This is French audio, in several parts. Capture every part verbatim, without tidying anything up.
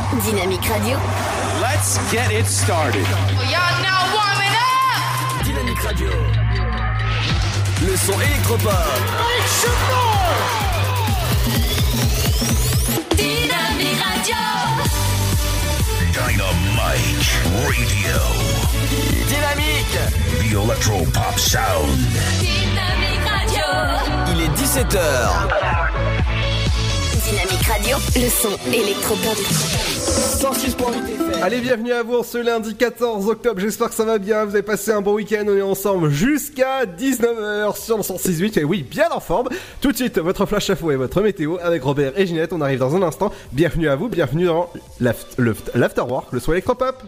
Dynamique Radio. Let's get it started. Y'all now warming up. Dynamique Radio. Le son électropop. Make some noise. Dynamique Radio. Dynamite Radio. Dynamique. The Electropop Sound. Dynamique Radio. Il est dix-sept heures. Dynamique Radio, le son électropop. cent six point huit F M. Allez, bienvenue à vous ce lundi quatorze octobre, j'espère que ça va bien, vous avez passé un bon week-end, on est ensemble jusqu'à dix-neuf heures sur le cent six huit, et oui, bien en forme. Tout de suite, votre flash info et votre météo avec Robert et Ginette, on arrive dans un instant. Bienvenue à vous, bienvenue dans l'Afterwork, le son électropop.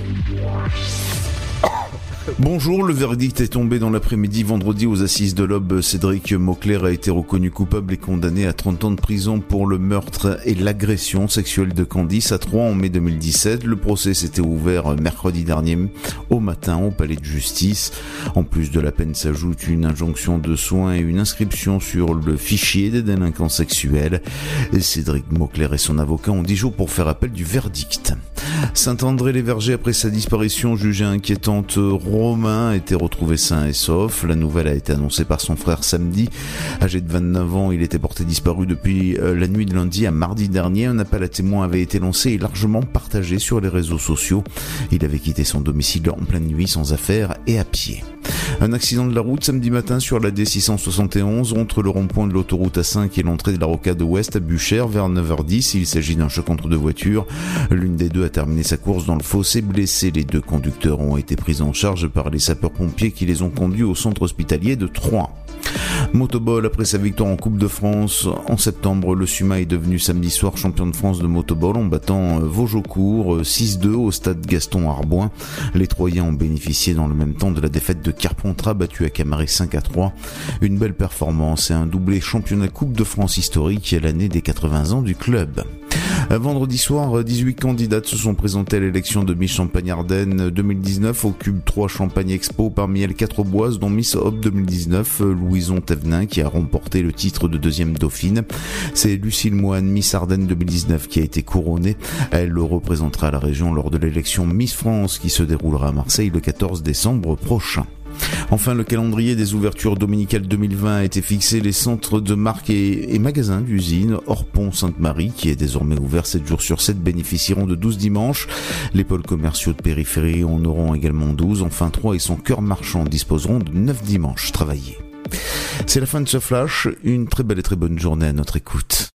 Bonjour, le verdict est tombé dans l'après-midi vendredi aux assises de l'Aube. Cédric Maucler a été reconnu coupable et condamné à trente ans de prison pour le meurtre et l'agression sexuelle de Candice à Troyes en mai deux mille dix-sept. Le procès s'était ouvert mercredi dernier au matin au palais de justice. En plus de la peine s'ajoute une injonction de soins et une inscription sur le fichier des délinquants sexuels. Et Cédric Maucler et son avocat ont dix jours pour faire appel du verdict. Saint-André-les-Vergers, après sa disparition jugée inquiétante, Romain a été retrouvé sain et sauf. La nouvelle a été annoncée par son frère samedi. Âgé de vingt-neuf ans, il était porté disparu depuis la nuit de lundi à mardi dernier. Un appel à témoins avait été lancé et largement partagé sur les réseaux sociaux. Il avait quitté son domicile en pleine nuit sans affaires et à pied. Un accident de la route samedi matin sur la D six cent soixante et onze entre le rond-point de l'autoroute A cinq et l'entrée de la rocade ouest à Buchères vers neuf heures dix. Il s'agit d'un choc entre deux voitures. L'une des deux a terminé sa course dans le fossé blessé. Les deux conducteurs ont été pris en charge par les sapeurs-pompiers qui les ont conduits au centre hospitalier de Troyes. Motoball, après sa victoire en Coupe de France en septembre, le Suma est devenu samedi soir champion de France de Motoball en battant Vaugeaucourt six deux au stade Gaston Arboin. Les Troyens ont bénéficié dans le même temps de la défaite de Carpentras battu à Camaret cinq à trois. Une belle performance et un doublé championnat Coupe de France historique à l'année des quatre-vingts ans du club. Vendredi soir, dix-huit candidates se sont présentées à l'élection de Miss Champagne-Ardenne deux mille dix-neuf au Cube trois Champagne Expo, parmi elles quatre boises, dont Miss Hope deux mille dix-neuf, Louison Thévenin, qui a remporté le titre de deuxième dauphine. C'est Lucille Moine, Miss Ardennes deux mille dix-neuf, qui a été couronnée. Elle représentera la région lors de l'élection Miss France, qui se déroulera à Marseille le quatorze décembre prochain. Enfin, le calendrier des ouvertures dominicales deux mille vingt a été fixé. Les centres de marques et, et magasins d'usine Orpont Sainte-Marie, qui est désormais ouvert sept jours sur sept, bénéficieront de douze dimanches. Les pôles commerciaux de périphérie en auront également douze. Enfin, Troyes et son cœur marchand disposeront de neuf dimanches travaillés. C'est la fin de ce flash. Une très belle et très bonne journée à notre écoute.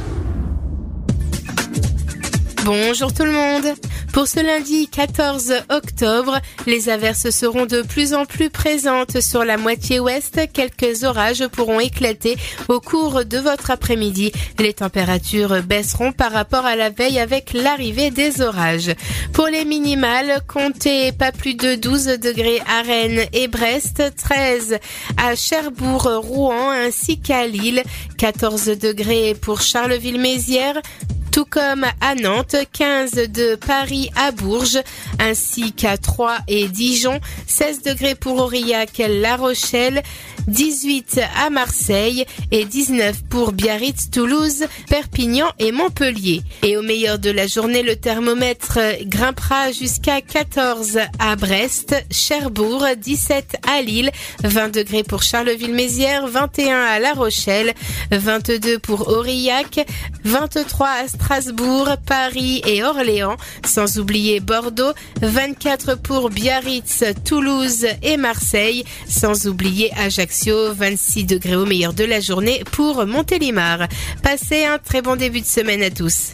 Bonjour tout le monde. Pour ce lundi quatorze octobre, les averses seront de plus en plus présentes sur la moitié ouest. Quelques orages pourront éclater au cours de votre après-midi. Les températures baisseront par rapport à la veille avec l'arrivée des orages. Pour les minimales, comptez pas plus de douze degrés à Rennes et Brest, treize à Cherbourg, Rouen ainsi qu'à Lille, quatorze degrés pour Charleville-Mézières, tout comme à Nantes, quinze de Paris à Bourges, ainsi qu'à Troyes et Dijon, seize degrés pour Aurillac, La Rochelle, dix-huit à Marseille et dix-neuf pour Biarritz, Toulouse, Perpignan et Montpellier. Et au meilleur de la journée, le thermomètre grimpera jusqu'à quatorze à Brest, Cherbourg, dix-sept à Lille, vingt degrés pour Charleville-Mézières, vingt et un à La Rochelle, vingt-deux pour Aurillac, vingt-trois à Strasbourg, Paris et Orléans, sans oublier Bordeaux, vingt-quatre pour Biarritz, Toulouse et Marseille, sans oublier Ajaccio, vingt-six degrés au meilleur de la journée pour Montélimar. Passez un très bon début de semaine à tous.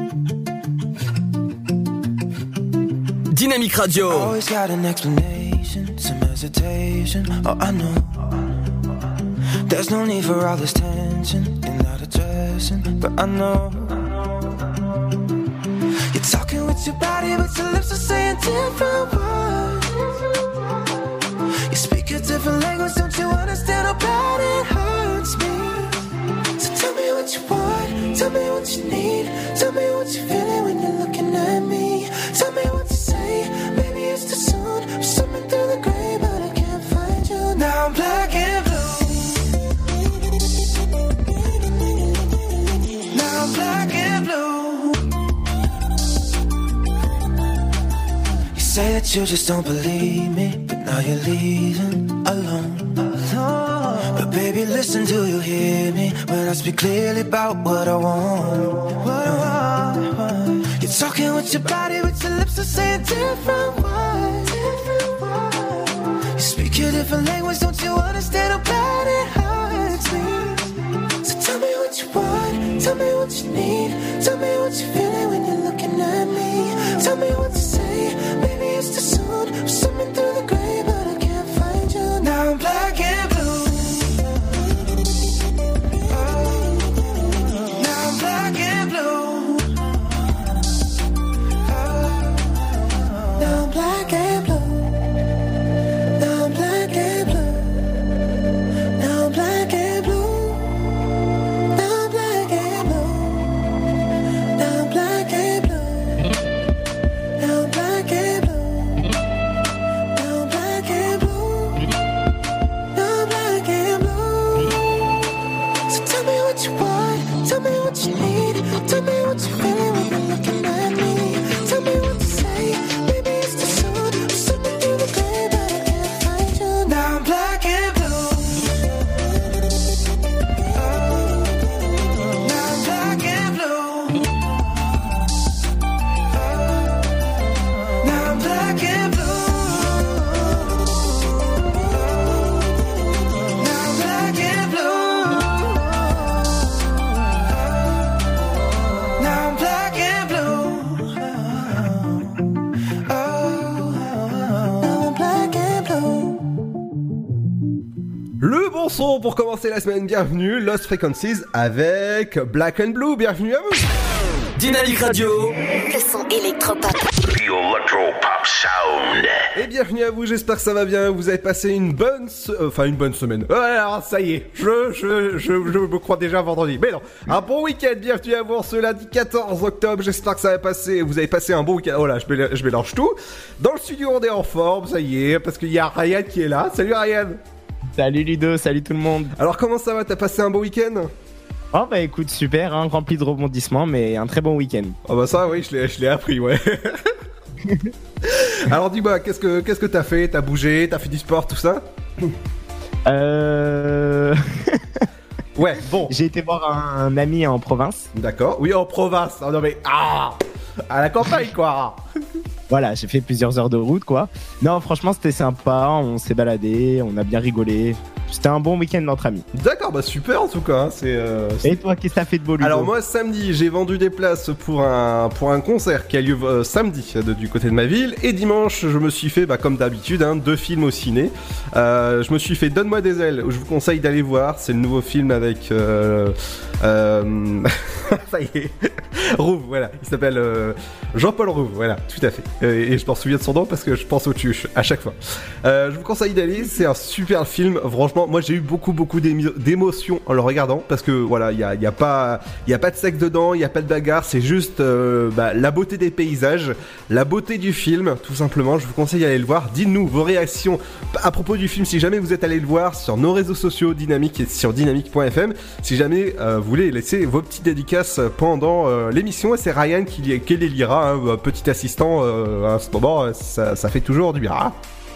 Dynamique Radio. There's no need for all this tension in that addressing, but I know you're talking with your body, but your lips are saying different words. You speak a different language, don't you understand how bad it hurts me? So tell me what you want, tell me what you need, tell me what you're feeling when you're looking at me. Tell me what to say, maybe it's too soon. I'm swimming through the gray, but I can't find you. Now I'm black and blue. Black and blue. say that you just don't believe me, but now you're leaving alone, alone. But baby, listen, do you hear me when I speak clearly about what I want? What I want. You're talking with your body, but your lips are saying different words. You speak a different language, don't you understand how bad it hurts me? So tell me what you want, tell me what you need, tell me what you're feeling when you're looking at me. Tell me what to say, maybe it's too soon. I'm swimming through the gray, but I can't find you. Now I'm black and blue. Oh, now I'm black and blue. Oh, now I'm black and blue. Now I'm black and blue. Now I'm black and blue. Now I'm black and blue. Now I'm black and blue. Now I'm black and blue. Now I'm black and blue. Now I'm black and blue. So tell me what you want, tell me what you need, tell me what you're feeling when you're looking at me. Tell me what to say, maybe it's too soon. I'm swimming through the gray, but I can't find you. Now I'm black and blue. Oh, now I'm black and blue. Now I'm black and blue. Now I'm black and blue. Now I'm black and blue. Oh, now I'm black and blue. Le bon son pour commencer la semaine, bienvenue, Lost Frequencies avec Black and Blue, bienvenue à vous. Dynamique Radio. Le son électropop. The Electro-Pop Sound. Et bienvenue à vous, j'espère que ça va bien, vous avez passé une bonne... Se... euh, Enfin, une bonne semaine. Ouais, alors, ça y est, je, je, je, je me crois déjà vendredi. Mais non, un bon week-end, bienvenue à vous ce lundi quatorze octobre, j'espère que ça va passer, vous avez passé un bon week-end. Oh là, je mélange, je mélange tout. Dans le studio, on est en forme, ça y est, parce qu'il y a Ryan qui est là. Salut Ryan. Salut Ludo, salut tout le monde. Alors, comment ça va, t'as passé un bon week-end? Oh bah écoute, super, hein, rempli de rebondissements, mais un très bon week-end. Oh bah ça, oui, je l'ai, je l'ai appris, ouais. Alors dis-moi, qu'est-ce que, qu'est-ce que t'as fait? T'as bougé, t'as fait du sport, tout ça? Euh... Ouais, bon. J'ai été voir un, un ami en province. D'accord, oui, en province. Oh, non mais, ah, à la campagne, quoi. Voilà, j'ai fait plusieurs heures de route, quoi. Non, franchement, c'était sympa, on s'est baladé, on a bien rigolé. C'était un bon week-end entre amis. D'accord, bah super en tout cas. Hein, c'est, euh, c'est... Et toi, qu'est-ce que t'as fait de beau, Ludo? Alors moi, samedi, j'ai vendu des places pour un, pour un concert qui a lieu euh, samedi de, du côté de ma ville. Et dimanche, je me suis fait, bah, comme d'habitude, hein, deux films au ciné. Euh, je me suis fait Donne-moi des ailes, où je vous conseille d'aller voir. C'est le nouveau film avec... Euh, euh... ça y est. Rouve, voilà. Il s'appelle euh, Jean-Paul Rouve, voilà, tout à fait. Et, et je m'en souviens de son nom parce que je pense au tuche à chaque fois. Euh, je vous conseille d'aller, c'est un super film. Franchement, moi j'ai eu beaucoup beaucoup d'émo- d'émotions en le regardant parce que voilà, il y a, y a pas, il y a pas de sexe dedans, il y a pas de bagarre, c'est juste euh, bah, la beauté des paysages, la beauté du film, tout simplement. Je vous conseille d'aller le voir. Dites-nous vos réactions à propos du film si jamais vous êtes allé le voir sur nos réseaux sociaux Dynamique et sur dynamique point f m. Si jamais euh, vous voulez laisser vos petites dédicaces pendant euh, l'émission, et c'est Ryan qui, qui les lira, hein, petit assistant euh, à ce moment, ça, ça fait toujours du bien. Ah.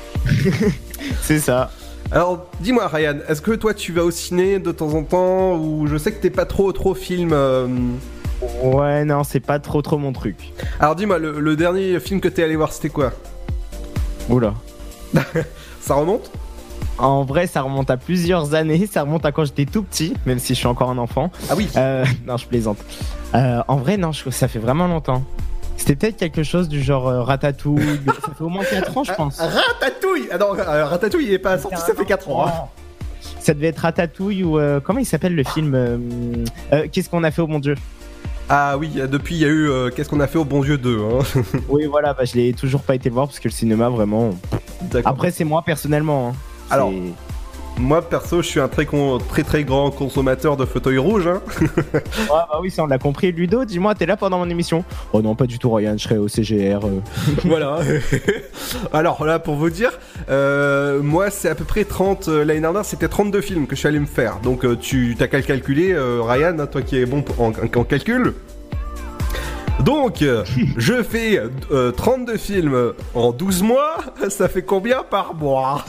C'est ça. Alors, dis-moi Ryan, est-ce que toi tu vas au ciné de temps en temps, ou je sais que t'es pas trop trop film euh... Ouais, non, c'est pas trop trop mon truc. Alors dis-moi, le, le dernier film que t'es allé voir, c'était quoi? Oula. Ça remonte? En vrai, ça remonte à plusieurs années, ça remonte à quand j'étais tout petit, même si je suis encore un enfant. Ah oui. Euh, non, je plaisante. Euh, en vrai, non, je, ça fait vraiment longtemps. C'était peut-être quelque chose du genre euh, Ratatouille. Ça fait au moins quatre ans, je pense. Ratatouille. Ah non, euh, Ratatouille, il est pas sorti, ça fait quatre ans. Hein. Ça devait être Ratatouille ou... Euh, comment il s'appelle le film euh, euh, Qu'est-ce qu'on a fait au bon Dieu? Ah oui, depuis il y a eu euh, Qu'est-ce qu'on a fait au bon Dieu deux. Hein. Oui, voilà, bah, je l'ai toujours pas été voir parce que le cinéma, vraiment... D'accord. Après, c'est moi, personnellement. Hein. Alors... C'est... Moi perso, je suis un très con, très très grand consommateur de fauteuils rouges. Hein. Ouais, bah oui, ça on l'a compris. Ludo, dis-moi, t'es là pendant mon émission? Oh non, pas du tout, Ryan. Je serai au C G R. Euh. Voilà. Alors là, pour vous dire, euh, moi c'est à peu près trente. Euh, l'année dernière, c'était trente-deux films que je suis allé me faire. Donc euh, tu t'as qu'à le calculer, euh, Ryan, toi qui es bon en, en calcul. Donc, euh, je fais euh, trente-deux films en douze mois, ça fait combien par mois?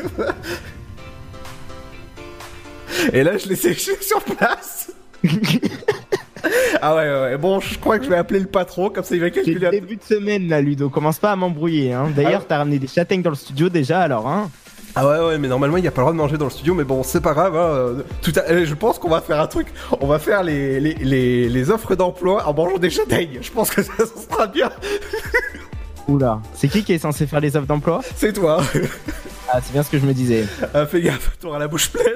Et là, je l'ai séché sur place. Ah ouais, ouais, ouais, bon, je crois que je vais appeler le patron, comme ça il va calculer. C'est le début de semaine là, Ludo, commence pas à m'embrouiller. Hein. D'ailleurs, ah, t'as ramené des châtaignes dans le studio déjà, alors hein. Ah ouais, ouais, mais normalement il n'y a pas le droit de manger dans le studio, mais bon, c'est pas grave. Hein. Tout à... Je pense qu'on va faire un truc, on va faire les, les, les, les offres d'emploi en mangeant des châtaignes. Je pense que ça, ça sera bien. Oula, c'est qui qui est censé faire les offres d'emploi? C'est toi. Ah, c'est bien ce que je me disais. Ah, fais gaffe, t'auras la bouche pleine.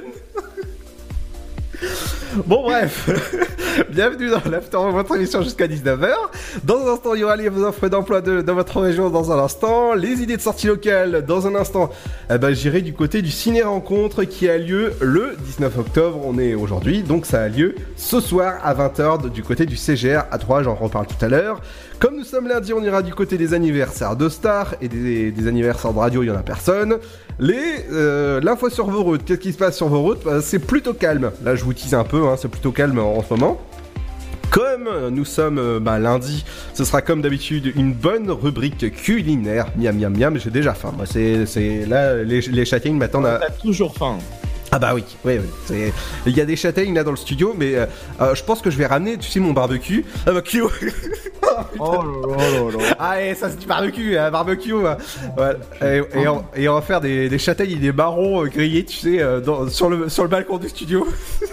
Bon bref, bienvenue dans l'After, votre émission jusqu'à dix-neuf heures. Dans un instant, il y aura les offres d'emploi de, dans votre région dans un instant, les idées de sortie locale dans un instant. Eh ben, j'irai du côté du ciné-rencontre qui a lieu le dix-neuf octobre, on est aujourd'hui, donc ça a lieu ce soir à vingt heures du côté du C G R à Troyes, j'en reparle tout à l'heure. Comme nous sommes lundi, on ira du côté des anniversaires de stars et des, des anniversaires de radio, il y en a personne. Les, euh, l'info sur vos routes, qu'est-ce qui se passe sur vos routes? Bah, c'est plutôt calme, là je vous tease un peu, hein, c'est plutôt calme en, en ce moment. Comme nous sommes euh, bah, lundi, ce sera comme d'habitude une bonne rubrique culinaire. Miam miam miam, j'ai déjà faim. Moi, c'est, c'est là les, les châtaignes m'attendent à. T'as toujours faim. Ah bah oui, oui, oui. C'est... Il y a des châtaignes là dans le studio, mais euh, euh, je pense que je vais ramener, tu sais, mon barbecue. Ah barbecue. Oh, oh là là là. Ah et ça c'est du barbecue, hein, barbecue. Hein. Ouais. Et, et, on, et on va faire des, des châtaignes et des marrons euh, grillés, tu sais, euh, dans, sur le sur le balcon du studio.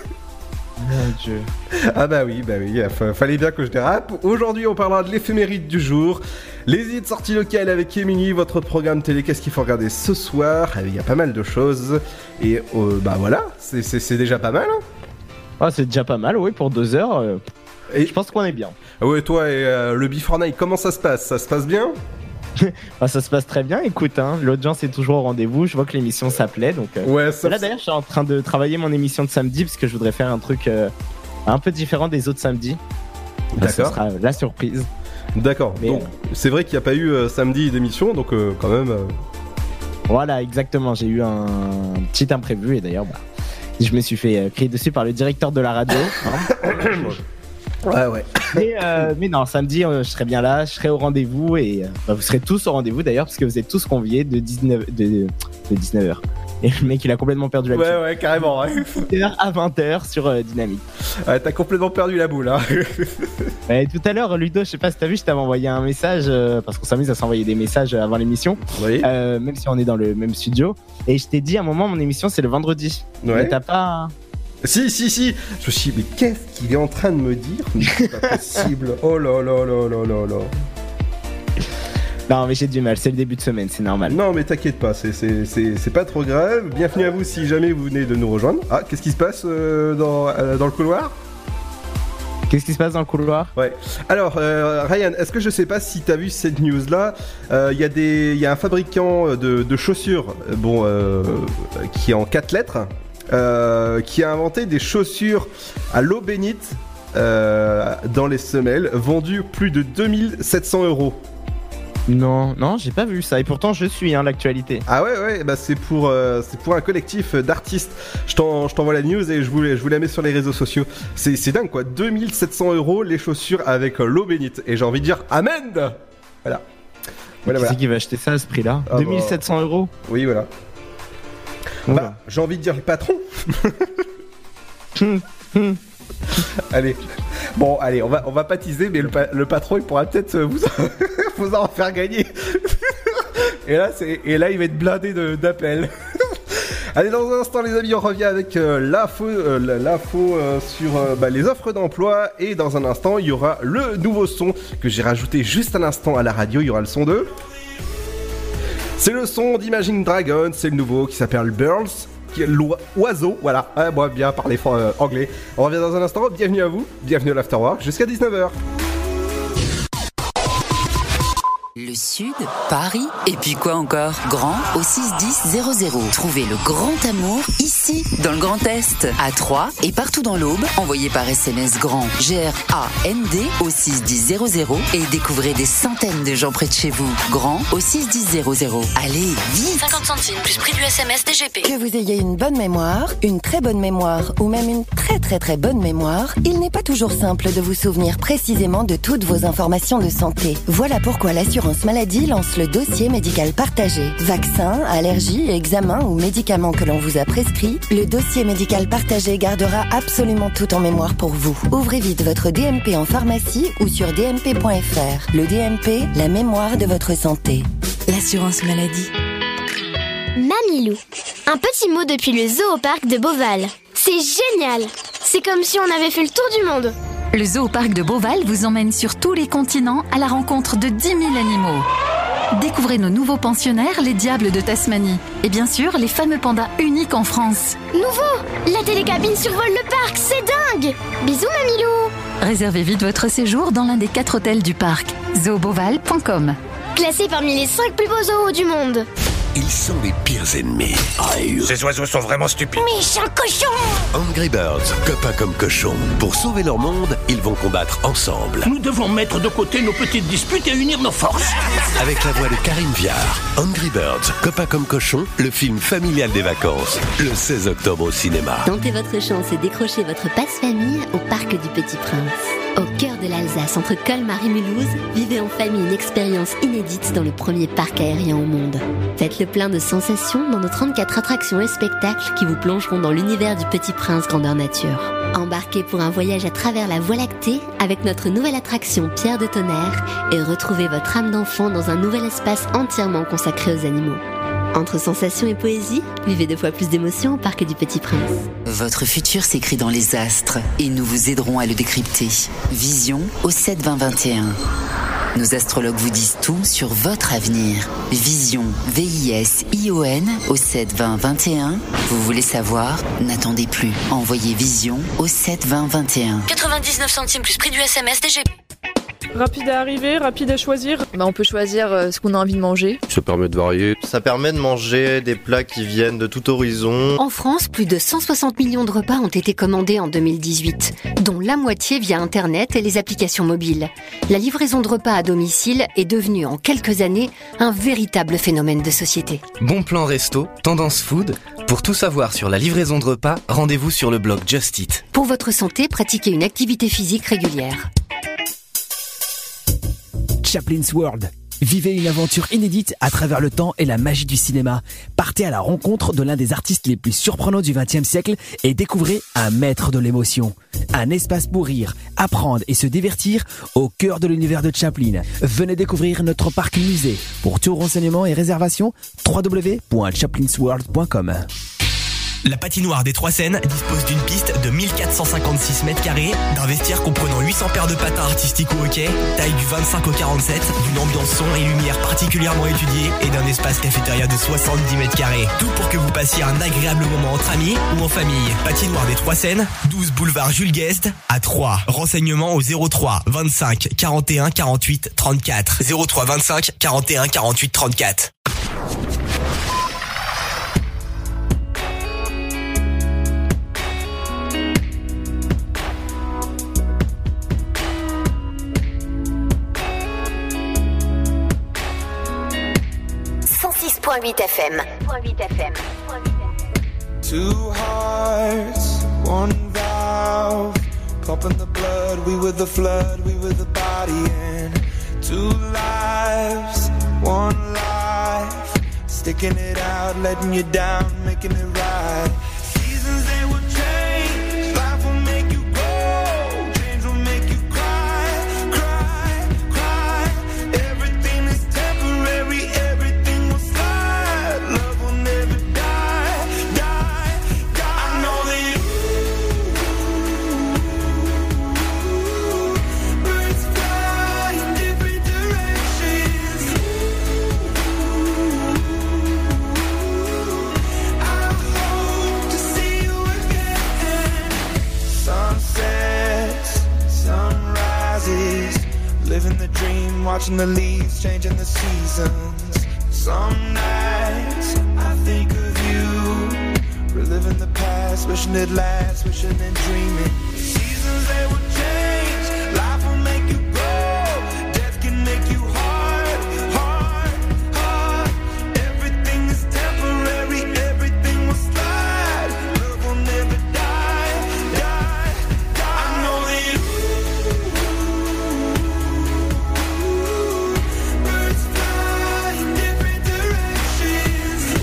Mon Dieu. Ah bah oui, bah oui, f- fallait bien que je dérape. Aujourd'hui, on parlera de l'éphéméride du jour, les idées de sortie locale avec Émilie, votre programme télé, qu'est-ce qu'il faut regarder ce soir. Il y a pas mal de choses. Et euh, bah voilà, c'est, c'est, c'est déjà pas mal. Hein. Ah, c'est déjà pas mal, oui, pour deux heures. Euh, et je pense qu'on est bien. Ah ouais, toi et euh, le Before Night, comment ça se passe? Ça se passe bien? Bah, ça se passe très bien, écoute, hein, l'audience est toujours au rendez-vous, je vois que l'émission s'appelait, donc euh... ouais, ça là d'ailleurs je suis en train de travailler mon émission de samedi parce que je voudrais faire un truc euh, un peu différent des autres samedis. Bah, d'accord. Ce sera la surprise. D'accord, mais donc euh... c'est vrai qu'il n'y a pas eu euh, samedi d'émission, donc euh, quand même... Euh... Voilà, exactement, j'ai eu un petit imprévu et d'ailleurs bah, je me suis fait euh, crier dessus par le directeur de la radio. Hein. Ouais, ouais. Mais, euh, mais non, samedi, euh, je serai bien là, je serai au rendez-vous et euh, bah, vous serez tous au rendez-vous d'ailleurs, parce que vous êtes tous conviés de dix-neuf, de, de dix-neuf heures. Et le mec, il a complètement perdu la boule. Ouais, ouais, carrément. Ouais. dix heures à vingt heures sur euh, Dynamique. Ouais, t'as complètement perdu la boule, hein. Ouais, tout à l'heure, Ludo, je sais pas si t'as vu, je t'avais envoyé un message, euh, parce qu'on s'amuse à s'envoyer des messages avant l'émission, oui. euh, même si on est dans le même studio. Et je t'ai dit à un moment, mon émission, c'est le vendredi. Ouais. Mais t'as pas... Si, si, si. Je me suis dit, mais qu'est-ce qu'il est en train de me dire? Mais c'est pas possible. Oh là là là là là là. Non, mais j'ai du mal, c'est le début de semaine, c'est normal. Non, mais t'inquiète pas, c'est, c'est, c'est, c'est pas trop grave. Bienvenue à vous si jamais vous venez de nous rejoindre. Ah, qu'est-ce qui se passe euh, dans, euh, dans le couloir? Qu'est-ce qui se passe dans le couloir? Ouais. Alors, euh, Ryan, est-ce que je sais pas si t'as vu cette news-là? Il euh, y a des, il y a un fabricant de, de chaussures, bon, euh, qui est en quatre lettres. Euh, qui a inventé des chaussures à l'eau bénite euh, dans les semelles, vendues plus de deux mille sept cents euros. Non, non, j'ai pas vu ça. Et pourtant, je suis hein, l'actualité. Ah ouais, ouais, bah c'est pour, euh, c'est pour un collectif d'artistes. Je, t'en, je t'envoie la news et je vous, je vous la mets sur les réseaux sociaux. C'est, c'est dingue quoi, deux mille sept cents euros les chaussures avec l'eau bénite. Et j'ai envie de dire Amen. Voilà. Voilà, qui voilà. c'est qui va acheter ça à ce prix-là? Ah deux mille sept cents euros. Oui, voilà. Bah, j'ai envie de dire le patron. Allez. Bon, allez, on va, on va pas teaser, mais le, pa- le patron, il pourra peut-être vous en, vous en faire gagner. Et là, c'est, et là, il va être blindé de, d'appels. Allez, dans un instant, les amis, on revient avec euh, l'info, euh, l'info euh, sur euh, bah, les offres d'emploi. Et dans un instant, il y aura le nouveau son que j'ai rajouté juste à l'instant à la radio. Il y aura le son de... C'est le son d'Imagine Dragons, c'est le nouveau qui s'appelle Birds, qui est l'oiseau, voilà. Ah, moi, bien parler euh, anglais. On revient dans un instant, bienvenue à vous, bienvenue à l'Afterwork, jusqu'à dix-neuf heures. Le Sud, Paris, et puis quoi encore? Grand au six dix zéro zéro. Trouvez le grand amour ici, dans le Grand Est, à Troyes et partout dans l'Aube. Envoyez par S M S GRAND, G R A N D au six dix zéro zéro et découvrez des centaines de gens près de chez vous. Grand au six dix zéro zéro. Allez, vite! cinquante centimes plus prix du S M S D G P. Que vous ayez une bonne mémoire, une très bonne mémoire ou même une très très très bonne mémoire, il n'est pas toujours simple de vous souvenir précisément de toutes vos informations de santé. Voilà pourquoi l'assurance maladie lance le dossier médical partagé. Vaccins, allergies, examens ou médicaments que l'on vous a prescrits, le dossier médical partagé gardera absolument tout en mémoire pour vous. Ouvrez vite votre D M P en pharmacie ou sur d m p point f r. Le D M P, la mémoire de votre santé. L'assurance maladie. Mamilou. Un petit mot depuis le zoo au parc de Beauval. C'est génial! C'est comme si on avait fait le tour du monde. Le zoo au parc de Beauval vous emmène sur tous les continents à la rencontre de dix mille animaux. Découvrez nos nouveaux pensionnaires, les diables de Tasmanie. Et bien sûr, les fameux pandas uniques en France. Nouveau! La télécabine survole le parc, c'est dingue! Bisous Mamilou! Réservez vite votre séjour dans l'un des quatre hôtels du parc. zoo beauval point com. Classé parmi les cinq plus beaux zoos du monde. Ils sont les pires ennemis. Aïe. Ces oiseaux sont vraiment stupides. Méchant cochon! Angry Birds, copains comme cochons. Pour sauver leur monde, ils vont combattre ensemble. Nous devons mettre de côté nos petites disputes et unir nos forces. Avec la voix de Karine Viard. Angry Birds, copains comme cochons, le film familial des vacances. Le seize octobre au cinéma. Tentez votre chance et décrochez votre passe-famille au Parc du Petit Prince. Au cœur de l'Alsace, entre Colmar et Mulhouse, vivez en famille une expérience inédite dans le premier parc aérien au monde. Faites le plein de sensations dans nos trente-quatre attractions et spectacles qui vous plongeront dans l'univers du Petit Prince grandeur nature. Embarquez pour un voyage à travers la Voie lactée avec notre nouvelle attraction Pierre de Tonnerre et retrouvez votre âme d'enfant dans un nouvel espace entièrement consacré aux animaux. Entre sensations et poésie, vivez deux fois plus d'émotions au Parc du Petit Prince. Votre futur s'écrit dans les astres et nous vous aiderons à le décrypter. Vision au sept vingt vingt et un. Nos astrologues vous disent tout sur votre avenir. Vision, V I S I O N au sept vingt vingt et un. Vous voulez savoir? N'attendez plus. Envoyez Vision au sept vingt vingt et un. quatre-vingt-dix-neuf centimes plus prix du S M S D G P. Rapide à arriver, rapide à choisir. Bah on peut choisir euh, ce qu'on a envie de manger. Ça permet de varier. Ça permet de manger des plats qui viennent de tout horizon. En France, plus de cent soixante millions de repas ont été commandés en deux mille dix-huit, dont la moitié via Internet et les applications mobiles. La livraison de repas à domicile est devenue en quelques années un véritable phénomène de société. Bon plan resto, tendance food. Pour tout savoir sur la livraison de repas, rendez-vous sur le blog Just Eat. Pour votre santé, pratiquez une activité physique régulière. Chaplin's World. Vivez une aventure inédite à travers le temps et la magie du cinéma. Partez à la rencontre de l'un des artistes les plus surprenants du vingtième siècle et découvrez un maître de l'émotion. Un espace pour rire, apprendre et se divertir au cœur de l'univers de Chaplin. Venez découvrir notre parc musée. Pour tout renseignement et réservation, w w w point chaplins world point com. La patinoire des Trois Seines dispose d'une piste de mille quatre cent cinquante-six mètres carrés, d'un vestiaire comprenant huit cents paires de patins artistiques au hockey, taille du vingt-cinq au quarante-sept, d'une ambiance son et lumière particulièrement étudiée et d'un espace cafétéria de soixante-dix mètres carrés. Tout pour que vous passiez un agréable moment entre amis ou en famille. Patinoire des Trois Seines, douze boulevard Jules Guest à Troyes. Renseignements au zéro trois vingt-cinq quarante et un quarante-huit trente-quatre. zéro trois vingt-cinq quarante et un quarante-huit trente-quatre. cent six point huit F M. Two hearts, one valve, pumping the blood. We were the flood, we were the body, and two lives, one life, sticking it out, letting you down, making it right. Seasons they will change, life will make you grow, change will make you cry, cry, cry. Everything is temporary, everything will slide. Love will never die, die, die. I know that you birds fly in different directions. I watching the leaves changing the seasons. Some nights I think of you, reliving the past, wishing it lasts, wishing and dreaming. Seasons they will change, life will make you grow, death can make you hard, hard, hard. Everything is temporary, everything will slide, love will never die, die, die. I know that birds fly in different directions.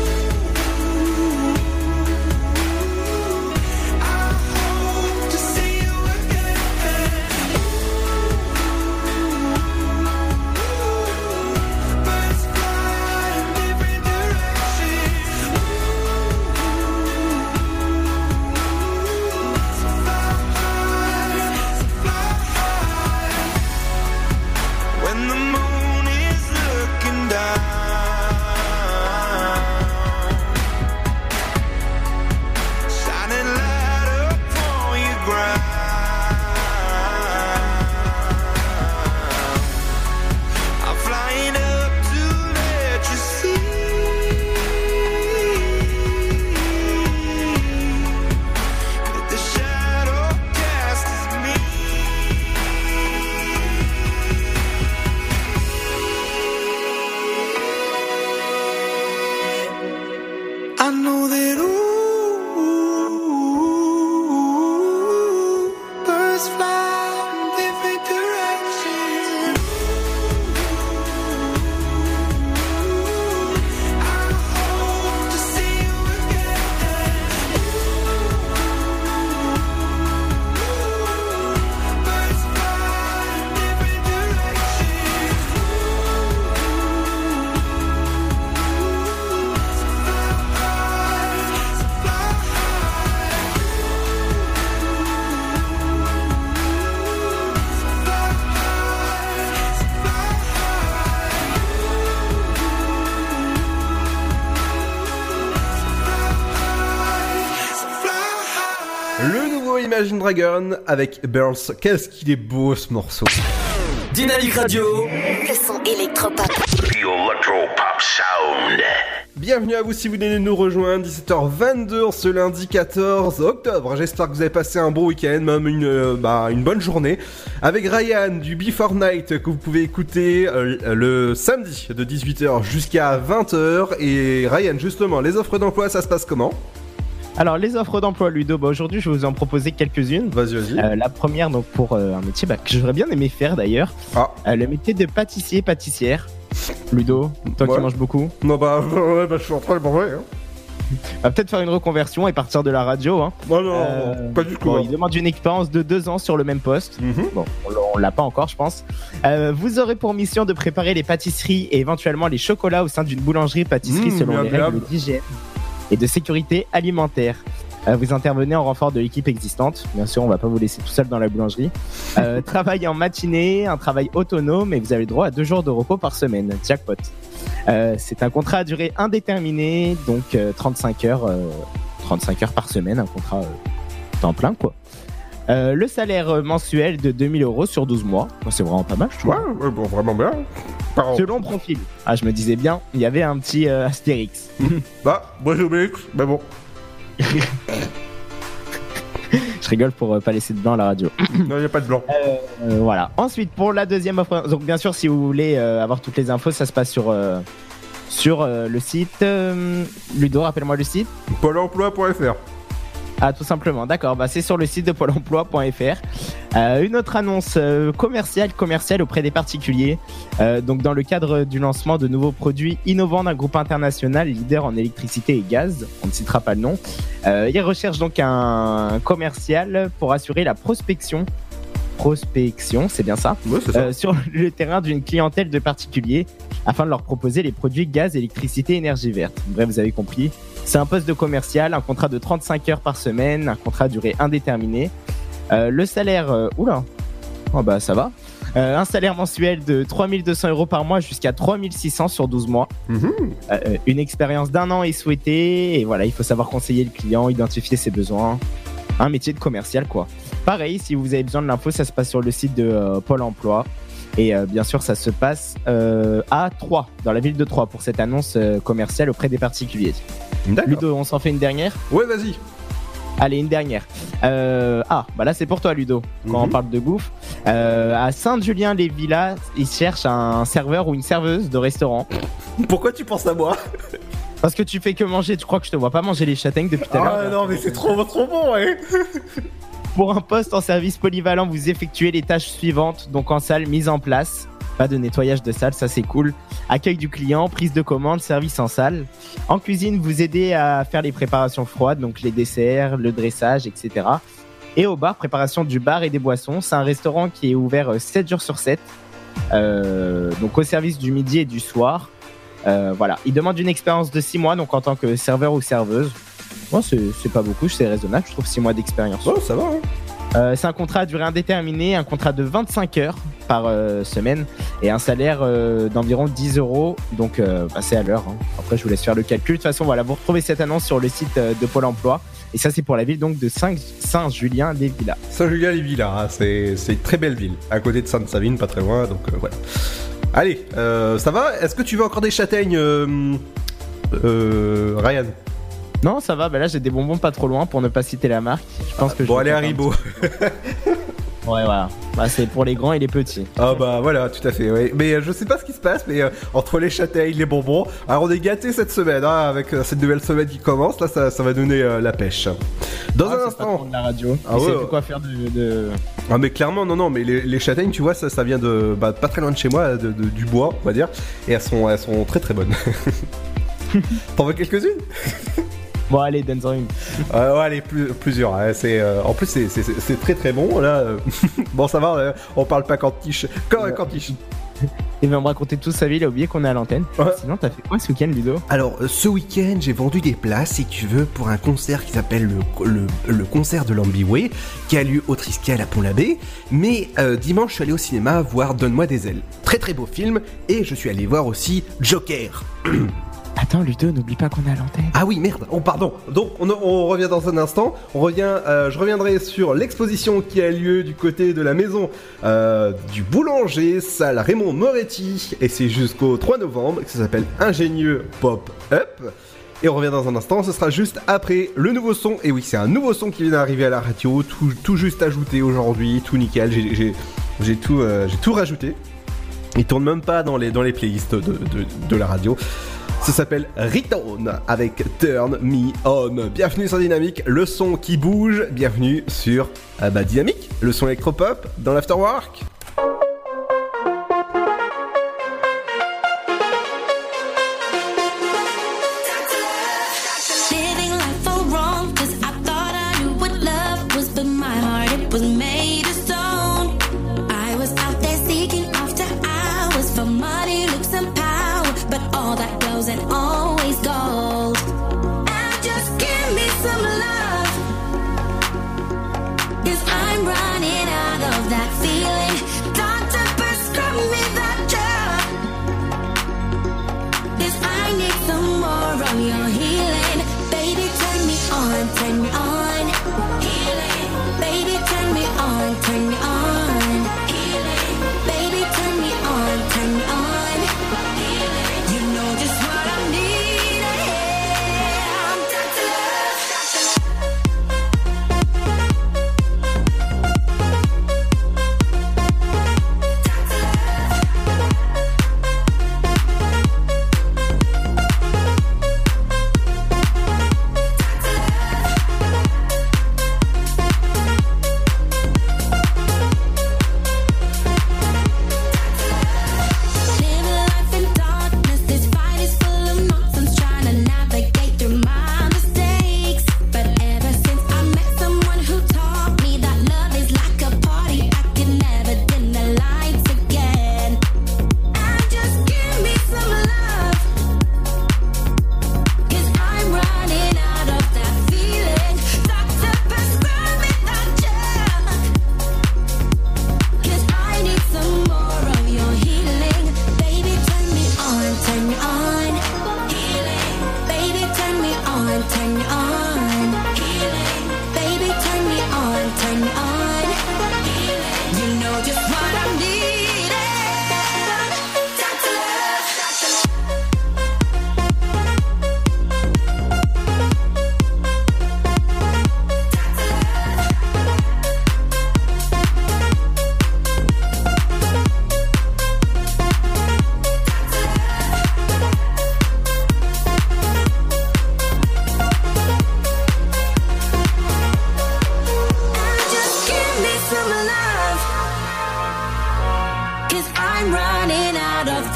I hope to see you again. Birds fly in different directions. So fly high, so fly high. When the moon is looking down, shining light upon your ground, I'm flying up to let you see that the shadow cast is me. I know that ooh, birds fly in different directions. I hope to see you again. Birds fly in different directions. So fly high, so fly high. So fly high, so fly high. So fly high. Le nouveau Imagine Dragon avec Burls. Qu'est-ce qu'il est beau ce morceau. Dynamique Radio. Le son électropop. The Electropop Sound. Bienvenue à vous si vous venez de nous rejoindre, dix-sept heures vingt-deux ce lundi quatorze octobre. J'espère que vous avez passé un bon week-end, même une, euh, bah, une bonne journée. Avec Ryan du Before Night que vous pouvez écouter euh, le samedi de dix-huit heures jusqu'à vingt heures. Et Ryan, justement, les offres d'emploi, ça se passe comment ? Alors, les offres d'emploi, Ludo, bah, aujourd'hui, je vais vous en proposer quelques-unes. Vas-y, vas-y. Euh, la première, donc, pour euh, un métier bah, que j'aurais bien aimé faire d'ailleurs. Ah. Euh, le métier de pâtissier-pâtissière. Ludo, toi Ouais. qui manges beaucoup. Non, bah, ouais, bah je suis en train de manger. Hein. Va peut-être faire une reconversion et partir de la radio. Hein. Non, non, Euh, pas du tout. Bon, hein. il demande une expérience de deux ans sur le même poste. Mhm. Bon, on l'a- on l'a pas encore, je pense. Euh, vous aurez pour mission de préparer les pâtisseries et éventuellement les chocolats au sein d'une boulangerie-pâtisserie Mmh, selon bien, les bien. règles d'hygiène et de sécurité alimentaire. Euh, vous intervenez en renfort de l'équipe existante. Bien sûr, on va pas vous laisser tout seul dans la boulangerie. Euh, travail en matinée, un travail autonome et vous avez le droit à deux jours de repos par semaine. Jackpot. Euh, c'est un contrat à durée indéterminée, donc euh, trente-cinq heures, euh, trente-cinq heures par semaine, un contrat euh, temps plein quoi. Euh, le salaire euh, mensuel de deux mille euros sur douze mois. Moi, c'est vraiment pas mal, je trouve. Ouais, ouais, bon, vraiment bien. Par an. Selon profil. Ah, je me disais bien, il y avait un petit euh, astérix. Bah, moi j'ai oublié, mais bon. Je rigole pour euh, pas laisser de blanc à la radio. Non, il n'y a pas de blanc. Euh, euh, voilà. Ensuite, pour la deuxième offre, donc bien sûr, si vous voulez euh, avoir toutes les infos, ça se passe sur, euh, sur euh, le site. euh, Ludo, rappelle-moi le site. Pôle emploi point F R. Ah, tout simplement, d'accord. Bah, c'est sur le site de pôle emploi point F R. Euh, une autre annonce euh, commerciale, commerciale auprès des particuliers. Euh, donc, dans le cadre du lancement de nouveaux produits innovants d'un groupe international leader en électricité et gaz, on ne citera pas le nom. Euh, ils recherchent donc un commercial pour assurer la prospection. Prospection, c'est bien ça, ouais, c'est ça. Euh, sur le terrain d'une clientèle de particuliers afin de leur proposer les produits gaz, électricité, énergie verte. Bref, vous avez compris. C'est un poste de commercial, un contrat de trente-cinq heures par semaine, un contrat à durée indéterminée. Euh, le salaire, euh, oula, oh bah ça va. Euh, un salaire mensuel de trois mille deux cents euros par mois jusqu'à trois mille six cents sur douze mois. Mmh. Euh, une expérience d'un an est souhaitée et voilà, il faut savoir conseiller le client, identifier ses besoins. Un métier de commercial quoi. Pareil, si vous avez besoin de l'info, ça se passe sur le site de euh, Pôle Emploi. Et euh, bien sûr, ça se passe euh, à Troyes, dans la ville de Troyes, pour cette annonce euh, commerciale auprès des particuliers. D'accord. Ludo, on s'en fait une dernière ? Ouais, vas-y. Allez, une dernière. Euh, ah, bah là, c'est pour toi, Ludo, quand Mm-hmm. on parle de bouffe. Euh, à Saint-Julien-les-Villas, ils cherchent un serveur ou une serveuse de restaurant. Pourquoi tu penses à moi ? Parce que tu fais que manger, tu crois que je te vois pas manger les châtaignes depuis tout à l'heure. Ah non, mais c'est trop, trop bon, ouais. Pour un poste en service polyvalent, vous effectuez les tâches suivantes. Donc en salle, mise en place, pas de nettoyage de salle, ça c'est cool. Accueil du client, prise de commande, service en salle. En cuisine, vous aidez à faire les préparations froides, donc les desserts, le dressage, et cetera. Et au bar, préparation du bar et des boissons. C'est un restaurant qui est ouvert sept jours sur sept, euh, donc au service du midi et du soir. Euh, voilà, il demande une expérience de six mois, donc en tant que serveur ou serveuse. Moi, c'est, c'est pas beaucoup, c'est raisonnable, je trouve six mois d'expérience. Oh, ça va, hein. Euh, c'est un contrat à durée indéterminée, un contrat de vingt-cinq heures par euh, semaine et un salaire euh, d'environ dix euros, donc euh, bah, c'est à l'heure. Hein. Après, je vous laisse faire le calcul. De toute façon, voilà, vous retrouvez cette annonce sur le site euh, de Pôle emploi. Et ça, c'est pour la ville donc de Saint-Julien-les-Villas. Saint-Julien-les-Villas, hein, c'est, c'est une très belle ville, à côté de Sainte-Savine, pas très loin, donc euh, voilà. Allez, euh, ça va ? Est-ce que tu veux encore des châtaignes, euh, euh, Ryan ? Non, ça va, bah là j'ai des bonbons pas trop loin pour ne pas citer la marque. Je pense ah, que bon, je allez, Haribo. Ouais, voilà. Bah, c'est pour les grands et les petits. Ah bah voilà, tout à fait. Ouais. Mais euh, je sais pas ce qui se passe, mais euh, entre les châtaignes, les bonbons, alors on est gâtés cette semaine, hein, avec euh, cette nouvelle semaine qui commence. Là, ça, ça va donner euh, la pêche. Dans ah, un c'est instant. pas de la radio. Ah ouais, ouais. C'est quoi faire de, de. Ah mais clairement, non, non. Mais les, les châtaignes, tu vois, ça, ça vient de, bah, pas très loin de chez moi, de, de, du bois, on va dire, et elles sont, elles sont très très bonnes. T'en veux quelques-unes? Bon, allez, donne-en une. Euh, ouais, allez, plus, plusieurs. Hein, c'est, euh, en plus, c'est, c'est, c'est très très bon. Là, bon, ça va, euh, on parle pas cantiche. Quand ouais. Cantiche. Il va me raconter toute sa vie, il a oublié qu'on est à l'antenne. Ouais. Sinon, t'as fait quoi ce week-end, Ludo? Alors, euh, ce week-end, j'ai vendu des places, si tu veux, pour un concert qui s'appelle le, le, le concert de l'Ambiway, qui a lieu au Triskel à Pont-l'Abbé. Mais euh, dimanche, je suis allé au cinéma voir Donne-moi des ailes. Très très beau film. Et je suis allé voir aussi Joker. Attends, Ludo, n'oublie pas qu'on est à l'antenne. Ah oui, merde. Oh, pardon. Donc, on, on revient dans un instant. On revient. Euh, je reviendrai sur l'exposition qui a lieu du côté de la maison euh, du boulanger, salle Raymond Moretti, et c'est jusqu'au trois novembre. Ça s'appelle Ingénieux Pop-Up. Et on revient dans un instant. Ce sera juste après le nouveau son. Et oui, c'est un nouveau son qui vient d'arriver à la radio, tout, tout juste ajouté aujourd'hui, tout nickel. J'ai, j'ai, j'ai tout, euh, j'ai tout rajouté. Il tourne même pas dans les dans les playlists de, de, de la radio. Ça s'appelle Return avec Turn Me On. Bienvenue sur Dynamique, le son qui bouge. Bienvenue sur euh, bah, Dynamique, le son électropop dans l'Afterwork. You know just what I need.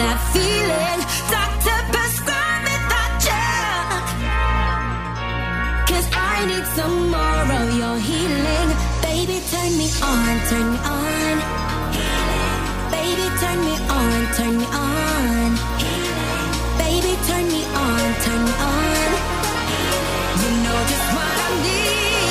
that feeling. Doctor, prescribe me that gel. Cause I need some more of your healing. Baby, turn me on, turn me on. Baby, turn me on, turn me on. Baby, turn me on, turn me on. You know just what I need.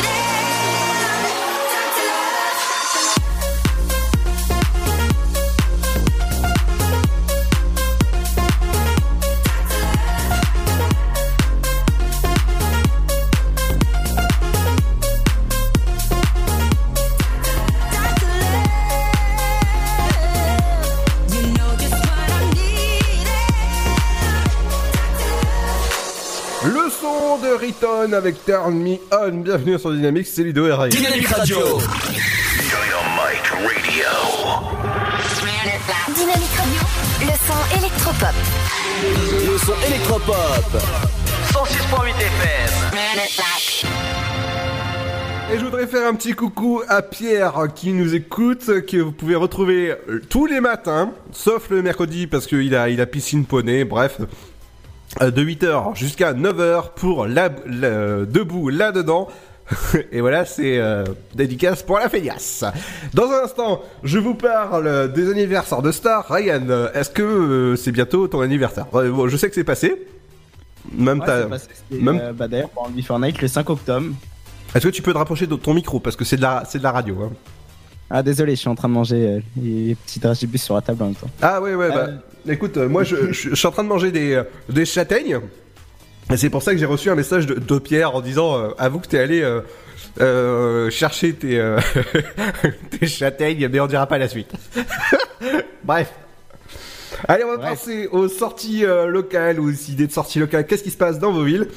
Le son de Riton avec Turn Me On. Bienvenue sur Dynamique, c'est Ludo et Ray. Dynamique Radio. Dynamite Radio. Dynamique Radio, le son électropop. Le son électropop. cent six virgule huit F M. Et je voudrais faire un petit coucou à Pierre qui nous écoute, que vous pouvez retrouver tous les matins, sauf le mercredi parce qu'il a, il a piscine poney, bref, de huit heures jusqu'à neuf heures pour la, la, debout là-dedans. Et voilà, c'est euh, dédicace pour la feignasse. Dans un instant, je vous parle des anniversaires de stars. Ryan, est-ce que euh, c'est bientôt ton anniversaire? euh, bon, Je sais que c'est passé. Même ouais, ta... c'est passé, Même... Euh, bah d'ailleurs, pour Before Night, le cinq octobre. Est-ce que tu peux te rapprocher de ton micro parce que c'est de la, c'est de la radio hein. Ah désolé, je suis en train de manger euh, les petits dragibus sur la table en même temps. Ah ouais ouais bah euh... écoute, euh, moi je, je, je suis en train de manger des, des châtaignes. Et c'est pour ça que j'ai reçu un message de, de Pierre en disant euh, avoue que t'es allé euh, euh, chercher tes, euh, tes châtaignes, mais on dira pas la suite. Bref. Allez, on va ouais. passer aux sorties euh, locales ou aux idées de sorties locales. Qu'est-ce qui se passe dans vos villes?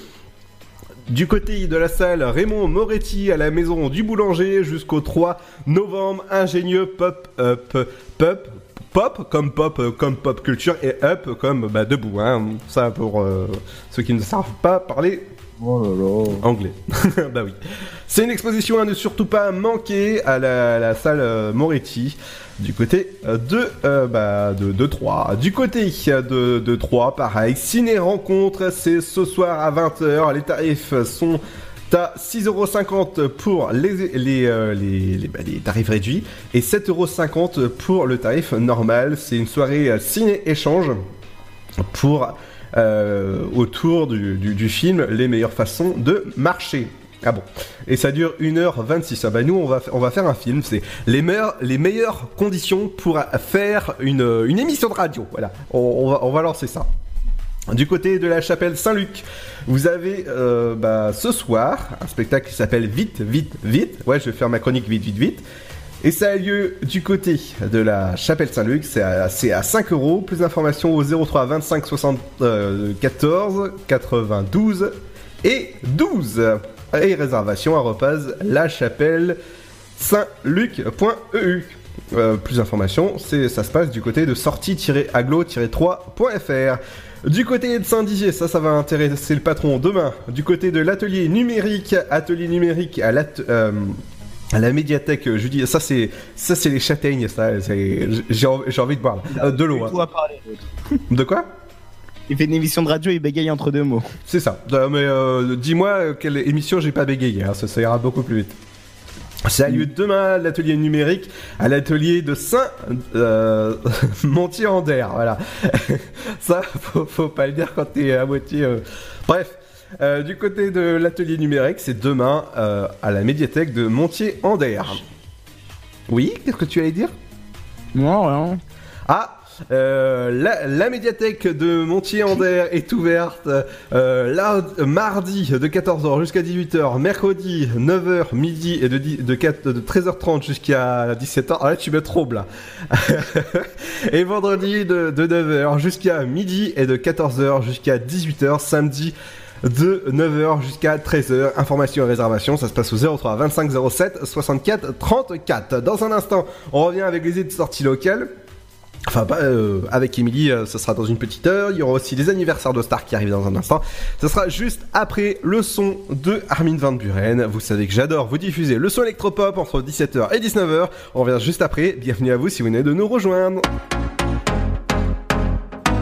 Du côté de la salle Raymond Moretti à la maison du boulanger jusqu'au trois novembre, ingénieux pop up pop pop comme pop comme pop culture et up comme bah, debout hein. Ça pour euh, ceux qui ne savent pas parler oh là là. anglais. Bah oui. C'est une exposition à ne surtout pas manquer à la, la salle euh, Moretti du côté de euh, bah de, de Troyes. Du côté de, de Troyes, pareil, ciné rencontre, c'est ce soir à vingt heures. Les tarifs sont à six euros cinquante pour les, les, euh, les, les, bah, les tarifs réduits et sept euros cinquante pour le tarif normal. C'est une soirée ciné-échange pour euh, autour du, du, du film Les meilleures façons de marcher. Ah bon. Et ça dure une heure vingt-six. Ah bah nous on va, on va faire un film, c'est les meilleures, les meilleures conditions pour faire une, une émission de radio. Voilà, on, on, va, on va lancer ça. Du côté de la chapelle Saint-Luc, vous avez euh, bah, ce soir un spectacle qui s'appelle Vite, Vite, Vite. Ouais, je vais faire ma chronique vite, vite, vite. Et ça a lieu du côté de la chapelle Saint-Luc, c'est à, c'est à cinq euros. Plus d'informations au zéro trois vingt-cinq soixante-quatorze quatre-vingt-douze et douze. Et réservation arobase la chapelle saint luc point e u. Euh, plus d'informations, c'est, ça se passe du côté de sortie tiret aglo tiret trois point f r. Du côté de Saint-Dizier, ça, ça va intéresser le patron demain. Du côté de l'atelier numérique, atelier numérique à, euh, à la médiathèque jeudi. Ça, c'est, ça, c'est les châtaignes, ça. C'est, j'ai, j'ai envie de boire euh, de l'eau. Hein. De quoi? Il fait une émission de radio et bégaye entre deux mots. C'est ça. Euh, mais euh, dis-moi quelle émission j'ai pas bégayé, hein, ça, ça ira beaucoup plus vite. Ça a lieu demain à l'atelier numérique, à l'atelier de Saint-Montier-en-Der, voilà. Ça, faut, faut pas le dire quand t'es à moitié... Euh... Bref, euh, du côté de l'atelier numérique, c'est demain euh, à la médiathèque de Montier-en-Der. Oui, qu'est-ce que tu allais dire? Non, rien. Ah Euh, la, la médiathèque de Montier-en-Der est ouverte euh, là, mardi de quatorze heures jusqu'à dix-huit heures, mercredi neuf heures, midi et de, de, quatre, de treize heures trente jusqu'à dix-sept heures. Ah là tu me troubles là. Et vendredi de, de neuf heures jusqu'à midi et de quatorze heures jusqu'à dix-huit heures, samedi de neuf heures jusqu'à treize heures. Information et réservation, ça se passe au zéro trois vingt-cinq zéro sept soixante-quatre trente-quatre. Dans un instant, on revient avec les idées de sorties locales. Enfin, bah, euh, avec Émilie, euh, ce sera dans une petite heure. Il y aura aussi les anniversaires de stars qui arrivent dans un instant. Ce sera juste après le son de Armin van Buuren. Vous savez que j'adore vous diffuser le son électropop entre dix-sept heures et dix-neuf heures. On revient juste après. Bienvenue à vous si vous venez de nous rejoindre.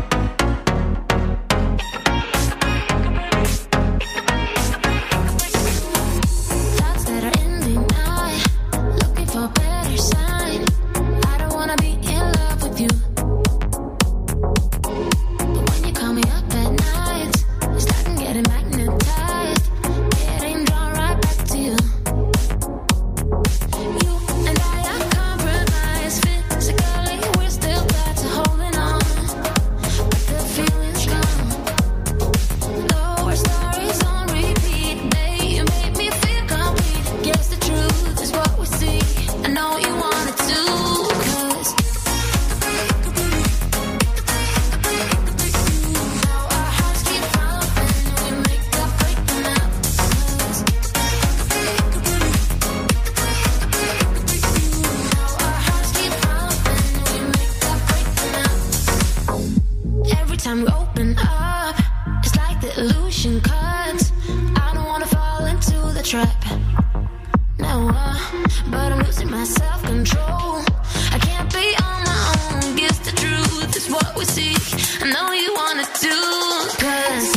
Every time we open up, it's like the illusion cuts. I don't wanna fall into the trap. No, uh, but I'm losing my self-control. I can't be on my own. Guess the truth is what we seek. I know you wanna do, 'cause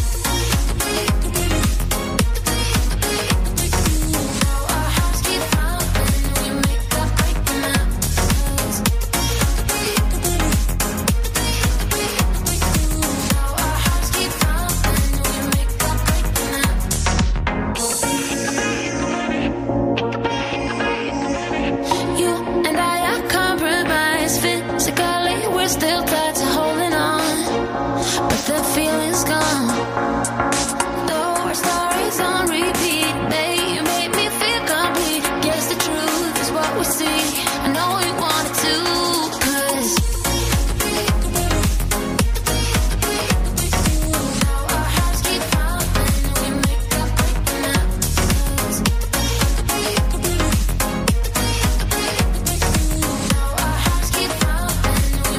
still tied to holding on, but the feeling's gone. Though our story's on repeat, babe, you made me feel complete. Guess the truth is what we see. I know you wanted to, 'cause now our hearts keep pounding. We make up breaking up. Now our hearts keep pounding.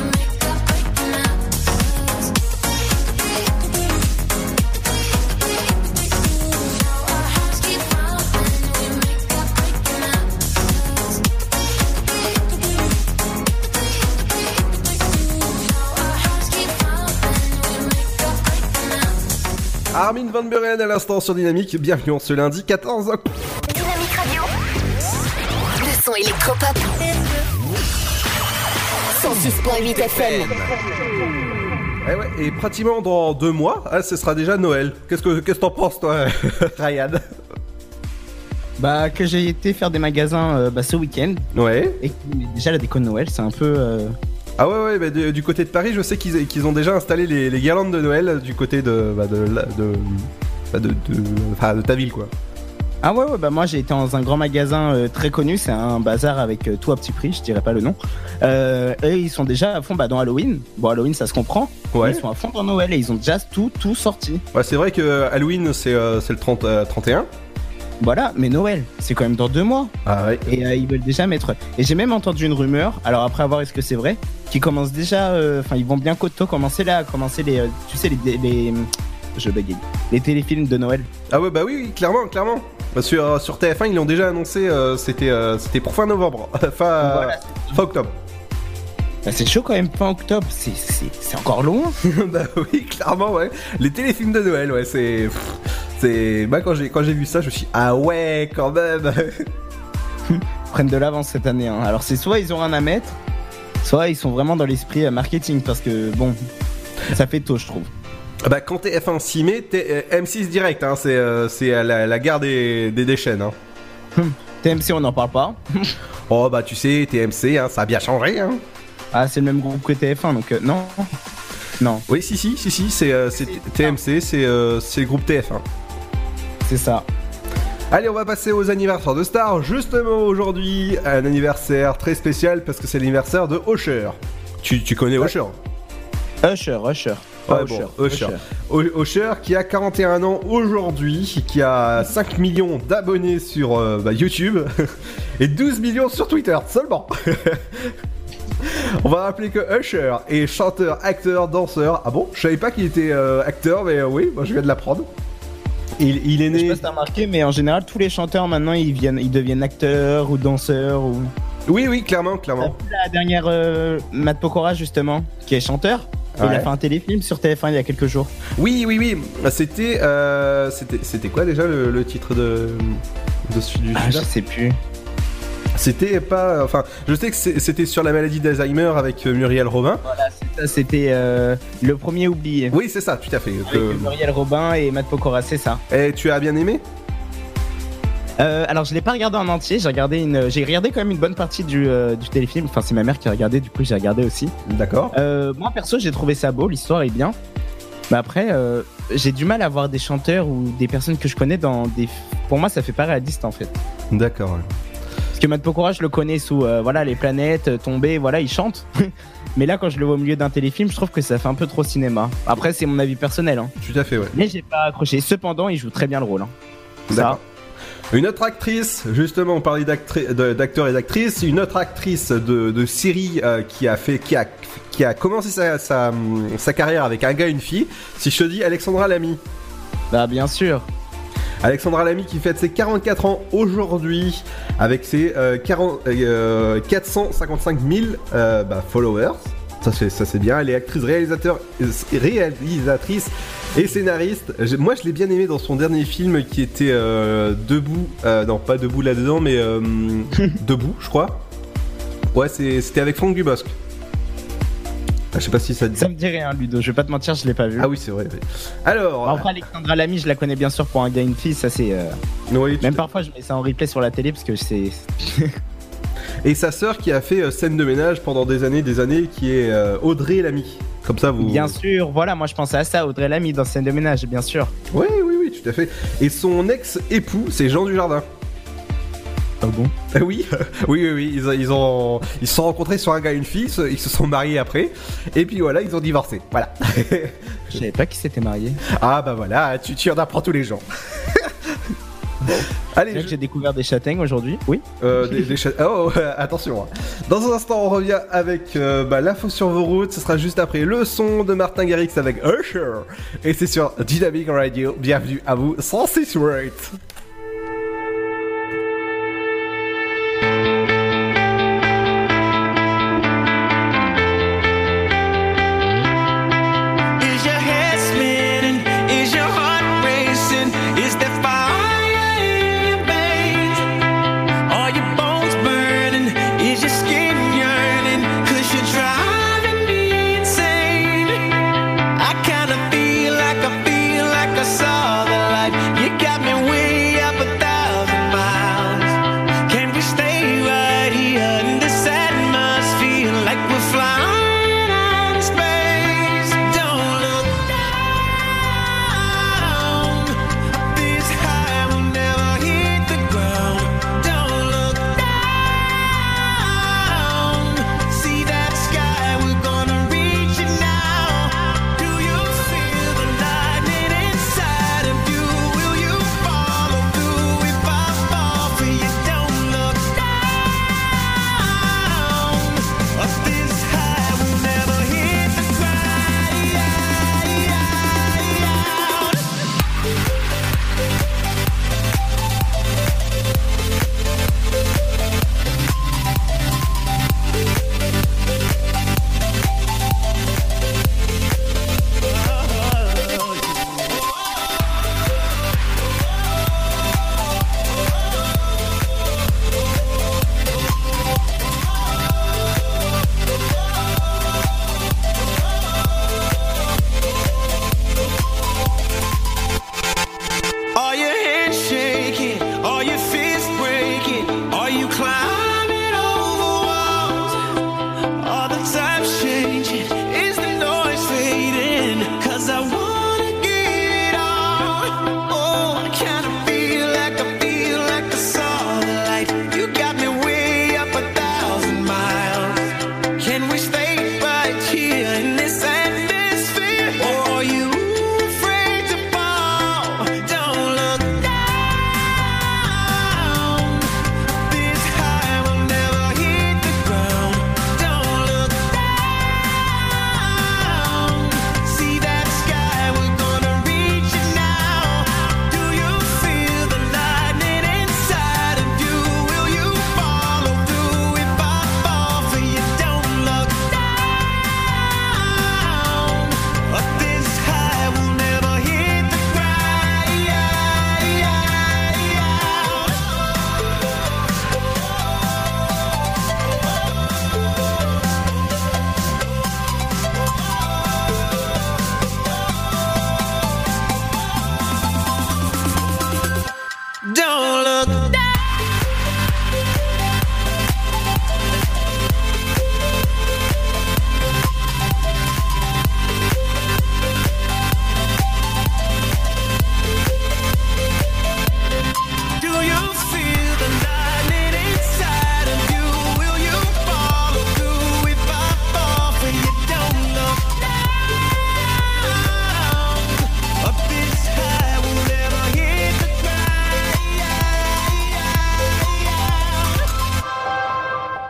Armin van Buuren à l'instant sur Dynamique. Bienvenue en ce lundi quatorze octobre. Dynamique Radio. Le son électropop. cent six virgule huit F M. Eh ouais, et pratiquement dans deux mois, ah, ce sera déjà Noël. Qu'est-ce que qu'est-ce que t'en penses, toi, Ryan? Bah, que j'ai été faire des magasins euh, bah, ce week-end. Ouais. Et déjà la déco de Noël, c'est un peu. Euh... Ah ouais, ouais, bah, du, du côté de Paris, je sais qu'ils, qu'ils ont déjà installé les, les guirlandes de Noël du côté de bah, de, de, de, bah, de, de, enfin, de ta ville, quoi. Ah ouais, ouais, bah moi j'ai été dans un grand magasin euh, très connu, c'est un bazar avec euh, tout à petit prix, je dirais pas le nom. Euh, et ils sont déjà à fond bah, dans Halloween. Bon, Halloween ça se comprend. Ouais. Ils sont à fond dans Noël et ils ont déjà tout, tout sorti. Ouais, c'est vrai que Halloween c'est, euh, c'est le trente, euh, trente et un. Voilà, mais Noël, c'est quand même dans deux mois. Ah ouais. Et euh, ils veulent déjà mettre. Et j'ai même entendu une rumeur, alors après à voir est-ce que c'est vrai, qui commence déjà. Enfin, euh, ils vont bien costaud commencer là, commencer les. Euh, tu sais, les. les je bégaye. Les téléfilms de Noël. Ah ouais, bah oui, oui clairement, clairement. Bah sur, euh, sur T F un, ils l'ont déjà annoncé, euh, c'était, euh, c'était pour fin novembre. fin, voilà, fin octobre. Bah c'est chaud quand même, fin octobre, c'est, c'est, c'est encore loin. Bah oui, clairement, ouais. Les téléfilms de Noël, ouais, c'est. C'est. Bah quand j'ai, quand j'ai vu ça, je me suis dit, ah ouais, quand même. Prennent de l'avance cette année, hein. Alors c'est soit ils ont rien à mettre, soit ils sont vraiment dans l'esprit marketing, parce que bon, ça fait tôt, je trouve. Bah quand T F un s'y met, t'es, euh, M six direct, hein, c'est, euh, c'est la, la guerre des, des, des chaînes. Hein. T M C, on n'en parle pas. Oh bah tu sais, T M C, hein, ça a bien changé. Hein. Ah, c'est le même groupe que T F un, donc euh, non. Non. Oui, si, si, si, si, c'est, euh, c'est T M C, c'est, euh, c'est le groupe T F un. C'est ça. Allez, on va passer aux anniversaires de stars. Justement, aujourd'hui, un anniversaire très spécial parce que c'est l'anniversaire de Usher. Tu, tu connais Usher? Usher, Usher. Ouais, bon, Usher. Usher. Usher qui a quarante et un ans aujourd'hui, qui a cinq millions d'abonnés sur euh, bah, YouTube et douze millions sur Twitter seulement. On va rappeler que Usher est chanteur, acteur, danseur. Ah bon? Je savais pas qu'il était euh, acteur, mais euh, oui, moi je viens de l'apprendre. Il, il est né. Je sais pas si t'as remarqué, mais en général, tous les chanteurs maintenant ils, viennent, ils deviennent acteurs ou danseurs ou. Oui, oui, clairement, clairement. La dernière, euh, Matt Pokora justement, qui est chanteur. Ouais. Il a fait un téléfilm sur T F un il y a quelques jours. Oui, oui, oui. C'était, euh, c'était, c'était quoi déjà le, le titre de, de du Ah, je sais plus. C'était pas, enfin, je sais que c'était sur la maladie d'Alzheimer avec Muriel Robin. Voilà, c'est ça, c'était euh, le premier oublié. Oui, c'est ça, tout à fait. Avec que... Muriel Robin et Matt Pokora, c'est ça. Et tu as bien aimé? Euh, alors je l'ai pas regardé en entier, j'ai regardé une, j'ai regardé quand même une bonne partie du, euh, du téléfilm. Enfin c'est ma mère qui a regardé, du coup j'ai regardé aussi. D'accord. Euh, moi perso j'ai trouvé ça beau, l'histoire est bien. Mais après euh, j'ai du mal à voir des chanteurs ou des personnes que je connais dans des. Pour moi ça fait pas réaliste en fait. D'accord. Ouais. Parce que Matt Pokora je le connais sous euh, voilà les planètes tombées, voilà il chante. Mais là quand je le vois au milieu d'un téléfilm je trouve que ça fait un peu trop cinéma. Après c'est mon avis personnel. Hein. Tout à fait ouais. Mais j'ai pas accroché. Cependant il joue très bien le rôle. Hein. D'accord. Ça. Une autre actrice, justement, on parlait d'acteurs et d'actrices, une autre actrice de, de série euh, qui a fait, qui a, qui qui a commencé sa, sa, sa carrière avec un gars et une fille. Si je te dis Alexandra Lamy. Bah bien sûr. Alexandra Lamy qui fête ses quarante-quatre ans aujourd'hui avec ses euh, quarante, euh, quatre cent cinquante-cinq mille euh, bah, followers. Ça c'est, ça c'est bien. Elle est actrice, réalisateur, réalisatrice et scénariste. Je, moi je l'ai bien aimé dans son dernier film qui était euh, Debout. Euh, non pas Debout là-dedans mais euh, Debout je crois. Ouais c'est, c'était avec Franck Dubosc. Ah, je sais pas si ça te dit. Ça me dit rien, Ludo, je vais pas te mentir, je l'ai pas vu. Ah oui, c'est vrai. Oui. Alors. Bon, après, Alexandra Lamy, je la connais bien sûr pour un gars et une fille, ça c'est. Euh... Oui, Même parfois, je mets ça en replay sur la télé parce que c'est. Et sa sœur qui a fait euh, scène de ménage pendant des années, des années, qui est euh, Audrey Lamy. Comme ça, vous. Bien sûr, voilà, moi je pensais à ça, Audrey Lamy dans scène de ménage, bien sûr. Oui, oui, oui, tout à fait. Et son ex-époux, c'est Jean Dujardin. Ah bon? Euh, oui, oui, oui, oui, ils, ils ont, ils se sont rencontrés sur un gars et une fille, ils se sont mariés après, et puis voilà, ils ont divorcé, voilà. Je savais pas qu'ils s'étaient mariés. Ah bah voilà, tu, tu en apprends tous les jours. Bon. Allez, je... j'ai découvert des châtaignes aujourd'hui, oui. Euh, des, des châ... Oh, euh, attention. Dans un instant, on revient avec euh, bah, l'info sur vos routes, ce sera juste après le son de Martin Garrix avec Usher, et c'est sur Dynamic Radio, bienvenue à vous, cent six huit. I kinda feel like I feel like I saw the light. You got me waiting.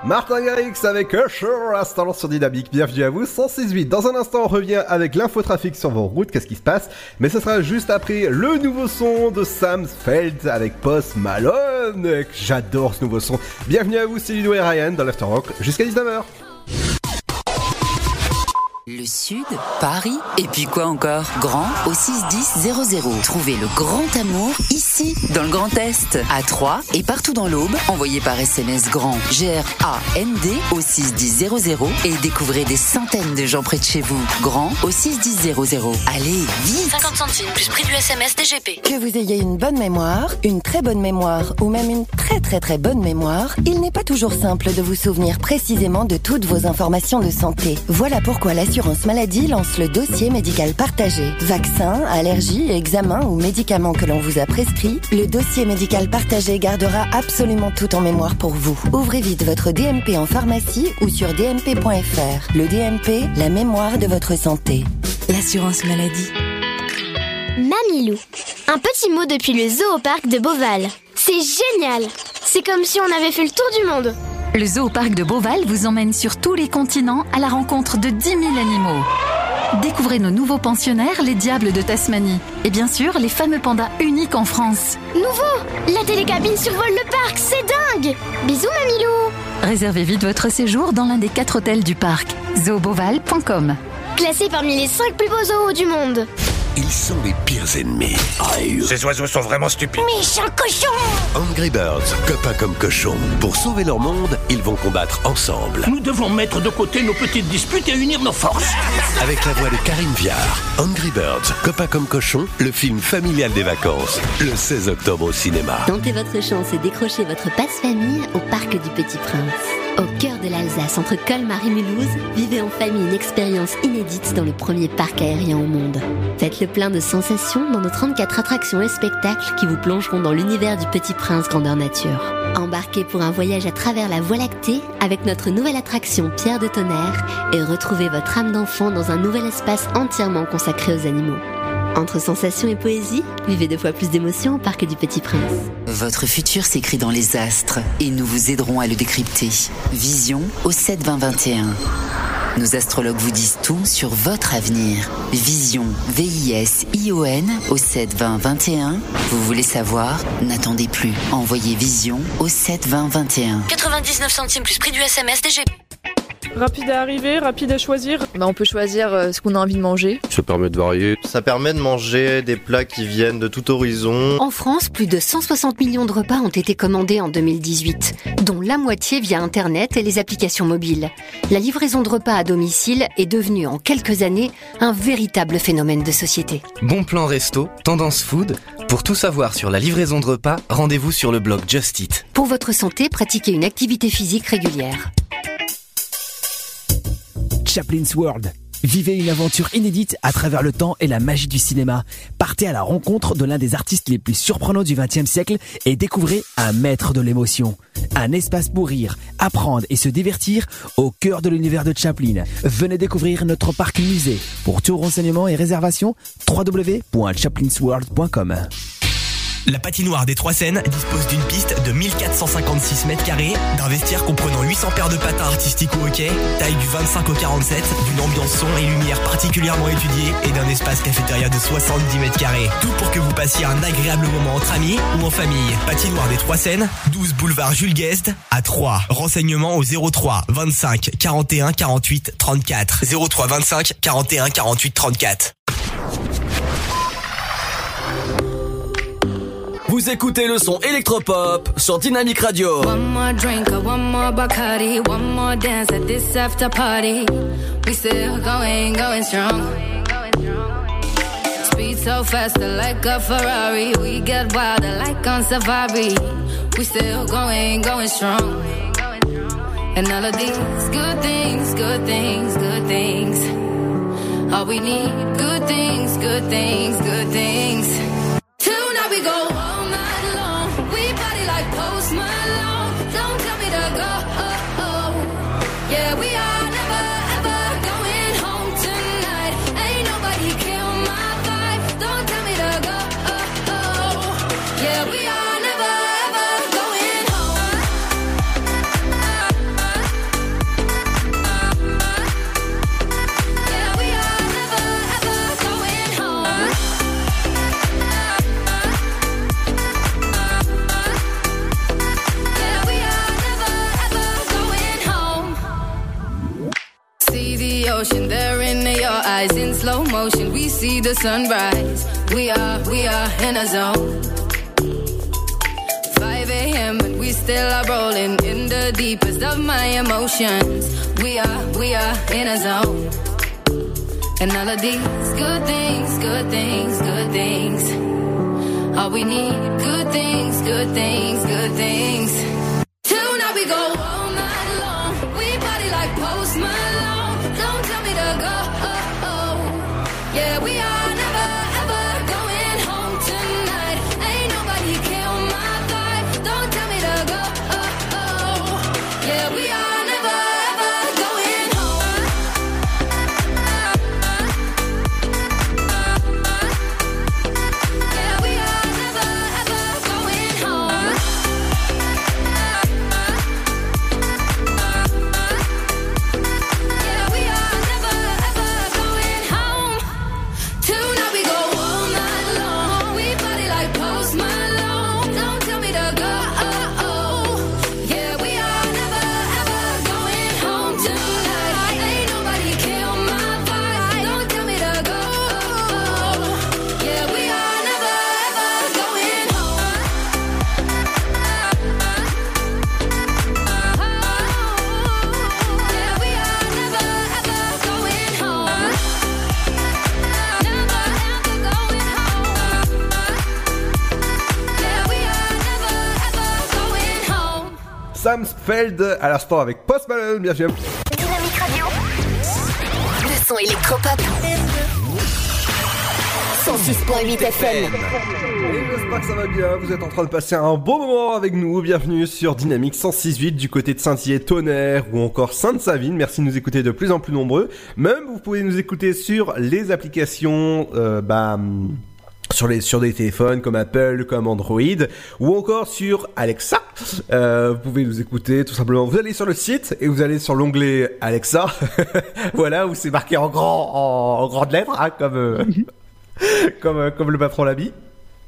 Martin Garrix avec Usher, instant sur Dynamique. Bienvenue à vous, cent six virgule huit. Dans un instant, on revient avec l'infotrafic sur vos routes, qu'est-ce qui se passe. Mais ce sera juste après le nouveau son de Sam Feld avec Post Malone. J'adore ce nouveau son. Bienvenue à vous, c'est Ludo et Ryan dans l'Afterrock jusqu'à dix-neuf heures. Le Sud, Paris, et puis quoi encore? Grand au six dix zéro zéro. Trouvez le grand amour ici, dans le Grand Est, à Troyes et partout dans l'Aube. Envoyez par S M S GRAND, G R A N D au six dix zéro zéro et découvrez des centaines de gens près de chez vous. Grand au six dix zéro zéro. Allez, vite! cinquante centimes plus prix du S M S D G P. Que vous ayez une bonne mémoire, une très bonne mémoire ou même une très très très bonne mémoire, il n'est pas toujours simple de vous souvenir précisément de toutes vos informations de santé. Voilà pourquoi l'assurance maladie lance le dossier médical partagé. Vaccins, allergies, examens ou médicaments que l'on vous a prescrits, le dossier médical partagé gardera absolument tout en mémoire pour vous. Ouvrez vite votre D M P en pharmacie ou sur d m p point f r. Le D M P, la mémoire de votre santé. L'assurance maladie. Mamilou. Un petit mot depuis le zoo au parc de Beauval. C'est génial! C'est comme si on avait fait le tour du monde. Le zoo au parc de Beauval vous emmène sur tous les continents à la rencontre de dix mille animaux. Découvrez nos nouveaux pensionnaires, les diables de Tasmanie. Et bien sûr, les fameux pandas uniques en France. Nouveau! La télécabine survole le parc, c'est dingue! Bisous Mamilou! Réservez vite votre séjour dans l'un des quatre hôtels du parc. zoo beauval point com. Classé parmi les cinq plus beaux zoos du monde. Ils sont les pires ennemis. Aïe. Ces oiseaux sont vraiment stupides. Méchant cochon! Angry Birds, copains comme cochons. Pour sauver leur monde, ils vont combattre ensemble. Nous devons mettre de côté nos petites disputes et unir nos forces. Avec la voix de Karine Viard, Angry Birds, copains comme cochons, le film familial des vacances, le seize octobre au cinéma. Tentez votre chance et décrochez votre passe-famille au Parc du Petit Prince. Au cœur de l'Alsace, entre Colmar et Mulhouse, vivez en famille une expérience inédite dans le premier parc aérien au monde. Faites le plein de sensations dans nos trente-quatre attractions et spectacles qui vous plongeront dans l'univers du Petit Prince grandeur nature. Embarquez pour un voyage à travers la Voie lactée avec notre nouvelle attraction Pierre de Tonnerre et retrouvez votre âme d'enfant dans un nouvel espace entièrement consacré aux animaux. Entre sensations et poésie, vivez deux fois plus d'émotions au Parc du Petit Prince. Votre futur s'écrit dans les astres et nous vous aiderons à le décrypter. Vision au sept vingt vingt et un. Nos astrologues vous disent tout sur votre avenir. Vision, V I S I O N au sept vingt vingt et un. Vous voulez savoir? N'attendez plus. Envoyez Vision au sept vingt vingt et un. quatre-vingt-dix-neuf centimes plus prix du S M S D G P. Rapide à arriver, rapide à choisir. Bah, on peut choisir euh, ce qu'on a envie de manger. Ça permet de varier. Ça permet de manger des plats qui viennent de tout horizon. En France, plus de cent soixante millions de repas ont été commandés en deux mille dix-huit, dont la moitié via Internet et les applications mobiles. La livraison de repas à domicile est devenue en quelques années un véritable phénomène de société. Bon plan resto, tendance food. Pour tout savoir sur la livraison de repas, rendez-vous sur le blog Just Eat. Pour votre santé, pratiquez une activité physique régulière. Chaplin's World. Vivez une aventure inédite à travers le temps et la magie du cinéma. Partez à la rencontre de l'un des artistes les plus surprenants du vingtième siècle et découvrez un maître de l'émotion. Un espace pour rire, apprendre et se divertir au cœur de l'univers de Chaplin. Venez découvrir notre parc musée. Pour tout renseignement et réservation, w w w point chaplins world point com. La patinoire des Trois Seines dispose d'une piste de mille quatre cent cinquante-six mètres carrés, d'un vestiaire comprenant huit cents paires de patins artistiques au hockey, taille du vingt-cinq au quarante-sept, d'une ambiance son et lumière particulièrement étudiée et d'un espace cafétéria de soixante-dix mètres carrés. Tout pour que vous passiez un agréable moment entre amis ou en famille. Patinoire des Trois Seines, douze boulevard Jules Guest à Troyes. Renseignements au zéro trois vingt-cinq quarante et un quarante-huit trente-quatre. zéro trois vingt-cinq quarante et un quarante-huit trente-quatre. Vous écoutez le son électropop sur Dynamique Radio. One more drink, one more Bacardi, one more dance at this after party. We still going, going strong. Speed so fast, like a Ferrari. We get wilder like on safari. We still going, going strong. And all of these good things, good things, good things. All we need, good things, good things, good things. Tonight we go. Post Malone, don't tell me to go. Oh, oh. Yeah, we are never ever going home tonight. Ain't nobody kill my vibe. Don't tell me to go. Oh, oh. Yeah, we are never ever going home. slow motion, we see the sunrise. We are, we are in a zone. five a.m. and we still are rolling in the deepest of my emotions. We are, we are in a zone. And all of these good things, good things, good things. All we need, good things, good things, good things. Tonight we go all night long. We party like Post Malone. Don't tell me to go. Oh, oh. Yeah, we are never ever going home tonight. Ain't nobody kill my vibe. Don't tell me to go. Oh, oh. Yeah, we are never ever going home. Yeah, we are never ever going home. Yeah, we are never ever going home. Tonight we go all night long. We party like Post Malone. Don't tell me to go. Oh, oh. Yeah, we are never ever going home tonight. Ain't nobody kill my vibe. Don't tell me to go. Oh, yeah, we are never ever going home. Yeah, we are never ever going home. Never ever going home. Yeah, we are never ever going home. Sam Feld à l'instant avec Post Malone, bien sûr. Dynamique Radio. Le son électropop. cent six point huit F M. Et j'espère que ça va bien, vous êtes en train de passer un beau moment avec nous, bienvenue sur Dynamique cent six virgule huit du côté de Saint-Hyacinthe, Tonnerre ou encore Sainte-Savine, merci de nous écouter de plus en plus nombreux, même vous pouvez nous écouter sur les applications, euh, bah... sur les sur des téléphones comme Apple, comme Android, ou encore sur Alexa. Euh, vous pouvez nous écouter tout simplement. Vous allez sur le site et vous allez sur l'onglet Alexa, voilà, où c'est marqué en grand, en, en grandes lettres, hein, comme euh, comme euh, comme le patron l'a mis.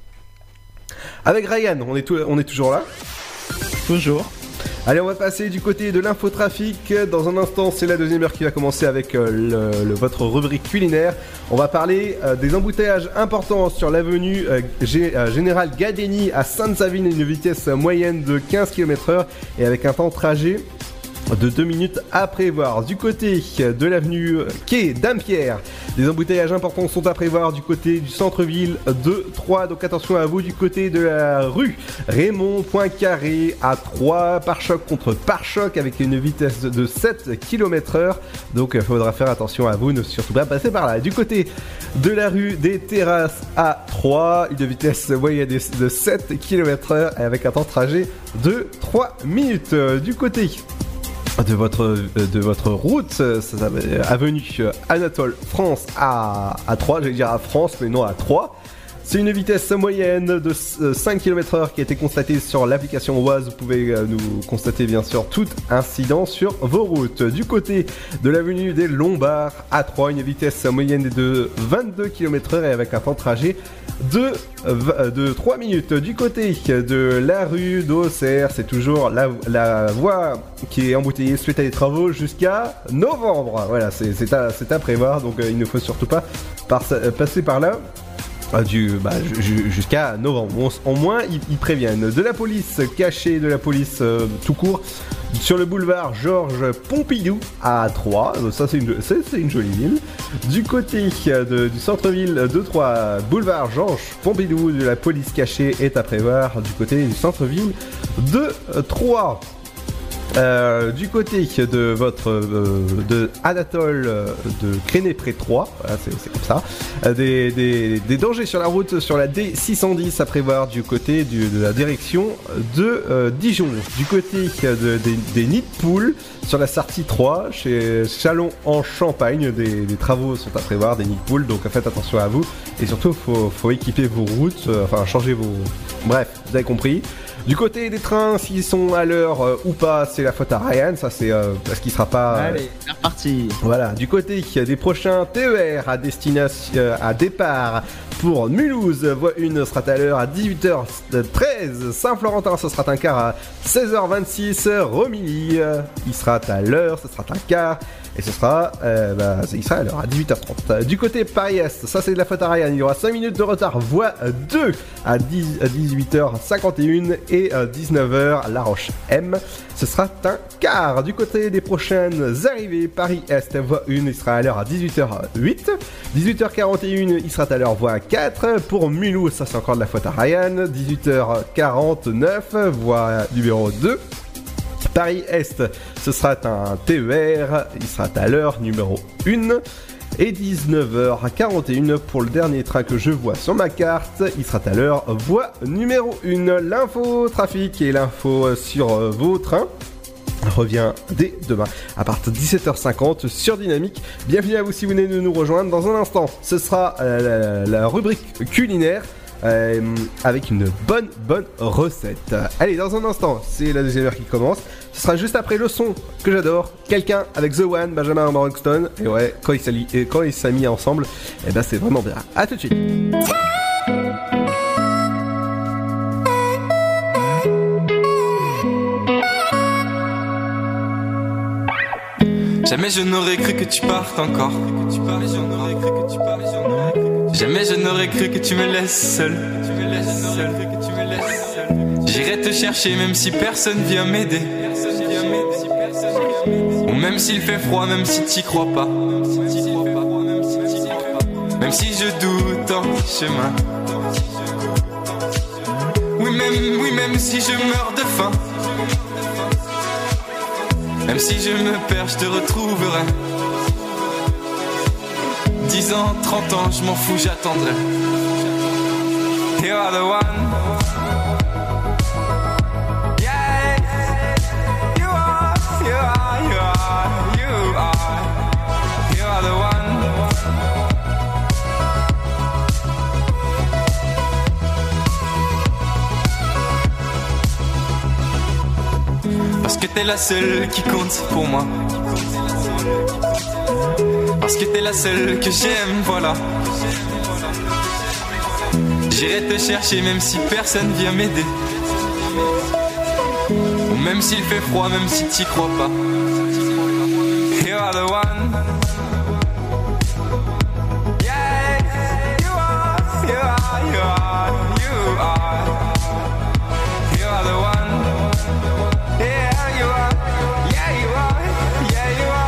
Avec Ryan, on est tout, on est toujours là. Toujours. Allez, on va passer du côté de l'infotrafic. Dans un instant, c'est la deuxième heure qui va commencer avec euh, le, le, votre rubrique culinaire. On va parler euh, des embouteillages importants sur l'avenue euh, G, euh, Général Gadeni à Sainte-Savine, une vitesse moyenne de quinze kilomètres heure et avec un temps de trajet de deux minutes à prévoir. Du côté de l'avenue Quai Dampierre, des embouteillages importants sont à prévoir du côté du centre-ville de Troyes. Donc attention à vous du côté de la rue Raymond Poincaré à Troyes, pare-choc contre pare-choc avec une vitesse de sept kilomètres heure. Donc il faudra faire attention à vous, ne surtout pas passer par là. Du côté de la rue des Terrasses à Troyes, une vitesse moyenne de sept kilomètres heure avec un temps de trajet de trois minutes. Du côté de votre de votre route, ça, ça, avenue Anatole France à à Troyes, j'allais dire à France mais non à Troyes. C'est une vitesse moyenne de cinq kilomètres heure qui a été constatée sur l'application Oise. Vous pouvez nous constater bien sûr tout incident sur vos routes. Du côté de l'avenue des Lombards à Troyes, une vitesse moyenne de vingt-deux kilomètres heure et avec un temps de trajet de, de trois minutes. Du côté de la rue d'Auxerre, c'est toujours la, la voie qui est embouteillée suite à des travaux jusqu'à novembre. Voilà, c'est, c'est, à, c'est à prévoir, donc il ne faut surtout pas par, passer par là. Du, bah, jusqu'à novembre. Bon, au moins, ils, ils préviennent. De la police cachée, de la police euh, tout court, sur le boulevard Georges Pompidou à Troyes. Ça, c'est une, c'est, c'est une jolie ville. Du côté de, du centre-ville de Troyes, boulevard Georges Pompidou, de la police cachée est à prévoir du côté du centre-ville de Troyes. Euh, du côté de votre euh, de Anatole euh, de Créné près Troyes, voilà, c'est, c'est comme ça, euh, des, des, des dangers sur la route sur la D six cent dix à prévoir du côté du, de la direction de euh, Dijon. Du côté de, des, des nids de poules sur la sortie trois chez Chalon en Champagne, des, des travaux sont à prévoir, des nids de poules, donc faites attention à vous et surtout faut, faut équiper vos routes, euh, enfin changer vos... Bref, vous avez compris. Du côté des trains, s'ils sont à l'heure euh, ou pas, c'est la faute à Ryan, ça c'est euh, parce qu'il sera pas... Euh... Allez, c'est reparti. Voilà, du côté des prochains T E R à destination, euh, à départ pour Mulhouse, voie un, ce sera à l'heure à dix-huit heures treize. Saint-Florentin, ce sera un quart à seize heures vingt-six. Romilly, il sera à l'heure, ce sera un quart. Et ce sera, euh, bah, il sera à l'heure à dix-huit heures trente. Du côté Paris-Est, ça c'est de la faute à Ryan. Il y aura cinq minutes de retard, voie deux à, dix-huit heures cinquante et un et à dix-neuf heures La Roche-M. Ce sera un quart. Du côté des prochaines arrivées, Paris-Est, voie un, il sera à l'heure à dix-huit heures huit. dix-huit heures quarante et un, il sera à l'heure voie quatre. Pour Mulhouse, ça c'est encore de la faute à Ryan. dix-huit heures quarante-neuf, voie numéro deux. Paris-Est, ce sera un T E R, il sera à l'heure numéro un. Et dix-neuf heures quarante et un pour le dernier train que je vois sur ma carte, il sera à l'heure voie numéro un. L'info trafic et l'info sur vos trains revient dès demain à partir de dix-sept heures cinquante sur Dynamique. Bienvenue à vous si vous venez de nous rejoindre. Dans un instant, ce sera euh, la, la rubrique culinaire. Euh, avec une bonne bonne recette. Allez, dans un instant, c'est la deuxième heure qui commence. Ce sera juste après le son que j'adore. Quelqu'un avec The One, Benjamin Morgenstern. Et ouais, quand il s'est mis ensemble, et ben c'est vraiment bien. A tout de suite. Jamais je n'aurais cru que tu partes encore. Jamais je n'aurais cru que tu me laisses seul. J'irai te chercher même si personne vient m'aider. Ou même s'il fait froid, même si t'y crois pas. Même si je doute en chemin. Oui même, oui même si je meurs de faim. Même si je me perds, je te retrouverai. dix ans, trente ans, je m'en fous, j'attendrai. You are the one. Yeah, you are, you are, you are, you are. You are the one. Parce que t'es la seule qui compte pour moi. Parce que t'es la seule que j'aime, voilà. J'irai te chercher même si personne vient m'aider. Ou même s'il fait froid, même si t'y crois pas. You are the one. Yeah, you are, you are, you are, you are. You are the one. Yeah, you are, yeah, you are, yeah, you are.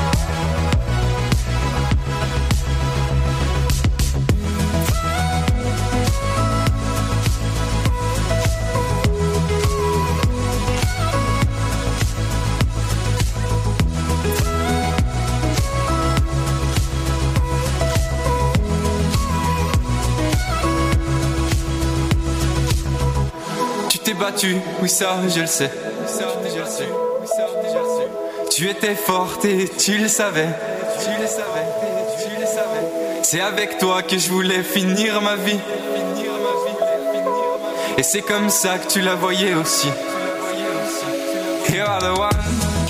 Tu t'es battu, oui ça je le sais. Tu étais forte et tu le savais. C'est avec toi que je voulais finir ma vie. Et c'est comme ça que tu la voyais aussi. You are the one.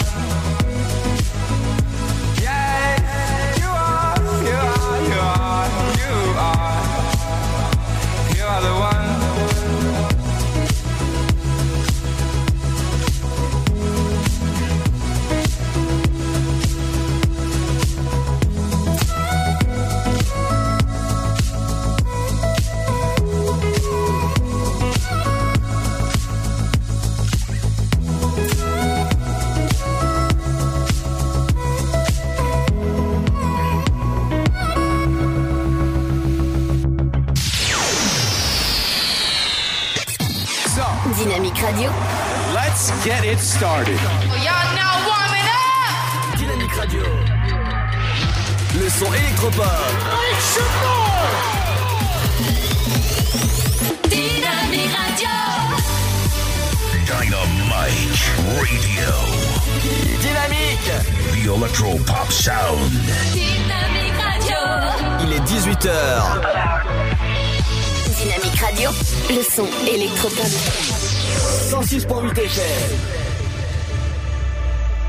Dynamique Radio. Let's get it started. Oh, y'all now warming up. Dynamique Radio. Le son électropop. Make some noise. Dynamique Radio. Dynamite Radio. Dynamique. The Electropop Sound. Dynamique Radio. Il est dix-huit heures. Dynamique Radio. Le son électropop. cent six virgule huit F M.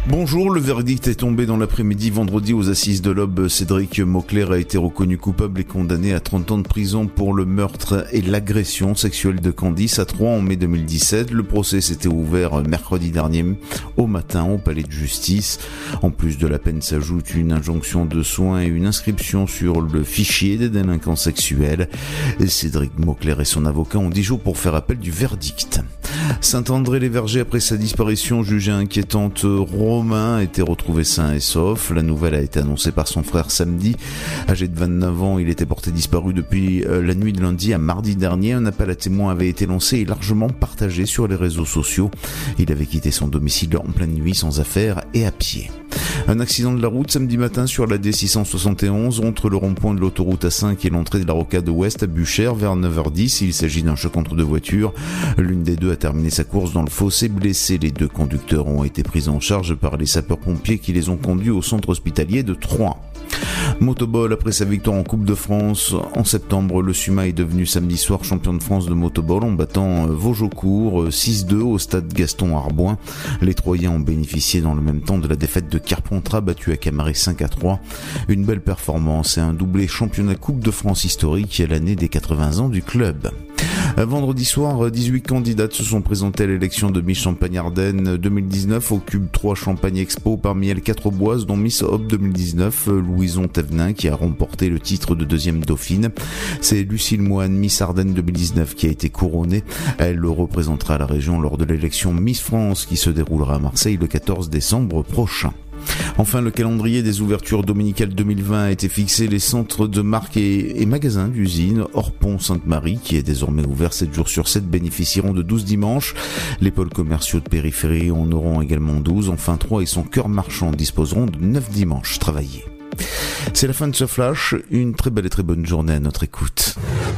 Bonjour, le verdict est tombé dans l'après-midi vendredi aux assises de l'Aube. Cédric Maucler a été reconnu coupable et condamné à trente ans de prison pour le meurtre et l'agression sexuelle de Candice à Troyes en mai deux mille dix-sept. Le procès s'était ouvert mercredi dernier au matin au palais de justice. En plus de la peine s'ajoute une injonction de soins et une inscription sur le fichier des délinquants sexuels. Cédric Maucler et son avocat ont dix jours pour faire appel du verdict. Saint-André-les-Vergers, après sa disparition jugée inquiétante, Romain a été retrouvé sain et sauf. La nouvelle a été annoncée par son frère samedi. Âgé de vingt-neuf ans, il était porté disparu depuis la nuit de lundi à mardi dernier. Un appel à témoins avait été lancé et largement partagé sur les réseaux sociaux. Il avait quitté son domicile en pleine nuit sans affaires et à pied. Un accident de la route samedi matin sur la D six cent soixante et onze entre le rond-point de l'autoroute A cinq et l'entrée de la rocade ouest à Buchères vers neuf heures dix. Il s'agit d'un choc entre deux voitures. L'une des deux a terminé sa course dans le fossé blessé. Les deux conducteurs ont été pris en charge par les sapeurs-pompiers qui les ont conduits au centre hospitalier de Troyes. Motoball, après sa victoire en Coupe de France en septembre, le Suma est devenu samedi soir champion de France de Motoball en battant Vaugeaucourt six deux au stade Gaston Arboin. Les Troyens ont bénéficié dans le même temps de la défaite de Carpentras battu à Camaret cinq à trois. Une belle performance et un doublé championnat Coupe de France historique à l'année des quatre-vingts ans du club. Vendredi soir, dix-huit candidates se sont présentées à l'élection de Miss Champagne-Ardenne deux mille dix-neuf au Cube trois Champagne Expo, parmi elles quatre boises, dont Miss Hope deux mille dix-neuf, Louison Thévenin qui a remporté le titre de deuxième dauphine. C'est Lucille Moine, Miss Ardennes deux mille dix-neuf, qui a été couronnée. Elle représentera la région lors de l'élection Miss France qui se déroulera à Marseille le quatorze décembre prochain. Enfin, le calendrier des ouvertures dominicales deux mille vingt a été fixé. Les centres de marques et, et magasins d'usine Orpont Sainte-Marie, qui est désormais ouvert sept jours sur sept, bénéficieront de douze dimanches. Les pôles commerciaux de périphérie en auront également douze. Enfin, Troyes et son cœur marchand disposeront de neuf dimanches travaillés. C'est la fin de ce flash. Une très belle et très bonne journée à notre écoute.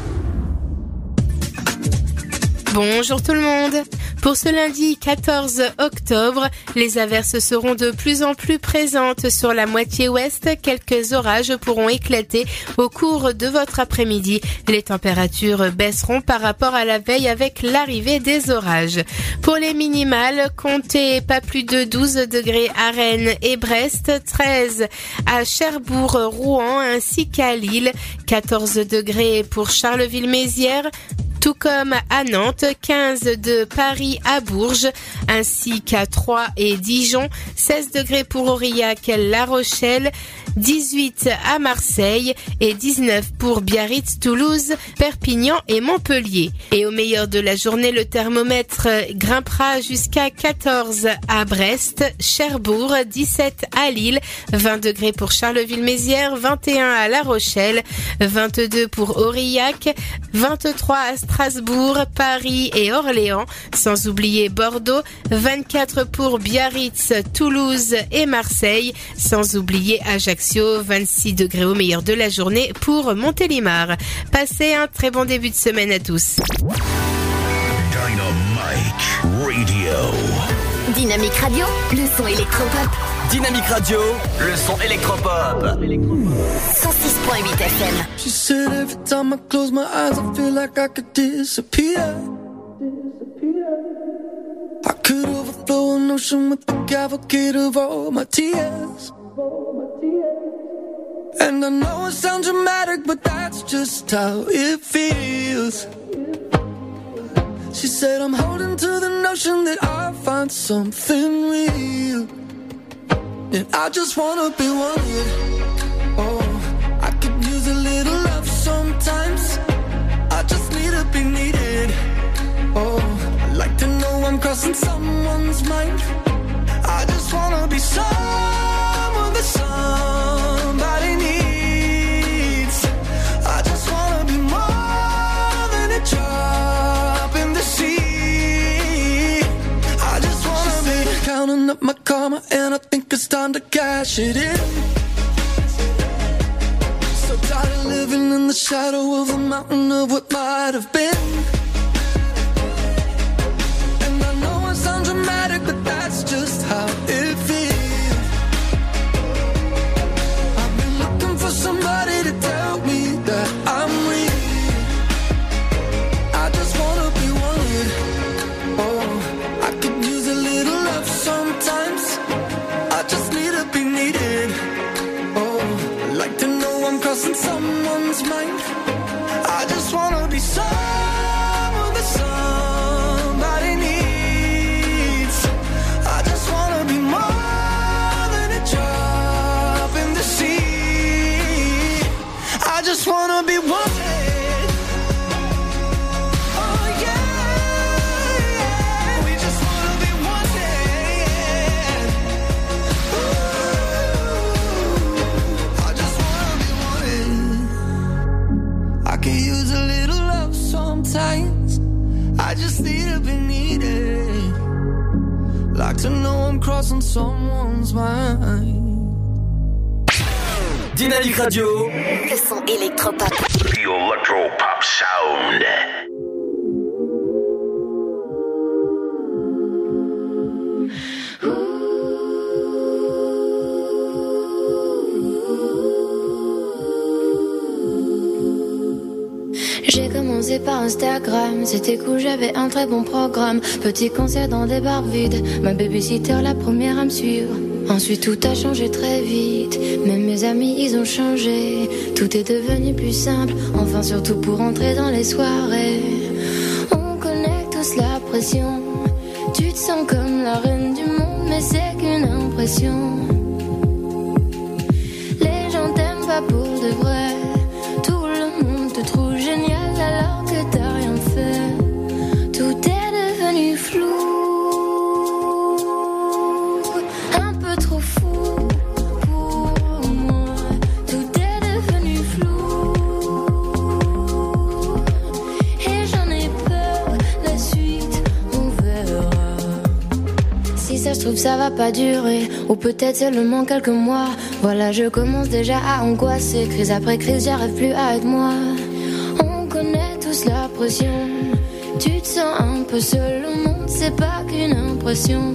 Bonjour tout le monde. Pour ce lundi quatorze octobre, les averses seront de plus en plus présentes sur la moitié ouest. Quelques orages pourront éclater au cours de votre après-midi. Les températures baisseront par rapport à la veille avec l'arrivée des orages. Pour les minimales, comptez pas plus de douze degrés à Rennes et Brest, treize à Cherbourg, Rouen ainsi qu'à Lille, quatorze degrés pour Charleville-Mézières, tout comme à Nantes, quinze de Paris à Bourges, ainsi qu'à Troyes et Dijon, seize degrés pour Aurillac, La Rochelle, dix-huit à Marseille et dix-neuf pour Biarritz, Toulouse, Perpignan et Montpellier. Et au meilleur de la journée, le thermomètre grimpera jusqu'à quatorze à Brest, Cherbourg, dix-sept à Lille, vingt degrés pour Charleville-Mézières, vingt et un à La Rochelle, vingt-deux pour Aurillac, vingt-trois à Strasbourg, Paris et Orléans, sans oublier Bordeaux, vingt-quatre pour Biarritz, Toulouse et Marseille, sans oublier Ajaccio, vingt-six degrés au meilleur de la journée pour Montélimar. Passez un très bon début de semaine à tous. Dynamic Radio. Dynamic Radio, le son électropop. Dynamic Radio, le son électropop. cent six point huit F M. She said every time I close my eyes I feel like I could disappear. I could overflow an ocean with the cavalcade of all my tears. And I know it sounds dramatic, but that's just how it feels. She said I'm holding to the notion that I'll find something real. And I just wanna be wanted. Oh, I could use a little love sometimes. I just need to be needed. Oh, I like to know I'm crossing someone's mind. I just wanna be someone that somebody needs. I just wanna be more than a drop in the sea. I just wanna be counting up my karma, and I think it's time to cash it in. So tired of living in the shadow of a mountain of what might have been. And I know it sounds dramatic, but that's just how it feels. I've been looking for somebody to tell me that I'm real. I just wanna be wanted. Oh, I could use a little love sometimes. be someone that somebody needs. I just wanna be more than a drop in the sea. I just wanna be wanted. Sometimes I just need to be needed, like to know I'm crossing someone's mind. Dynamique Radio, le son électropop. The Electropop Sound. J'ai commencé par Instagram, c'était cool, j'avais un très bon programme. Petit concert dans des bars vides, ma babysitter la première à me suivre. Ensuite tout a changé très vite, même mes amis ils ont changé. Tout est devenu plus simple, enfin surtout pour entrer dans les soirées. On connaît tous la pression, tu te sens comme la reine du monde, mais c'est qu'une impression. Les gens t'aiment pas pour de vrai, tout le monde te trouve génial alors que t'as rien fait. Tout est devenu flou, un peu trop fou pour moi. Tout est devenu flou et j'en ai peur, la suite on verra. Si ça se trouve ça va pas durer, ou peut-être seulement quelques mois. Voilà, je commence déjà à angoisser, crise après crise, j'arrive plus à être moi. On connaît tous la pression, tu te sens un peu seul, le monde c'est pas qu'une impression.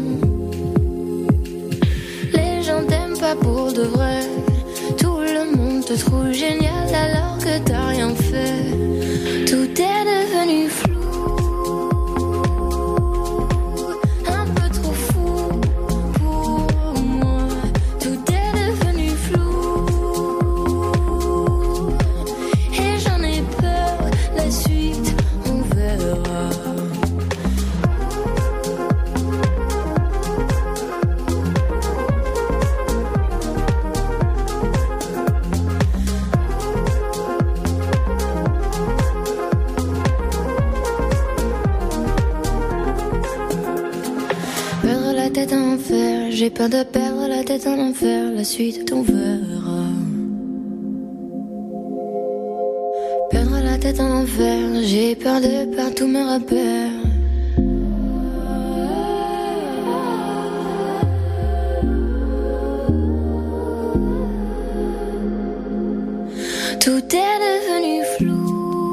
Les gens t'aiment pas pour de vrai, tout le monde te trouve génial alors que t'as rien fait. Tout est devenu flou. J'ai peur de perdre la tête en enfer, la suite on verra. Perdre la tête en enfer, j'ai peur de perdre tous mes repères. Tout est devenu flou.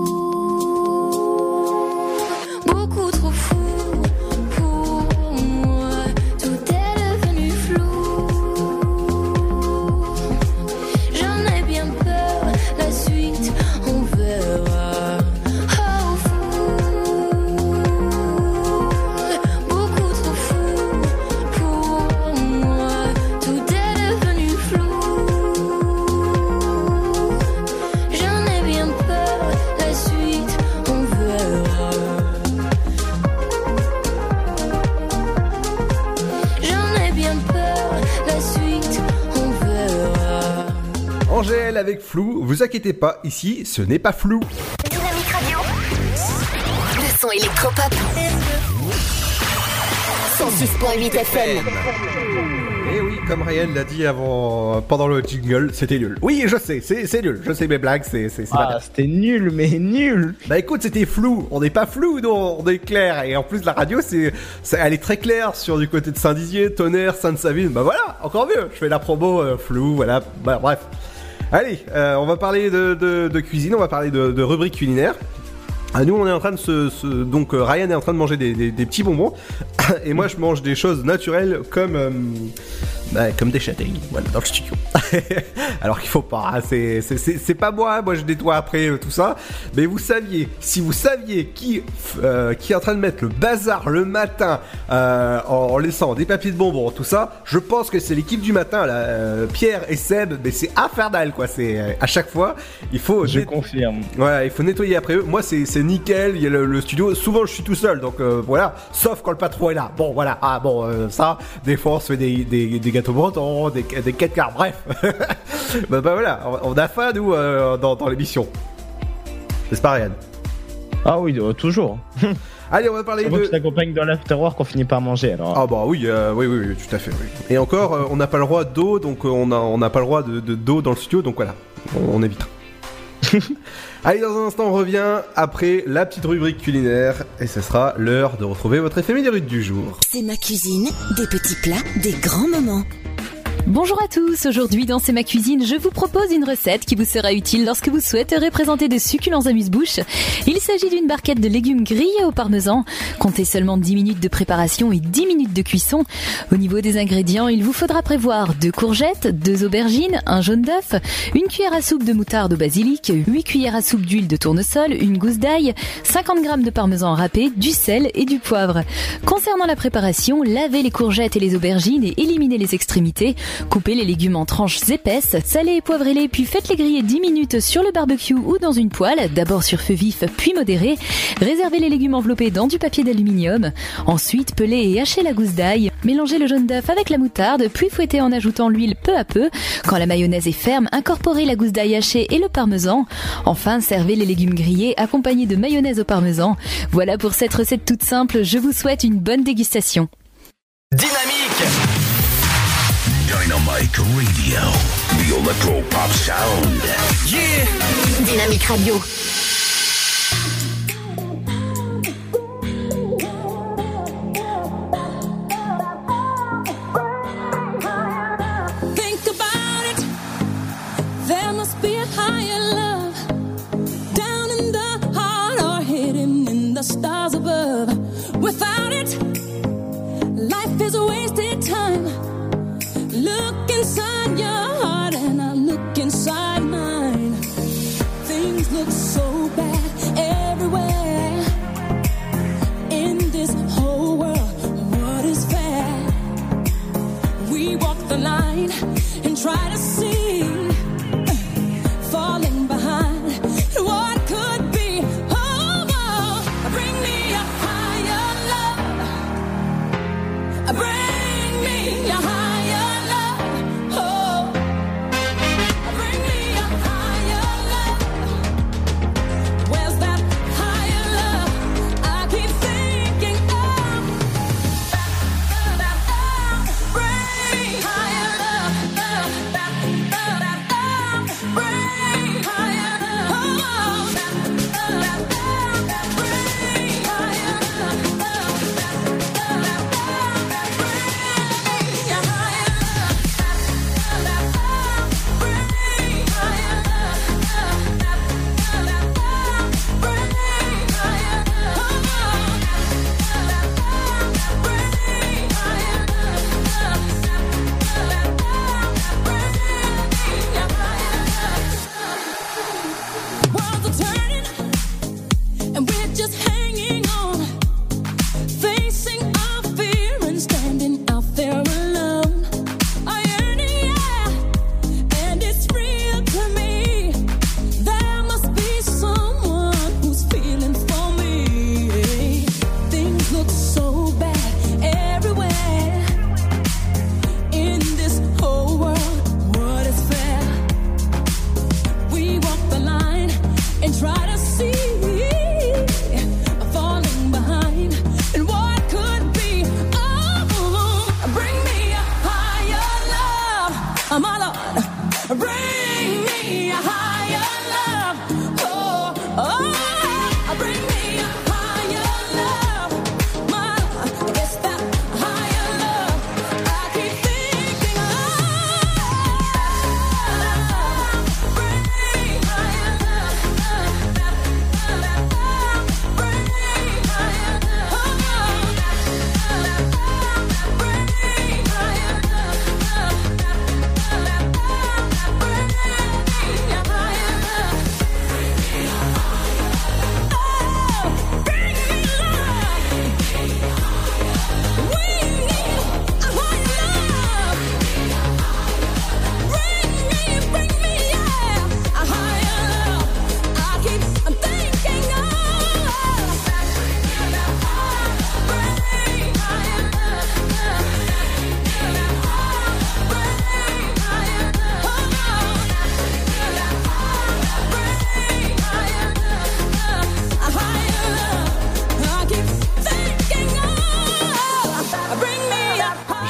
Angèle avec Flou, vous inquiétez pas, ici ce n'est pas flou. Dynamique Radio, le son électropop. cent six point huit F M. Et oui, comme Ryan l'a dit avant, pendant le jingle, c'était nul. Oui, je sais, c'est, c'est nul. Je sais mes blagues, c'est, c'est, c'est ah, pas bien. C'était nul, mais nul. Bah écoute, c'était flou. On n'est pas flou, non, on est clair. Et en plus, la radio, c'est, c'est, elle est très claire sur du côté de Saint-Dizier, Tonnerre, Sainte-Savine. Bah voilà, encore mieux. Je fais la promo euh, flou, voilà. Bah bref. Allez, euh, on va parler de, de, de cuisine, on va parler de, de rubrique culinaire. Ah, nous on est en train de se, se donc euh, Ryan est en train de manger des, des, des petits bonbons et moi je mange des choses naturelles comme euh, Ouais, comme des châtaignes, voilà, dans le studio. Alors qu'il faut pas, hein, c'est, c'est, c'est, c'est pas moi, moi je nettoie après euh, tout ça. Mais vous saviez, si vous saviez qui, euh, qui est en train de mettre le bazar le matin euh, en, en laissant des papiers de bonbons, tout ça, je pense que c'est l'équipe du matin, là, euh, Pierre et Seb, mais c'est infernal quoi, c'est euh, à chaque fois, il faut... Je net... confirme. Voilà, il faut nettoyer après eux. Moi c'est, c'est nickel, il y a le, le studio, souvent je suis tout seul, donc euh, voilà, sauf quand le patron est là. Bon voilà, ah bon, euh, ça, des fois on se fait des, des, des gâteaux bretons, des, des quêtes cartes, bref. bah, bah voilà, on, on a faim nous euh, dans, dans l'émission. C'est pas Ryan. Ah oui, euh, toujours. Allez, on va parler de... Je t'accompagne dans l'afterwork qu'on finit par manger alors. Ah bah oui, euh, oui, oui, oui, tout à fait. Oui. Et encore, euh, on n'a pas le droit d'eau, donc euh, on a, on n'a pas le droit de, de d'eau dans le studio, donc voilà, on, on évite. Allez, dans un instant, on revient après la petite rubrique culinaire et ce sera l'heure de retrouver votre éphémérite du jour. C'est ma cuisine, des petits plats, des grands moments. Bonjour à tous, aujourd'hui dans C'est ma cuisine, je vous propose une recette qui vous sera utile lorsque vous souhaiterez présenter de succulents amuse-bouches. Il s'agit d'une barquette de légumes grillés au parmesan. Comptez seulement dix minutes de préparation et dix minutes de cuisson. Au niveau des ingrédients, il vous faudra prévoir deux courgettes, deux aubergines, un jaune d'œuf, une cuillère à soupe de moutarde au basilic, huit cuillères à soupe d'huile de tournesol, une gousse d'ail, cinquante grammes de parmesan râpé, du sel et du poivre. Concernant la préparation, lavez les courgettes et les aubergines et éliminez les extrémités. Coupez les légumes en tranches épaisses, salez et poivrez-les, puis faites-les griller dix minutes sur le barbecue ou dans une poêle, d'abord sur feu vif puis modéré. Réservez les légumes enveloppés dans du papier d'aluminium. Ensuite, pelez et hachez la gousse d'ail. Mélangez le jaune d'œuf avec la moutarde, puis fouettez en ajoutant l'huile peu à peu. Quand la mayonnaise est ferme, incorporez la gousse d'ail hachée et le parmesan. Enfin, servez les légumes grillés accompagnés de mayonnaise au parmesan. Voilà pour cette recette toute simple, je vous souhaite une bonne dégustation. Dynamique Dynamic Radio, the electro pop sound. Yeah Dynamique Radio. Think about it. There must be a higher love down in the heart or hidden in the stars above. Without it, life is a wasted time. Look inside your heart and I look inside mine. Things look so bad everywhere. In this whole world, what is fair? We walk the line and try to see, falling behind what could be. Oh, oh, bring me a higher love. Bring me a higher. When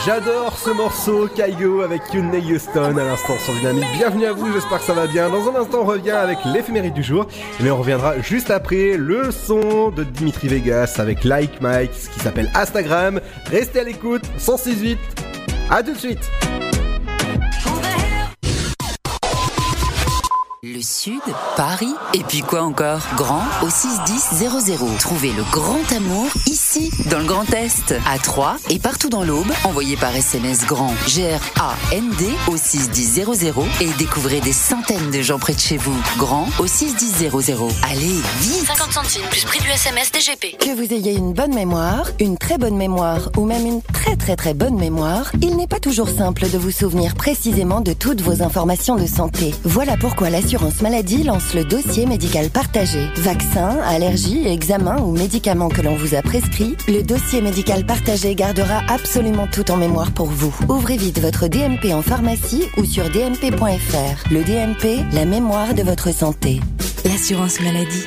J'adore ce morceau, Kygo avec Whitney Houston à l'instant sur Dynamique. Bienvenue à vous, j'espère que ça va bien. Dans un instant, on revient avec l'éphéméride du jour. Mais on reviendra juste après le son de Dimitri Vegas avec Like Mike, ce qui s'appelle Instagram. Restez à l'écoute, cent six virgule huit. À tout de suite. Le Sud, Paris, et puis quoi encore? Grand au six dix zéro zéro. Trouvez le grand amour ici, dans le Grand Est, à Troyes et partout dans l'Aube. Envoyez par S M S grand G R A N D au six dix zéro zéro et découvrez des centaines de gens près de chez vous. Grand au six dix zéro zéro. Allez, vite! cinquante centimes plus prix du S M S D G P. Que vous ayez une bonne mémoire, une très bonne mémoire ou même une très très très bonne mémoire, il n'est pas toujours simple de vous souvenir précisément de toutes vos informations de santé. Voilà pourquoi l'assurance maladie lance le dossier médical partagé. Vaccins, allergies, examens ou médicaments que l'on vous a prescrits, le dossier médical partagé gardera absolument tout en mémoire pour vous. Ouvrez vite votre D M P en pharmacie ou sur d m p point f r. Le D M P, la mémoire de votre santé. L'assurance maladie.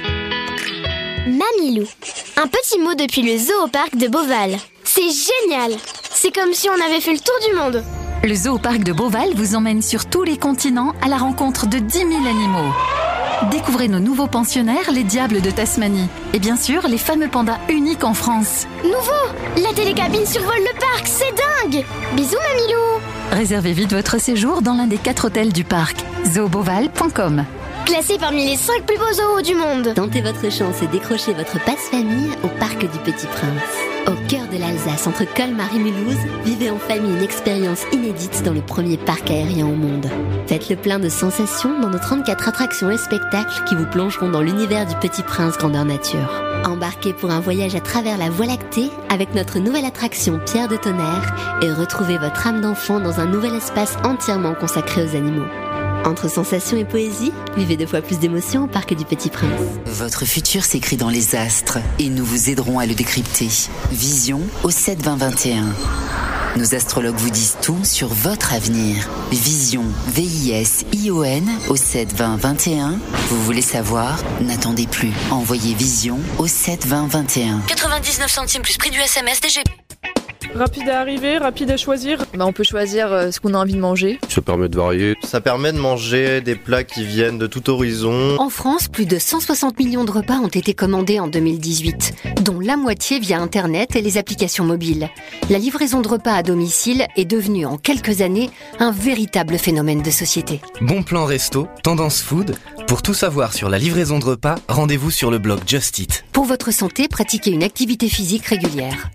Mamilou. Un petit mot depuis le Zoo-Parc de Beauval. C'est génial! C'est comme si on avait fait le tour du monde. Le Zoo-Parc de Beauval vous emmène sur tous les continents à la rencontre de dix mille animaux. Découvrez nos nouveaux pensionnaires, les diables de Tasmanie. Et bien sûr, les fameux pandas uniques en France. Nouveau! La télécabine survole le parc, c'est dingue! Bisous Mamilou! Réservez vite votre séjour dans l'un des quatre hôtels du parc. zoo beauval point com. Classé parmi les cinq plus beaux zoos du monde. Tentez votre chance et décrochez votre passe-famille au Parc du Petit Prince. Au cœur de l'Alsace, entre Colmar et Mulhouse, vivez en famille une expérience inédite dans le premier parc aérien au monde. Faites le plein de sensations dans nos trente-quatre attractions et spectacles qui vous plongeront dans l'univers du Petit Prince grandeur nature. Embarquez pour un voyage à travers la Voie lactée avec notre nouvelle attraction Pierre de Tonnerre et retrouvez votre âme d'enfant dans un nouvel espace entièrement consacré aux animaux. Entre sensations et poésie, vivez deux fois plus d'émotions au Parc du Petit Prince. Votre futur s'écrit dans les astres et nous vous aiderons à le décrypter. Vision au sept vingt vingt et un. Nos astrologues vous disent tout sur votre avenir. Vision, V I S I O N au sept vingt vingt et un. Vous voulez savoir? N'attendez plus. Envoyez Vision au sept vingt vingt et un. quatre-vingt-dix-neuf centimes plus prix du S M S D G P. Rapide à arriver, rapide à choisir. Bah, on peut choisir euh, ce qu'on a envie de manger. Ça permet de varier. Ça permet de manger des plats qui viennent de tout horizon. En France, plus de cent soixante millions de repas ont été commandés en deux mille dix-huit, dont la moitié via Internet et les applications mobiles. La livraison de repas à domicile est devenue en quelques années un véritable phénomène de société. Bon plan resto, tendance food. Pour tout savoir sur la livraison de repas, rendez-vous sur le blog Just Eat. Pour votre santé, pratiquez une activité physique régulière.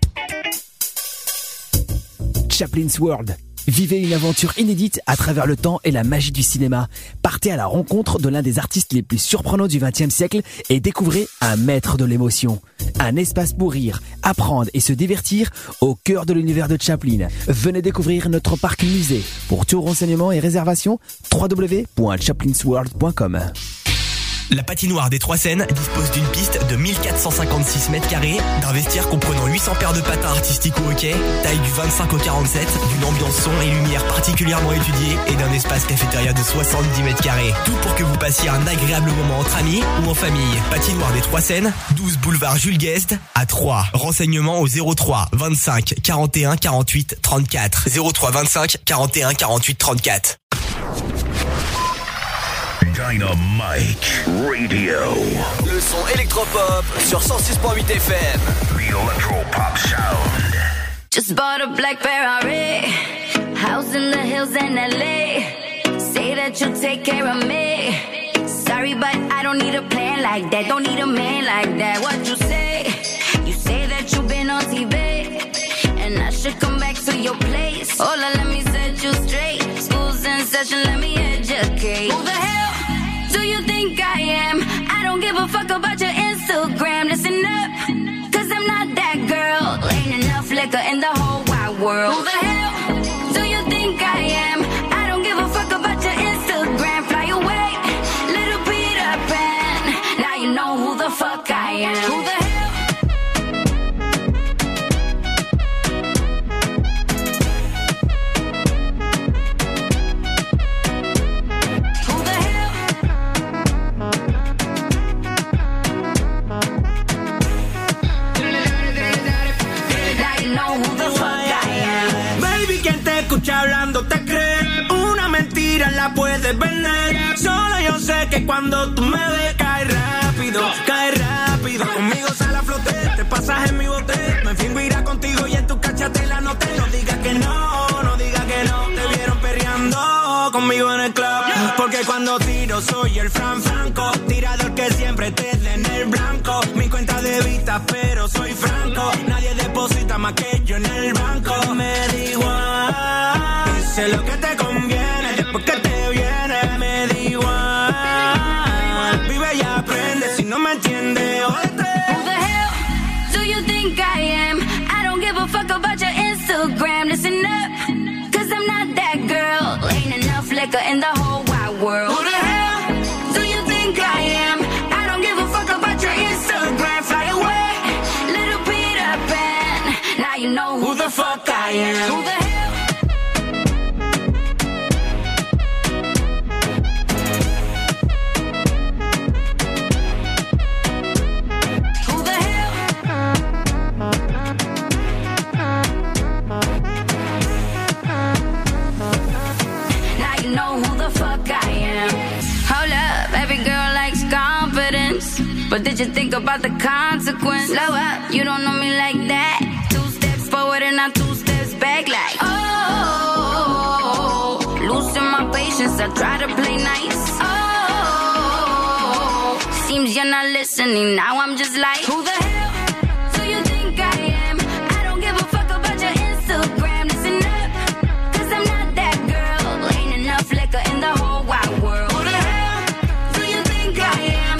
Chaplin's World. Vivez une aventure inédite à travers le temps et la magie du cinéma. Partez à la rencontre de l'un des artistes les plus surprenants du vingtième siècle et découvrez un maître de l'émotion. Un espace pour rire, apprendre et se divertir au cœur de l'univers de Chaplin. Venez découvrir notre parc musée. Pour tout renseignement et réservation, w w w point chaplins world point com. La patinoire des Trois Seines dispose d'une piste de mille quatre cent cinquante-six mètres carrés, d'un vestiaire comprenant huit cents paires de patins artistiques au hockey, taille du vingt-cinq au quarante-sept, d'une ambiance son et lumière particulièrement étudiée et d'un espace cafétéria de soixante-dix mètres carrés. Tout pour que vous passiez un agréable moment entre amis ou en famille. Patinoire des Trois Seines, douze boulevard Jules Guest à Troyes. Renseignements au zéro trois vingt-cinq quarante et un quarante-huit trente-quatre. zéro trois vingt-cinq quarante et un quarante-huit trente-quatre. Dynamite Radio. Le son électropop sur cent six point huit F M. The Electropop Sound. Just bought a black Ferrari, house in the hills in L A. Say that you'll take care of me. Sorry, but I don't need a plan like that. Don't need a man like that. What you say? You say that you've been on T V, and I should come back to your place. Hola, let me set you straight. School's in session, let me educate. Who the hell do you think I am? I don't give a fuck about your Instagram. Listen up, cause I'm not that girl. Ain't enough liquor in the whole wide world. Who the hell do you think I am? I don't give a fuck about your Instagram. Fly away, little Peter Pan. Now you know who the fuck I am. Who the hell? Baby que cuando tú me ves cae rápido, cae rápido. Conmigo sale a flote, te pasas en mi bote. Me fingo irá contigo y en tu cachate la noté. No digas que no, no digas que no. Te vieron perreando conmigo en el club. Porque cuando tiro soy el Fran Franco, tirador que siempre te dé en el blanco. Mi cuenta de vista pero soy franco. Nadie deposita más que yo en el banco. Me da igual, sé lo que te conviene. Después que te viene, me da igual. Vive y aprende, si no me entiendes, jódete. Who the hell do you think I am? I don't give a fuck about your Instagram. Listen up, cause I'm not that girl. Ain't enough liquor in the whole wide world. Who the hell do you think I am? I don't give a fuck about your Instagram. Fly away, little Peter Pan. Now you know who, who the fuck I am. Who the hell? But did you think about the consequence? Slow up, you don't know me like that. Two steps forward and not two steps back like oh, losing my patience, I try to play nice. Oh, seems you're not listening, now I'm just like who the hell do you think I am? I don't give a fuck about your Instagram. Listen up, cause I'm not that girl. Ain't enough liquor in the whole wide world. Who the hell do you think I am?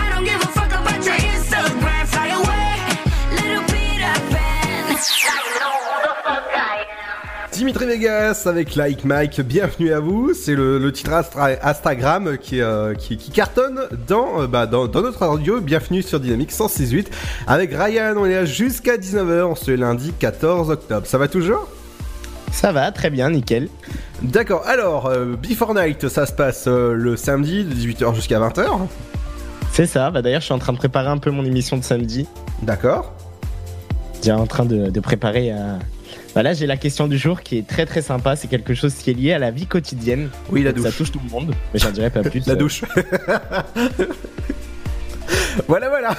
Dimitri Vegas avec Like Mike, bienvenue à vous. C'est le, le titre Astra, Instagram qui, euh, qui, qui cartonne dans, euh, bah, dans, dans notre radio. Bienvenue sur Dynamique cent six virgule huit avec Ryan. On est là jusqu'à dix-neuf heures ce lundi quatorze octobre. Ça va toujours ? Ça va, très bien, nickel. D'accord, alors euh, Before Night, ça se passe euh, le samedi de dix-huit heures jusqu'à vingt heures. C'est ça, bah d'ailleurs je suis en train de préparer un peu mon émission de samedi. D'accord. J'ai en train de, de préparer... Euh... Bah là j'ai la question du jour qui est très très sympa, c'est quelque chose qui est lié à la vie quotidienne. Oui, la douche. Ça touche tout le monde, mais j'en dirais pas plus. La douche. Voilà, voilà.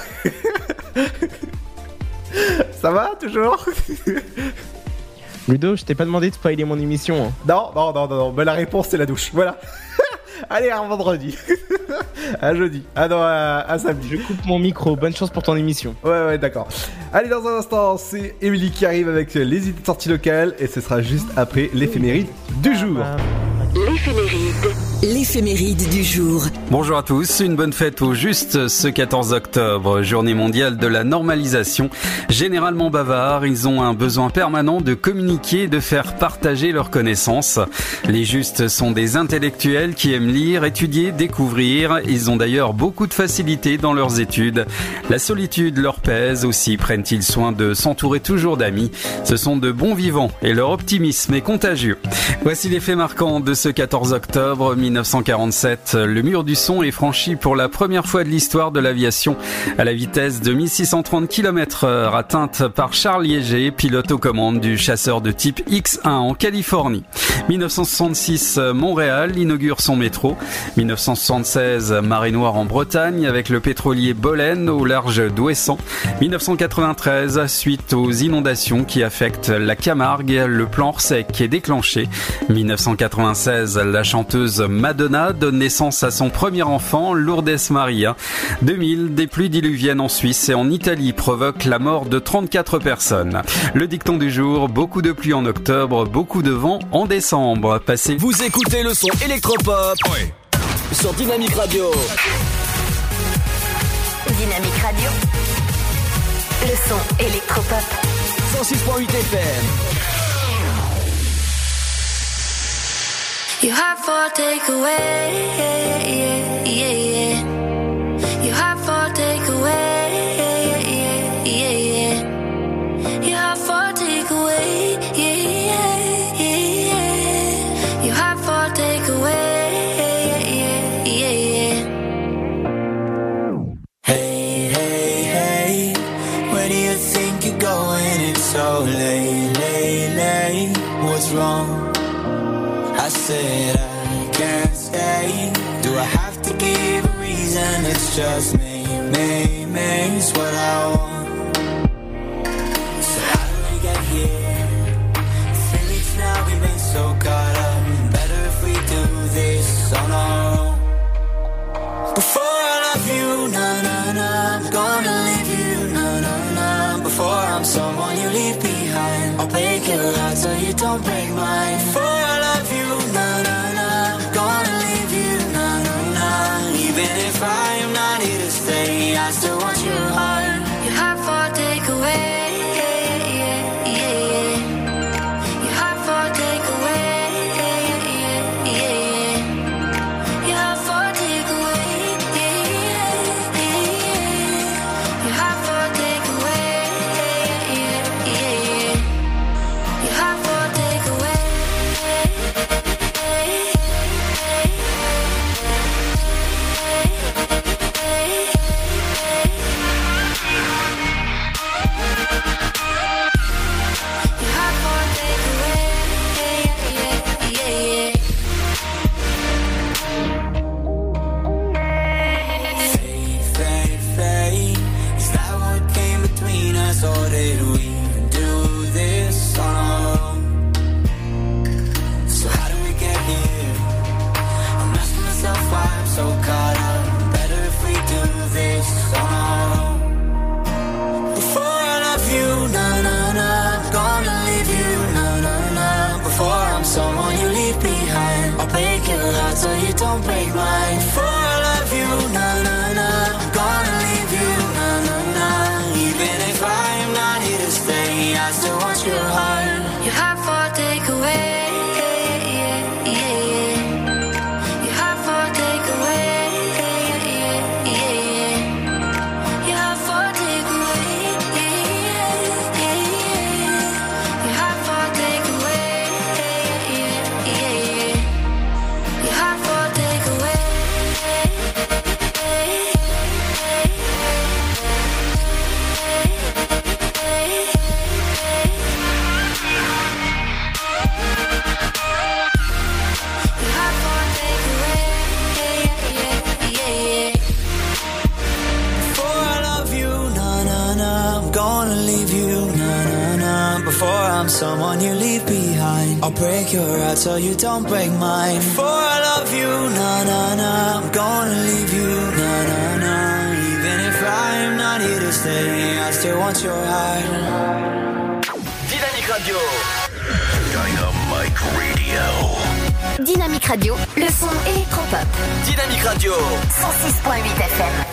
Ça va toujours? Ludo, je t'ai pas demandé de spoiler mon émission. Hein. Non, non, non, non, non, mais la réponse c'est la douche, voilà. Allez, à vendredi. À jeudi. Ah non, à, à samedi. Je coupe mon micro. Bonne chance pour ton émission. Ouais, ouais, d'accord. Allez, dans un instant, c'est Émilie qui arrive avec les idées de sortie locales et ce sera juste après l'éphéméride du jour. L'éphéméride. L'éphéméride du jour. Bonjour à tous, une bonne fête au juste ce quatorze octobre, journée mondiale de la normalisation. Généralement bavards, ils ont un besoin permanent de communiquer et de faire partager leurs connaissances. Les justes sont des intellectuels qui aiment lire, étudier, découvrir. Ils ont d'ailleurs beaucoup de facilité dans leurs études. La solitude leur pèse aussi, prennent-ils soin de s'entourer toujours d'amis. Ce sont de bons vivants et leur optimisme est contagieux. Voici les faits marquants de ce quatorze octobre mille neuf cent quarante-sept. Le mur du son est franchi pour la première fois de l'histoire de l'aviation à la vitesse de mille six cent trente kilomètres heure, atteinte par Charles Liéger, pilote aux commandes du chasseur de type X un en Californie. mille neuf cent soixante-six, Montréal inaugure son métro. mille neuf cent soixante-seize, marée noire en Bretagne avec le pétrolier Bolène au large d'Ouessant. mille neuf cent quatre-vingt-treize, suite aux inondations qui affectent la Camargue, le plan Orsec est déclenché. mille neuf cent quatre-vingt-seize, la chanteuse Madonna donne naissance à son premier enfant, Lourdes Maria. deux mille, des pluies diluviennes en Suisse et en Italie provoquent la mort de trente-quatre personnes. Le dicton du jour, beaucoup de pluie en octobre, beaucoup de vent en décembre. Passez. Vous écoutez le son électropop oui. Sur Dynamique Radio. Dynamique Radio. Le son électropop. cent six virgule huit F M. You have for takeaway, yeah, yeah, yeah, yeah. You have for takeaway, yeah, yeah, yeah. You have for takeaway, yeah, yeah, yeah. You have for takeaway, yeah, yeah, yeah. Hey, hey, hey, where do you think you're going? It's so late, late, late. What's wrong? I said I can't stay. Do I have to give it's just me, me, me, it's what I want. So how did we get here? Three weeks now, we've been so caught up. Better if we do this on our own. Before I love you, na na na, I'm gonna leave you, na na na. Before I'm someone you leave behind, I'll break your heart so you don't break mine. Before I love you, na na na, I'm gonna leave you, na na na. Even if I am not here to stay, I still want your heart. Your heart for takeaway. So you don't break mine. Before I love you, na na na, I'm gonna leave you, na na na. Even if I am not here to stay, I still want your heart. Your heart for takeaway. Your heart for takeaway. Your heart for takeaway. Your heart for takeaway. Your heart for takeaway. Before I'm someone you leave behind, I'll break your heart so you don't break mine. Before I love you, na na na, I'm gonna leave you, na na na. Even if I am not here to stay, I still want your heart. Dynamique Radio. Dynamique Radio. Dynamique Radio, le son électropop. Dynamique Radio. cent six point huit F M.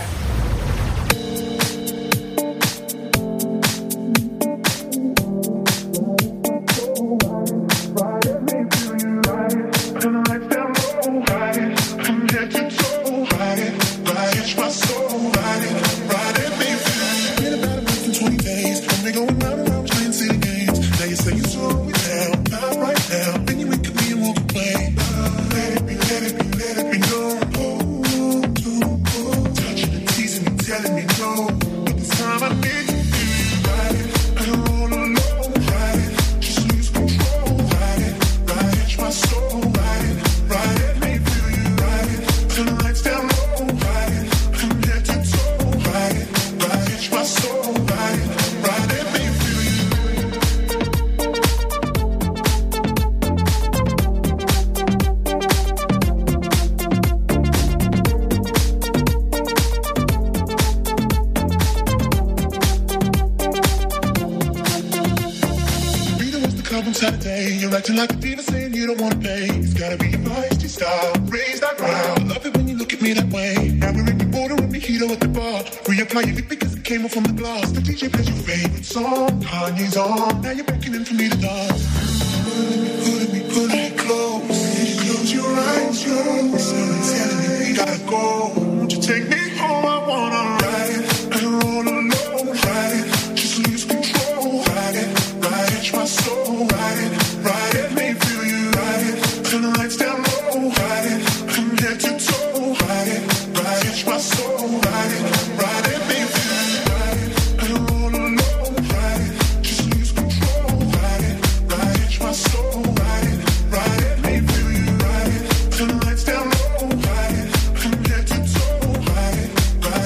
Acting like a diva saying you don't wanna play. It's gotta be your feisty style. Raise that ground. Love it when you look at me that way. Now we're in the border and mojito at the bar. Reapply your lip because it came off from the glass. The D J plays your favorite song. Kanye's on. Now you're beckoning for me to dance. Pulling me, pulling me, pulling me close. Close your eyes, yo. Someone's telling me we gotta go. Won't you take me home? I wanna ride and roll alone. Ride it, just lose control. Ride it, ride it, my soul. Ride it. Ride it, make me feel you. Ride it, turn the lights down low. Ride it, from head to toe. Ride it, ride it, my soul. Ride it, ride it, make me feel you. Ride it, and roll alone. Ride it, just lose control. Ride it, ride it, my soul. Ride it, ride it, make me feel you. Ride it, turn the lights down low. Ride it, from head to toe. Ride it, ride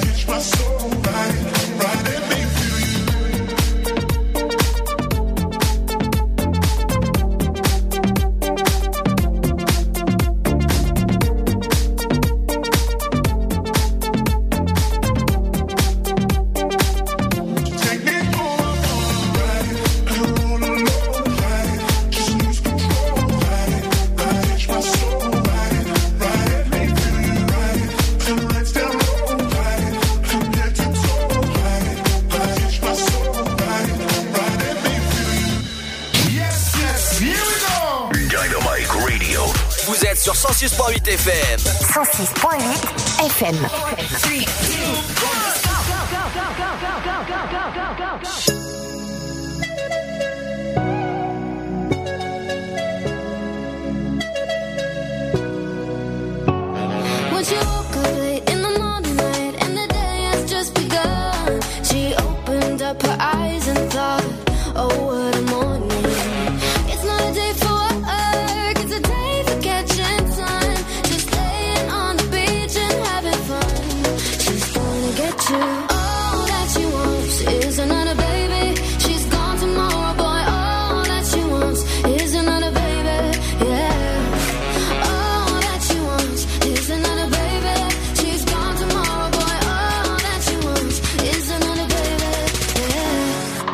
sur cent six point huit F M. cent six point huit F M. Would you woke up late in the morning light and the day has just begun? She opened up her eyes and thought, oh what a morning. It's not a day for work, it's a day for catching sun. Just staying on the beach and having fun. She's gonna get you. All that she wants is another baby. She's gone tomorrow, boy. All that she wants is another baby. Yeah. All that she wants is another baby. She's gone tomorrow, boy. All that she wants is another baby. Yeah.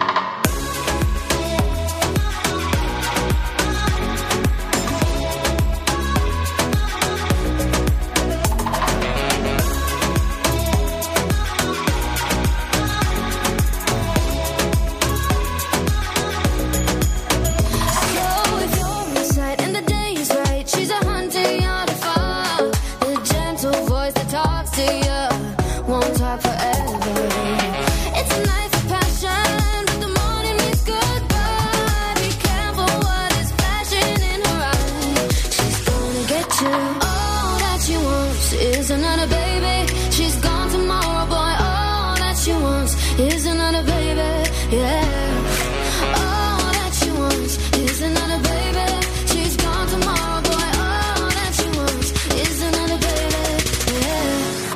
So if you're inside and the day is right, she's a hunter, you're the far. The gentle voice that talks to you won't talk forever. It's a night for passion, but the morning means goodbye. Be careful what is flashing in her eyes. She's gonna get you. All that she wants is another baby. She's gone tomorrow, boy. All that she wants is another baby. Yeah. All that she wants is another baby. She's gone tomorrow, boy. All that she wants is another baby. Yeah.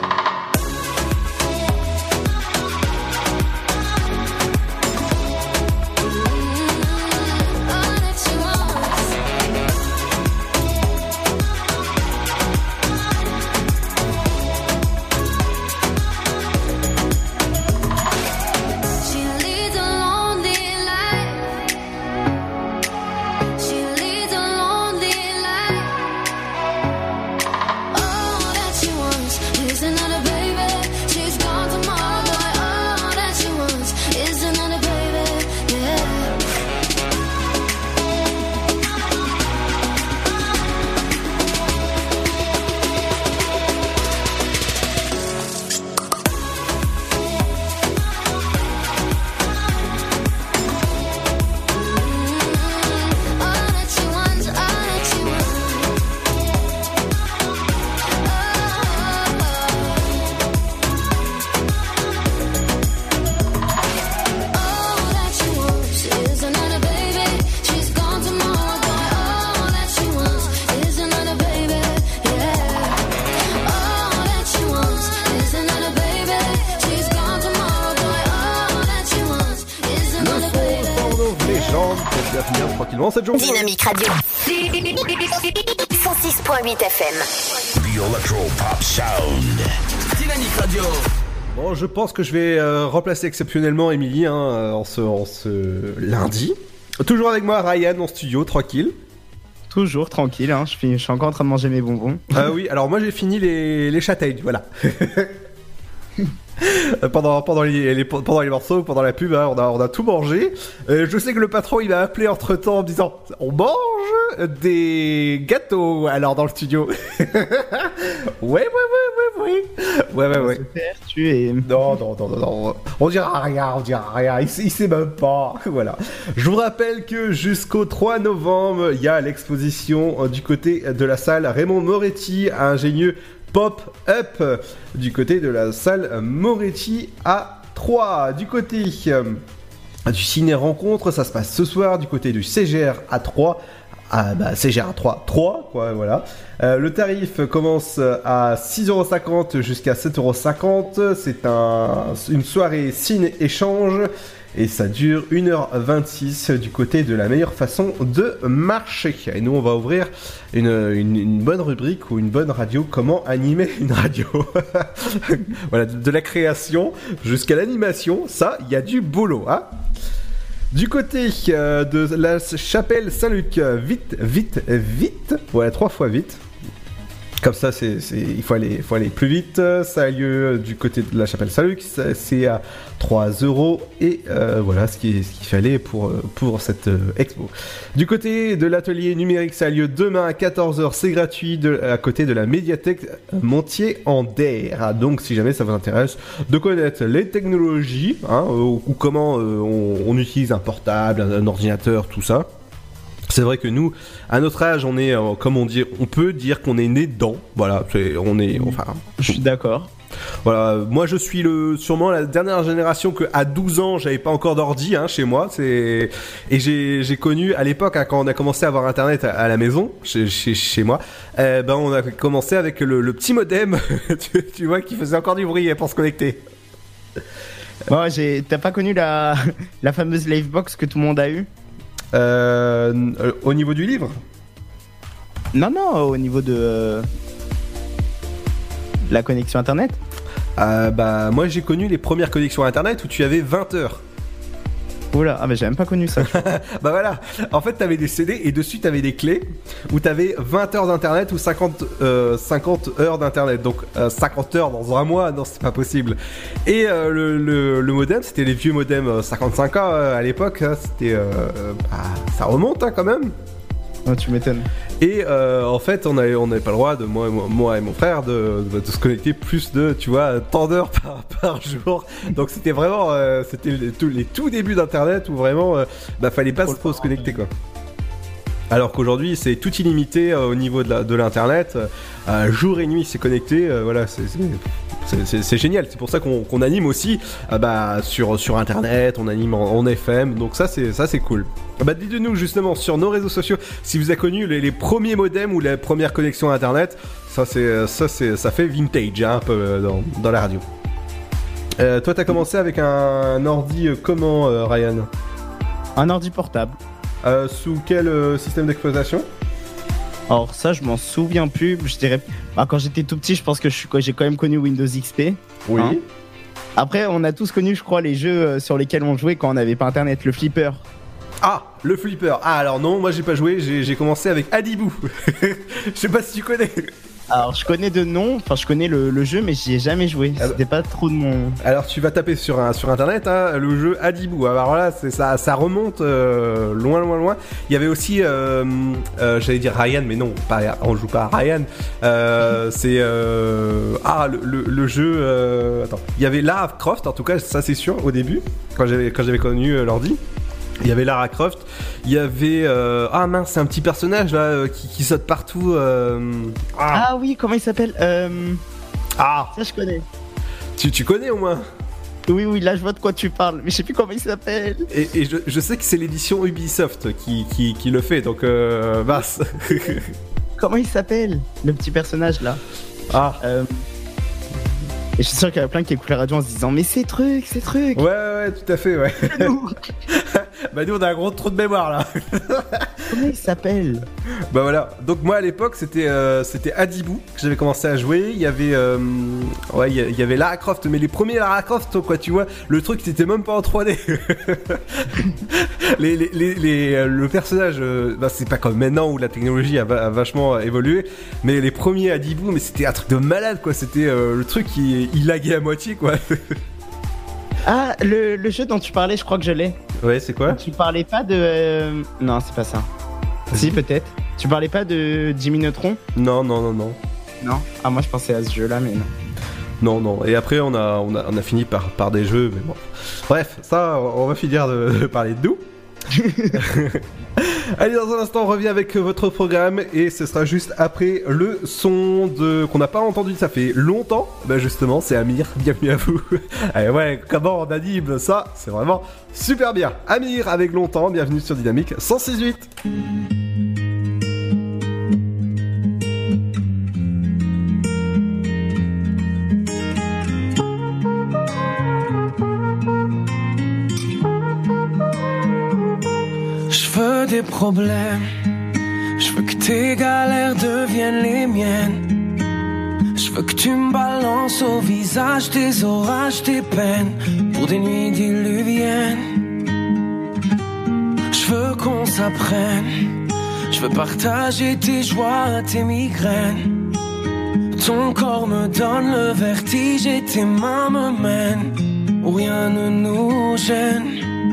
All that she wants. She leads a lonely life. She leads a lonely life. All that she wants is another baby. She's gone tomorrow, boy. All that she wants is another baby. Yeah. All that she wants, all that she wants. All that she wants is another baby. She's gone tomorrow, boy. All that she wants is another baby. Yeah. All that she wants is another baby. She's gone tomorrow, boy. All that she wants is Le another son baby. Bordeaux légende, peut bien finir tranquillement cette journée. Dynamique Radio. cent six point huit F M. The Electro Pop Sound. Dynamique Radio. Bon, je pense que je vais euh, remplacer exceptionnellement Émilie hein, euh, en, ce, en ce lundi. Toujours avec moi Ryan en studio, tranquille. Toujours tranquille, hein. je, finis, je suis encore en train de manger mes bonbons. Ah oui, alors moi j'ai fini les, les châtaignes, voilà. pendant, pendant, les, les, pendant les morceaux, pendant la pub, hein, on, a, on a tout mangé. Euh, je sais que le patron il m'a appelé entre temps en me disant on mange des gâteaux alors dans le studio. ouais, ouais, ouais, ouais, ouais. Ouais, ouais, ouais. Tu es... Non, non, non, non, non. On dira rien, on dira rien. Il, il sait même pas. Voilà. Je vous rappelle que jusqu'au trois novembre, il y a l'exposition euh, du côté de la salle Raymond Moretti, ingénieux pop-up du côté de la salle Moretti à Troyes. Du côté euh, du ciné-rencontre, ça se passe ce soir du côté du C G R à Troyes. Ah bah C G R à Troyes, Troyes quoi, voilà. Euh, le tarif commence à six euros cinquante jusqu'à sept euros cinquante. C'est un, une soirée ciné-échange et ça dure une heure vingt-six du côté de la meilleure façon de marcher. Et nous on va ouvrir une, une, une bonne rubrique ou une bonne radio, comment animer une radio. Voilà, de, de la création jusqu'à l'animation, ça il y a du boulot hein. Du côté euh, de la chapelle Saint-Luc, vite, vite, vite, voilà trois fois vite. Comme ça, c'est, c'est, il faut aller, faut aller plus vite. Ça a lieu du côté de la chapelle Saint-Luc. C'est à trois euros. Et euh, voilà ce, qui, ce qu'il fallait pour, pour cette euh, expo. Du côté de l'atelier numérique, ça a lieu demain à quatorze heures. C'est gratuit de, à côté de la médiathèque Montier-en-Der. Donc, si jamais ça vous intéresse de connaître les technologies, hein, ou, ou comment euh, on, on utilise un portable, un, un ordinateur, tout ça. C'est vrai que nous, à notre âge, on est, euh, comme on dit, on peut dire qu'on est né dedans. Voilà, c'est, on est, enfin. Je suis d'accord. Voilà, moi je suis le, sûrement la dernière génération que à douze ans, j'avais pas encore d'ordi hein, chez moi. C'est et j'ai, j'ai connu à l'époque hein, quand on a commencé à avoir internet à, à la maison, chez, chez, chez moi. Euh, ben on a commencé avec le, le petit modem, tu, tu vois, qui faisait encore du bruit pour se connecter. Bon, j'ai, t'as pas connu la, la fameuse Livebox que tout le monde a eu? Euh, au niveau du livre? Non, non, au niveau de euh, la connexion internet. Euh, bah, moi j'ai connu les premières connexions internet où tu avais vingt heures. Oula, ah bah j'ai même pas connu ça. Bah voilà, en fait t'avais des C D et dessus t'avais des clés où t'avais vingt heures d'internet ou cinquante, euh, cinquante heures d'internet. Donc euh, cinquante heures dans un mois, non c'est pas possible. Et euh, le, le, le modem, c'était les vieux modems cinquante-cinq K euh, à l'époque, hein, c'était... Euh, bah, ça remonte hein, quand même. Oh, tu m'étonnes. Et euh, en fait, on n'avait on avait pas le droit, de, moi, moi et mon frère, de, de, de se connecter plus de, tu vois, tant d'heures par, par jour. Donc c'était vraiment, euh, c'était les, tout, les tout débuts d'Internet où vraiment, euh, bah fallait pas trop se connecter quoi. Alors qu'aujourd'hui, c'est tout illimité euh, au niveau de, la, de l'Internet, euh, jour et nuit, c'est connecté. Euh, voilà, c'est, c'est, c'est, c'est, c'est génial. C'est pour ça qu'on, qu'on anime aussi, euh, bah, sur sur Internet, on anime en, en F M. Donc ça, c'est ça, c'est cool. Bah, dites-nous justement sur nos réseaux sociaux si vous avez connu les, les premiers modems ou les premières connexions à Internet. Ça, c'est ça, c'est ça fait vintage hein, un peu euh, dans dans la radio. Euh, toi, t'as commencé avec un, un ordi euh, comment, euh, Ryan? Un ordi portable. Euh, sous quel euh, système d'exploitation? Alors ça je m'en souviens plus, je dirais... Bah, quand j'étais tout petit je pense que je suis... j'ai quand même connu Windows X P. Oui. Hein. Après on a tous connu je crois les jeux sur lesquels on jouait quand on n'avait pas internet, le flipper. Ah, le flipper. Ah alors non, moi j'ai pas joué, j'ai, j'ai commencé avec Adibou. Je sais pas si tu connais. Alors je connais de nom, enfin je connais le, le jeu mais j'y ai jamais joué, alors, c'était pas trop de mon... Alors tu vas taper sur, un, sur internet hein, le jeu Adibou, alors là c'est, ça, ça remonte euh, loin loin loin. Il y avait aussi, euh, euh, j'allais dire Ryan mais non, pas, on joue pas à Ryan, euh, c'est... Euh, ah le, le, le jeu... Euh, attends, il y avait Lara Croft en tout cas, ça c'est sûr au début, quand j'avais, quand j'avais connu euh, l'ordi. Il y avait Lara Croft, il y avait... Euh... Ah mince, c'est un petit personnage là euh, qui, qui saute partout. Euh... Ah. ah oui, comment il s'appelle euh... Ah ça je connais. Tu, tu connais au moins? Oui, oui, là je vois de quoi tu parles, mais je sais plus comment il s'appelle. Et, et je, je sais que c'est l'édition Ubisoft qui, qui, qui le fait, donc euh... basse. Comment il s'appelle, le petit personnage là? Ah euh... Et je suis sûr qu'il y a plein qui écoutent la radio en se disant mais ces trucs, ces trucs. Ouais, ouais, tout à fait, ouais. Bah nous on a un gros trou de mémoire là. Comment il s'appelle? Bah voilà, donc moi à l'époque c'était euh, c'était Adibou que j'avais commencé à jouer. Il y avait euh, ouais il y, y avait Lara Croft, mais les premiers Lara Croft quoi, tu vois, le truc c'était même pas en trois D. les, les, les, les le personnage euh, bah c'est pas comme maintenant où la technologie a, a vachement évolué, mais les premiers Adibou, mais c'était un truc de malade quoi, c'était euh, le truc qui il laguait à moitié quoi. Ah, le, le jeu dont tu parlais, je crois que je l'ai. Ouais, c'est quoi? Tu parlais pas de... Euh... Non, c'est pas ça. Vas-y. Si, peut-être. Tu parlais pas de Jimmy Neutron? Non, non, non, non. Non? Ah, moi je pensais à ce jeu-là, mais non. Non, non. Et après, on a, on a, on a fini par, par des jeux, mais bon. Bref, ça, on va finir de, de parler de nous. Allez, dans un instant on revient avec votre programme et ce sera juste après le son de qu'on n'a pas entendu, ça fait longtemps. Bah justement c'est Amir, bienvenue à vous. Allez, ouais, comment on anime ça, c'est vraiment super bien. Amir avec longtemps, bienvenue sur Dynamique cent six virgule huit. Je veux des problèmes, je veux que tes galères deviennent les miennes. Je veux que tu me balances au visage tes orages, tes peines, pour des nuits diluviennes. Je veux qu'on s'apprenne, je veux partager tes joies, tes migraines. Ton corps me donne le vertige et tes mains me mènent où rien ne nous gêne.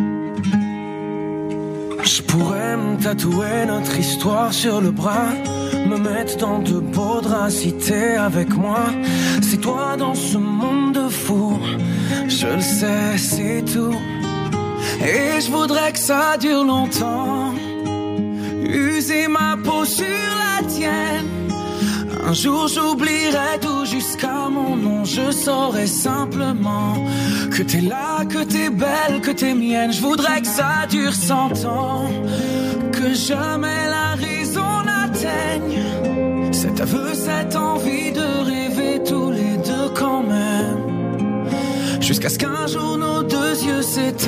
Je pourrais me tatouer notre histoire sur le bras, me mettre dans de beaux draps si t'es avec moi. C'est toi dans ce monde de fou, je le sais, c'est tout. Et je voudrais que ça dure longtemps, user ma peau sur la tienne. Un jour j'oublierai tout jusqu'à mon nom, je saurai simplement que t'es là, que t'es belle, que t'es mienne. Je voudrais que ça dure cent ans, que jamais la raison n'atteigne cet aveu, cette envie de rêver tous les deux quand même, jusqu'à ce qu'un jour nos deux yeux s'éteignent.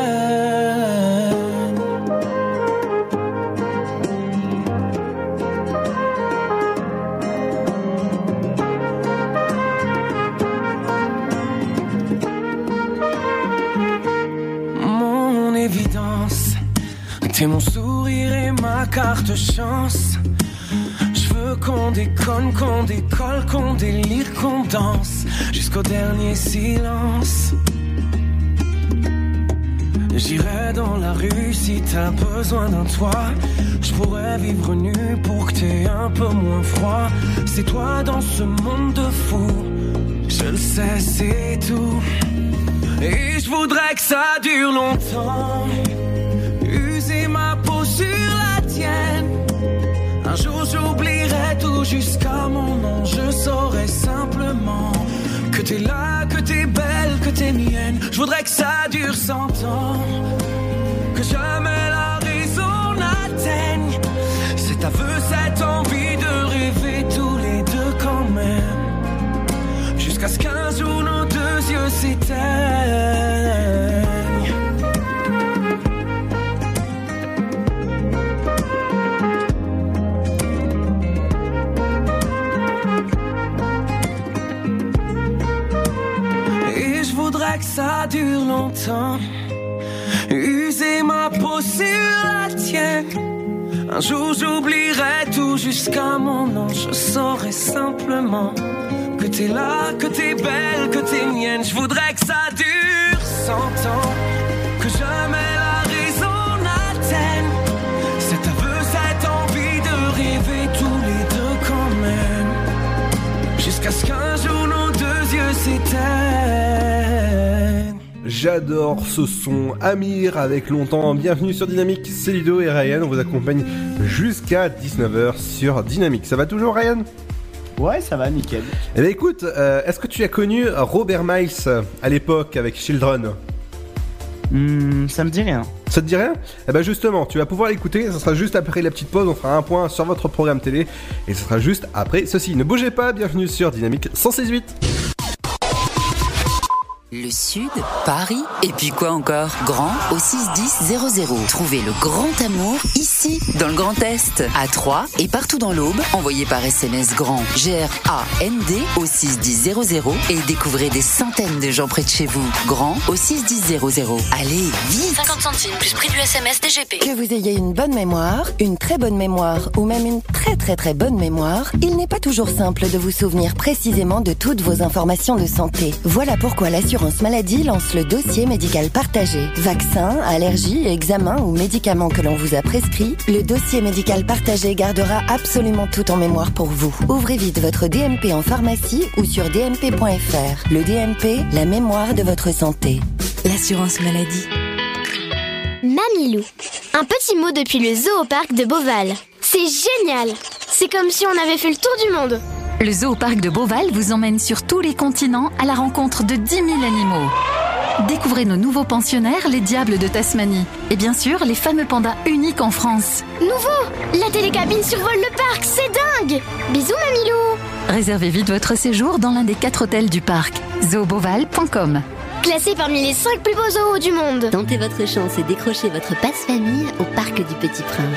Mon évidence, t'es mon sourire et ma carte chance. Je veux qu'on déconne, qu'on décolle, qu'on délire, qu'on danse jusqu'au dernier silence. J'irai dans la rue si t'as besoin d'un toit. Je pourrais vivre nu pour que t'aies un peu moins froid. C'est toi dans ce monde de fou, je le sais, c'est tout. Et je voudrais que ça dure longtemps, user ma peau sur la tienne. Un jour j'oublierai tout jusqu'à mon nom, je saurai simplement que t'es là, que t'es belle, que t'es mienne. Je voudrais que ça dure cent ans, que jamais la raison n'atteigne cet aveu, cette envie de rêver tous les deux quand même, jusqu'à ce qu'un jour nos deux yeux s'éteignent. Que ça dure longtemps, user ma peau sur la tienne. Un jour j'oublierai tout jusqu'à mon nom, je saurai simplement que t'es là, que t'es belle, que t'es mienne. Je voudrais que ça dure cent ans, que jamais la raison n'atteigne cet aveu, cette envie de rêver tous les deux quand même, jusqu'à ce qu'un jour nos deux yeux s'éteignent. J'adore ce son. Amir avec Longtemps. Bienvenue sur Dynamique, c'est Ludo et Ryan. On vous accompagne jusqu'à dix-neuf heures sur Dynamique. Ça va toujours, Ryan ? Ouais, ça va, nickel. Eh bien écoute, euh, est-ce que tu as connu Robert Miles à l'époque avec Children ? Hmm, ça me dit rien. Ça te dit rien ? Eh ben justement, tu vas pouvoir l'écouter, ça sera juste après la petite pause, on fera un point sur votre programme télé, et ce sera juste après ceci. Ne bougez pas, bienvenue sur Dynamique cent six virgule huit. Le Sud, Paris, et puis quoi encore ? Grand au six dix zéro zéro. Trouvez le grand amour ici, dans le Grand Est, à Troyes et partout dans l'Aube. Envoyez par S M S grand G R A N D au six dix zéro zéro et découvrez des centaines de gens près de chez vous. Grand au six dix zéro zéro. Allez, vite ! cinquante centimes plus prix du S M S D G P. Que vous ayez une bonne mémoire, une très bonne mémoire ou même une très très très bonne mémoire, il n'est pas toujours simple de vous souvenir précisément de toutes vos informations de santé. Voilà pourquoi l'assurance maladie lance le dossier médical partagé. Vaccins, allergies, examens ou médicaments que l'on vous a prescrits, le dossier médical partagé gardera absolument tout en mémoire pour vous. Ouvrez vite votre D M P en pharmacie ou sur d m p point f r. Le D M P, la mémoire de votre santé. L'assurance maladie. Mamilou, un petit mot depuis le zoo au parc de Beauval. C'est génial! C'est comme si on avait fait le tour du monde. Le zoo au parc de Beauval vous emmène sur tous les continents à la rencontre de dix mille animaux. Découvrez nos nouveaux pensionnaires, les diables de Tasmanie. Et bien sûr, les fameux pandas uniques en France. Nouveau! La télécabine survole le parc, c'est dingue! Bisous Mamilou! Réservez vite votre séjour dans l'un des quatre hôtels du parc. zoo beauval point com. Classé parmi les cinq plus beaux zoos du monde. Tentez votre chance et décrochez votre passe-famille au Parc du Petit Prince.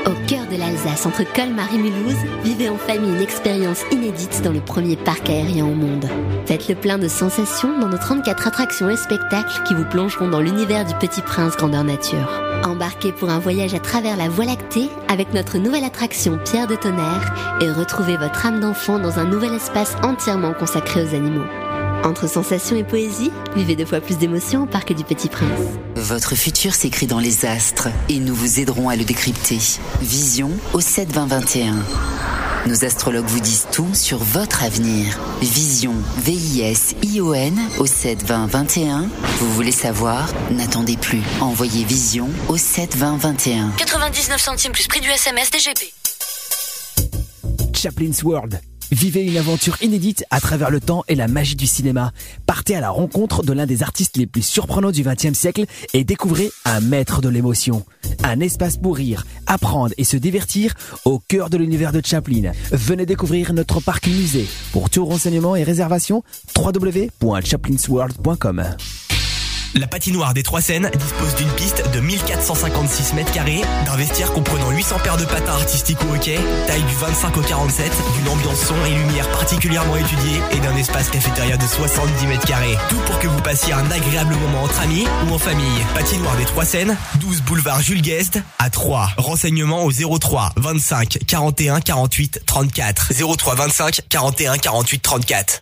Au cœur de l'Alsace, entre Colmar et Mulhouse, vivez en famille une expérience inédite dans le premier parc aérien au monde. Faites le plein de sensations dans nos trente-quatre attractions et spectacles qui vous plongeront dans l'univers du Petit Prince grandeur nature. Embarquez pour un voyage à travers la Voie lactée avec notre nouvelle attraction Pierre de Tonnerre et retrouvez votre âme d'enfant dans un nouvel espace entièrement consacré aux animaux. Entre sensations et poésie, vivez deux fois plus d'émotions au Parc du Petit Prince. Votre futur s'écrit dans les astres et nous vous aiderons à le décrypter. Vision au sept vingt vingt et un. Nos astrologues vous disent tout sur votre avenir. Vision, V I S I O N au sept vingt vingt et un. Vous voulez savoir? N'attendez plus. Envoyez Vision au sept vingt vingt et un. quatre-vingt-dix-neuf centimes plus prix du S M S D G P. Chaplin's World. Vivez une aventure inédite à travers le temps et la magie du cinéma. Partez à la rencontre de l'un des artistes les plus surprenants du vingtième siècle et découvrez un maître de l'émotion. Un espace pour rire, apprendre et se divertir au cœur de l'univers de Chaplin. Venez découvrir notre parc musée. Pour tout renseignement et réservation, w w w point chaplins world point com. La patinoire des Trois Seines dispose d'une piste de mille quatre cent cinquante-six mètres carrés, d'un vestiaire comprenant huit cents paires de patins artistiques au hockey, taille du vingt-cinq au quarante-sept, d'une ambiance son et lumière particulièrement étudiée et d'un espace cafétéria de soixante-dix mètres carrés. Tout pour que vous passiez un agréable moment entre amis ou en famille. Patinoire des Trois Seines, douze boulevard Jules Guest à Troyes. Renseignements au zéro trois vingt-cinq quarante et un quarante-huit trente-quatre. zéro trois vingt-cinq quarante et un quarante-huit trente-quatre.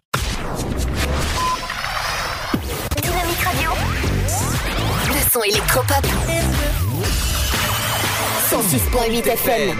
Son électropop cent six point huit F M.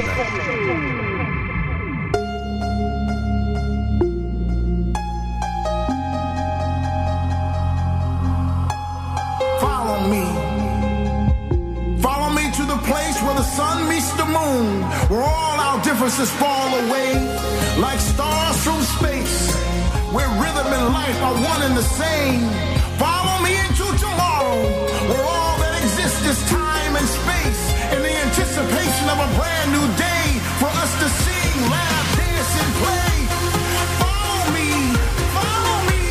Follow me. Follow me to the place where the sun meets the moon, where all our differences fall away like stars from space, where rhythm and life are one and the same. Follow me into tomorrow, where all that exists is time and space, in the anticipation of a brand new day for us to sing, laugh, dance, and play. Follow me, follow me.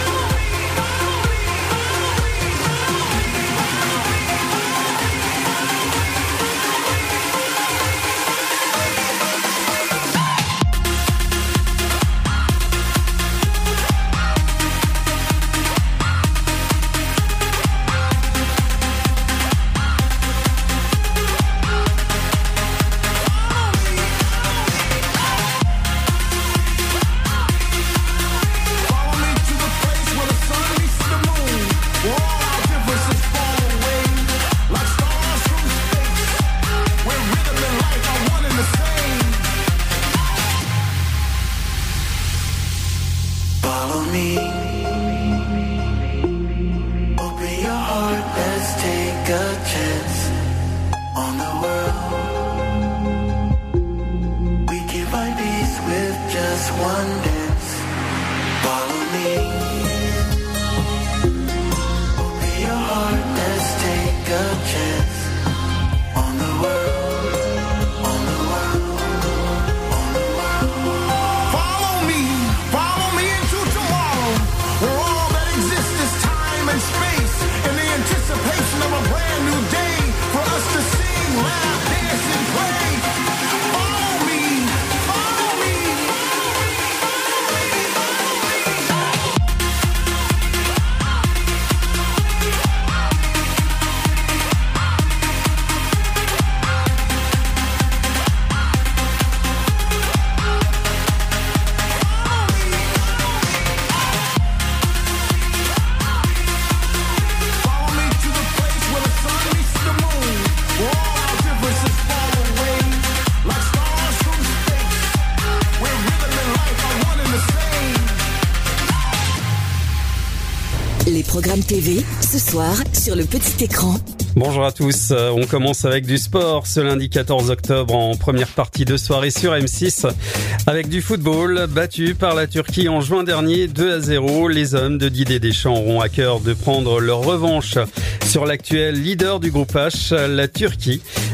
Programme T V, ce soir, sur le petit écran. Bonjour à tous, on commence avec du sport ce lundi quatorze octobre en première partie de soirée sur M six avec du football battu par la Turquie en juin dernier deux à zéro. Les hommes de Didier Deschamps auront à cœur de prendre leur revanche sur l'actuel leader du groupe H, la Turquie.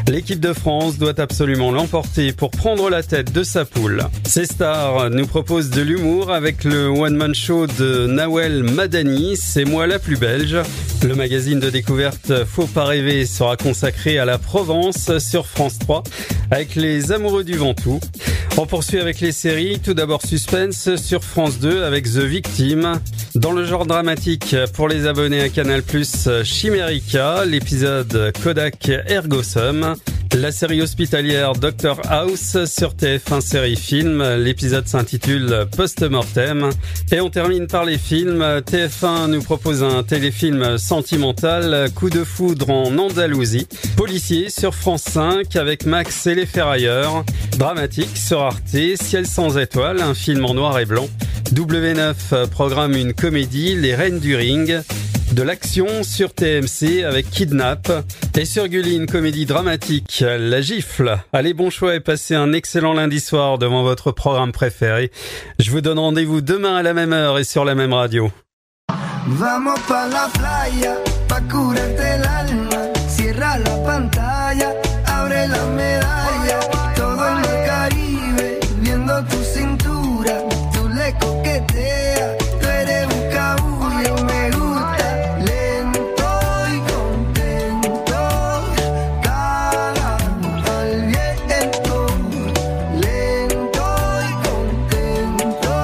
L'équipe de France doit absolument l'emporter pour prendre la tête de sa poule. Ces stars nous proposent de l'humour avec le one-man show de Nawel Madani, C'est moi la plus belge. Le magazine de découverte Faut pas rêver sera consacré à la Provence sur France trois avec les amoureux du Ventoux. On poursuit avec les séries, tout d'abord Suspense sur France deux avec The Victim. Dans le genre dramatique, pour les abonnés à Canal plus, Chimérica, l'épisode Kodak Ergo Sum. La série hospitalière Doctor House sur T F un Série Film, l'épisode s'intitule Post-Mortem. Et on termine par les films. T F un nous propose un téléfilm sentimental, Coup de foudre en Andalousie. Policier sur France cinq avec Max et les Ferrailleurs. Dramatique sur Arte, Ciel sans étoiles, un film en noir et blanc. W neuf programme une comédie, Les Reines du Ring. De l'action sur T M C avec Kidnap. Et sur Gulli, une comédie dramatique, La Gifle. Allez, bon choix et passez un excellent lundi soir devant votre programme préféré. Je vous donne rendez-vous demain à la même heure et sur la même radio. Vamos pa la playa, pa curarte el alma. Cierra la pantalla, abre la medalla. Todo en el Caribe, viendo tu cintura. Tú le coqueteas, tú eres un cabullo, me gusta. Lento y contento, cara al viento. Lento y contento,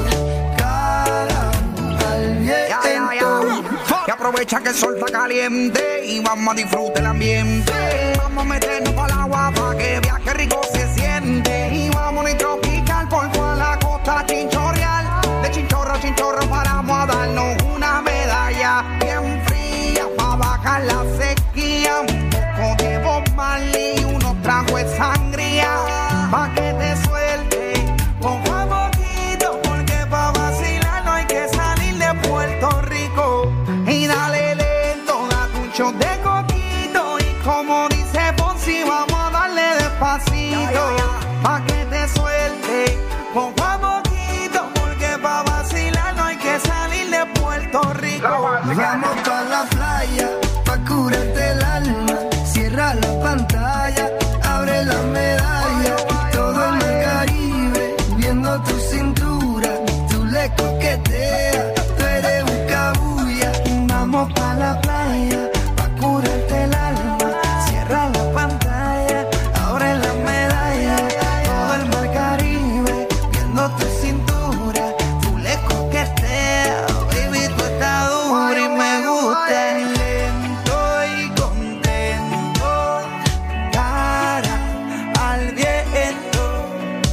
cara al viento. Y aprovecha que el sol está caliente y vamos a disfrutar el ambiente. Vamos a meternos para el agua para que viaje rico se siente. Y vamos a tropical por toda la costa chinchorreal. De chinchorro a chinchorro paramos a darnos una medalla bien fría para bajar la sequía. Un poco de Bob Marley y unos tragos de sangría pa' que te suelte poco a poquito, porque pa' vacilar no hay que salir de Puerto Rico. Y dale lento, date un shot de coquito. Y como dice Fonsi, vamos a darle despacito pa' que te suelte poco a poquito, porque pa' vacilar no hay que salir de Puerto Rico. Vamos pa la playa, pa curarte el alma. Cierra la pantalla, abre la medalla. Todo en el Caribe, viendo tu cintura. Tú le coqueteas, tú eres un cabulla. Vamos pa la playa, pa curarte el alma. Cierra la pantalla, abre la medalla. Todo el mar Caribe, viendo tu cintura. Tú le coqueteas, baby, tú estás dura y me gusta. Lento y contento, cara al viento.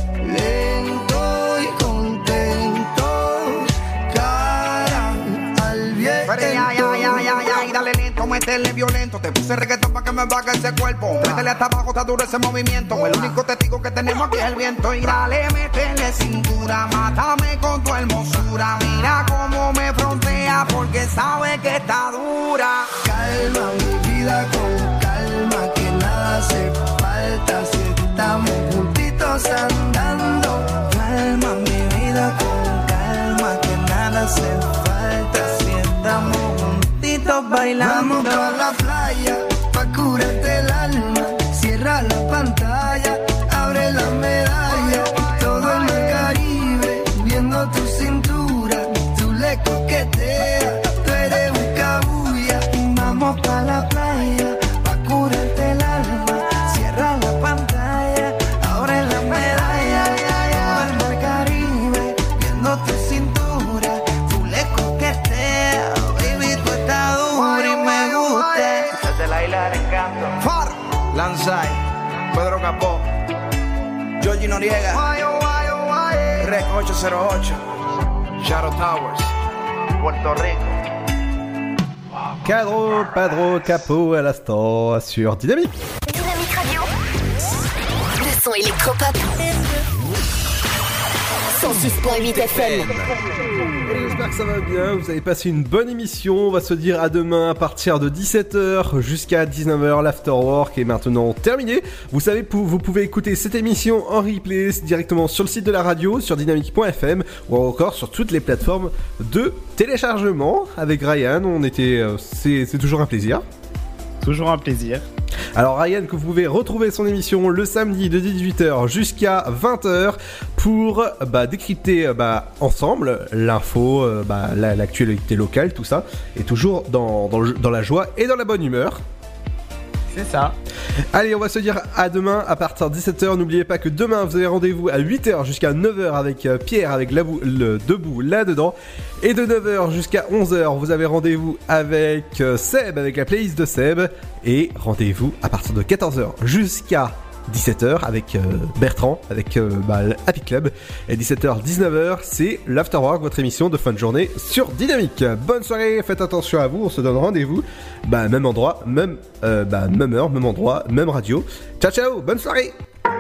Lento y contento, cara al viento. Pero ya, ya, ya, ya, ya, y dale lento, métele violento. Te puse reggaetón pa' que me baje ese cuerpo. Métele hasta abajo, está duro ese movimiento. El único testigo que tenemos aquí es el viento. Y dale, métele cintura, mátame con tu hermosura. Mira cómo me frontea, porque sabe que está dura. Calma mi vida con calma, que nada hace falta si estamos juntitos andando. Calma mi vida con calma, que nada hace falta si estamos juntitos bailando. Vamos pa la playa, pa curarte el alma. Cierra la pantalla, abre la medalla. Todo en el Caribe, viendo tu cintura. Tú le coqueteas, tú eres un cabulla. Vamos pa la playa, pa curarte el alma. Cierra la pantalla, abre la medalla. Todo el mar Caribe, viendo tu cintura. Tú le coqueteas, baby, tú estás dura y me gusta. Desde la isla del encanto. Far, Lanzai, Pedro Capó, Georgie Noriega, Rec ocho cero ocho, Shadow Towers, Puerto Rico. Cadro, Padro, Capo à l'instant sur Dynamique. Dynamique Radio. Le son électropop. cent six virgule huit F M. J'espère que ça va bien, vous avez passé une bonne émission. On va se dire à demain à partir de dix-sept heures jusqu'à dix-neuf heures. L'afterwork est maintenant terminé. Vous savez, vous pouvez écouter cette émission en replay directement sur le site de la radio, sur dynamique point f m ou encore sur toutes les plateformes de téléchargement. Avec Ryan, on était, c'est, c'est toujours un plaisir. Toujours un plaisir. Alors Ryan, que vous pouvez retrouver son émission le samedi de dix-huit heures jusqu'à vingt heures pour bah, décrypter bah, ensemble l'info, euh, bah, la, l'actualité locale, tout ça, et toujours dans, dans, le, dans la joie et dans la bonne humeur. C'est ça. Allez, on va se dire à demain à partir de dix-sept heures. N'oubliez pas que demain vous avez rendez-vous à huit heures jusqu'à neuf heures avec euh, Pierre avec la bou- le debout là-dedans. Et de neuf heures jusqu'à onze heures vous avez rendez-vous avec euh, Seb avec la playlist de Seb. Et rendez-vous à partir de quatorze heures jusqu'à dix-sept heures avec euh, Bertrand, avec euh, bah, Happy Club. Et dix-sept heures dix-neuf heures c'est l'Afterwork, votre émission de fin de journée sur Dynamique. Bonne soirée, faites attention à vous, on se donne rendez-vous bah, même endroit, même, euh, bah, même heure, même endroit, même radio. Ciao ciao, bonne soirée.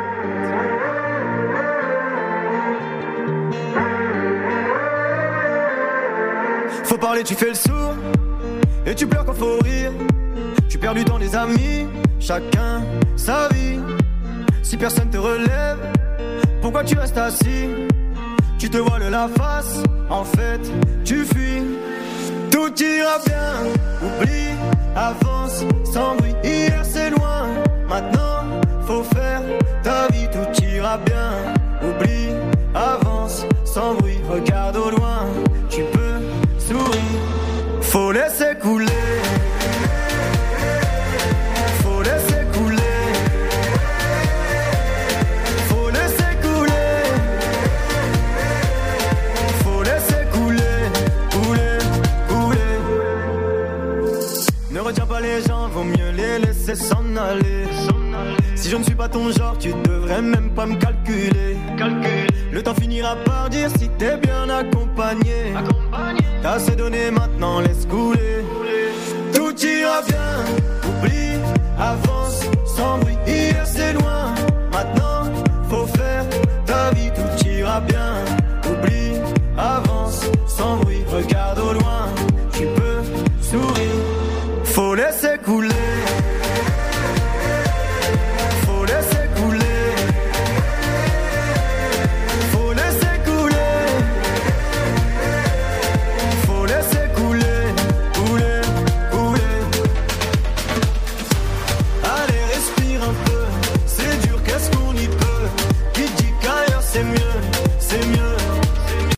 Faut parler, tu fais le sourd, et tu pleures quand faut rire. Tu perds du temps des amis, chacun sa vie. Si personne te relève, pourquoi tu restes assis? Tu te voiles la face, en fait, tu fuis. Tout ira bien, oublie, avance, sans bruit. Hier c'est loin, maintenant, faut faire ta vie. Tout ira bien, oublie, avance, sans bruit. Regarde au loin, tu peux sourire. Faut laisser couler. Retiens pas les gens, vaut mieux les laisser s'en aller. Si je ne suis pas ton genre, tu devrais même pas me calculer. Le temps finira par dire si t'es bien accompagné. T'as assez donné maintenant, laisse couler.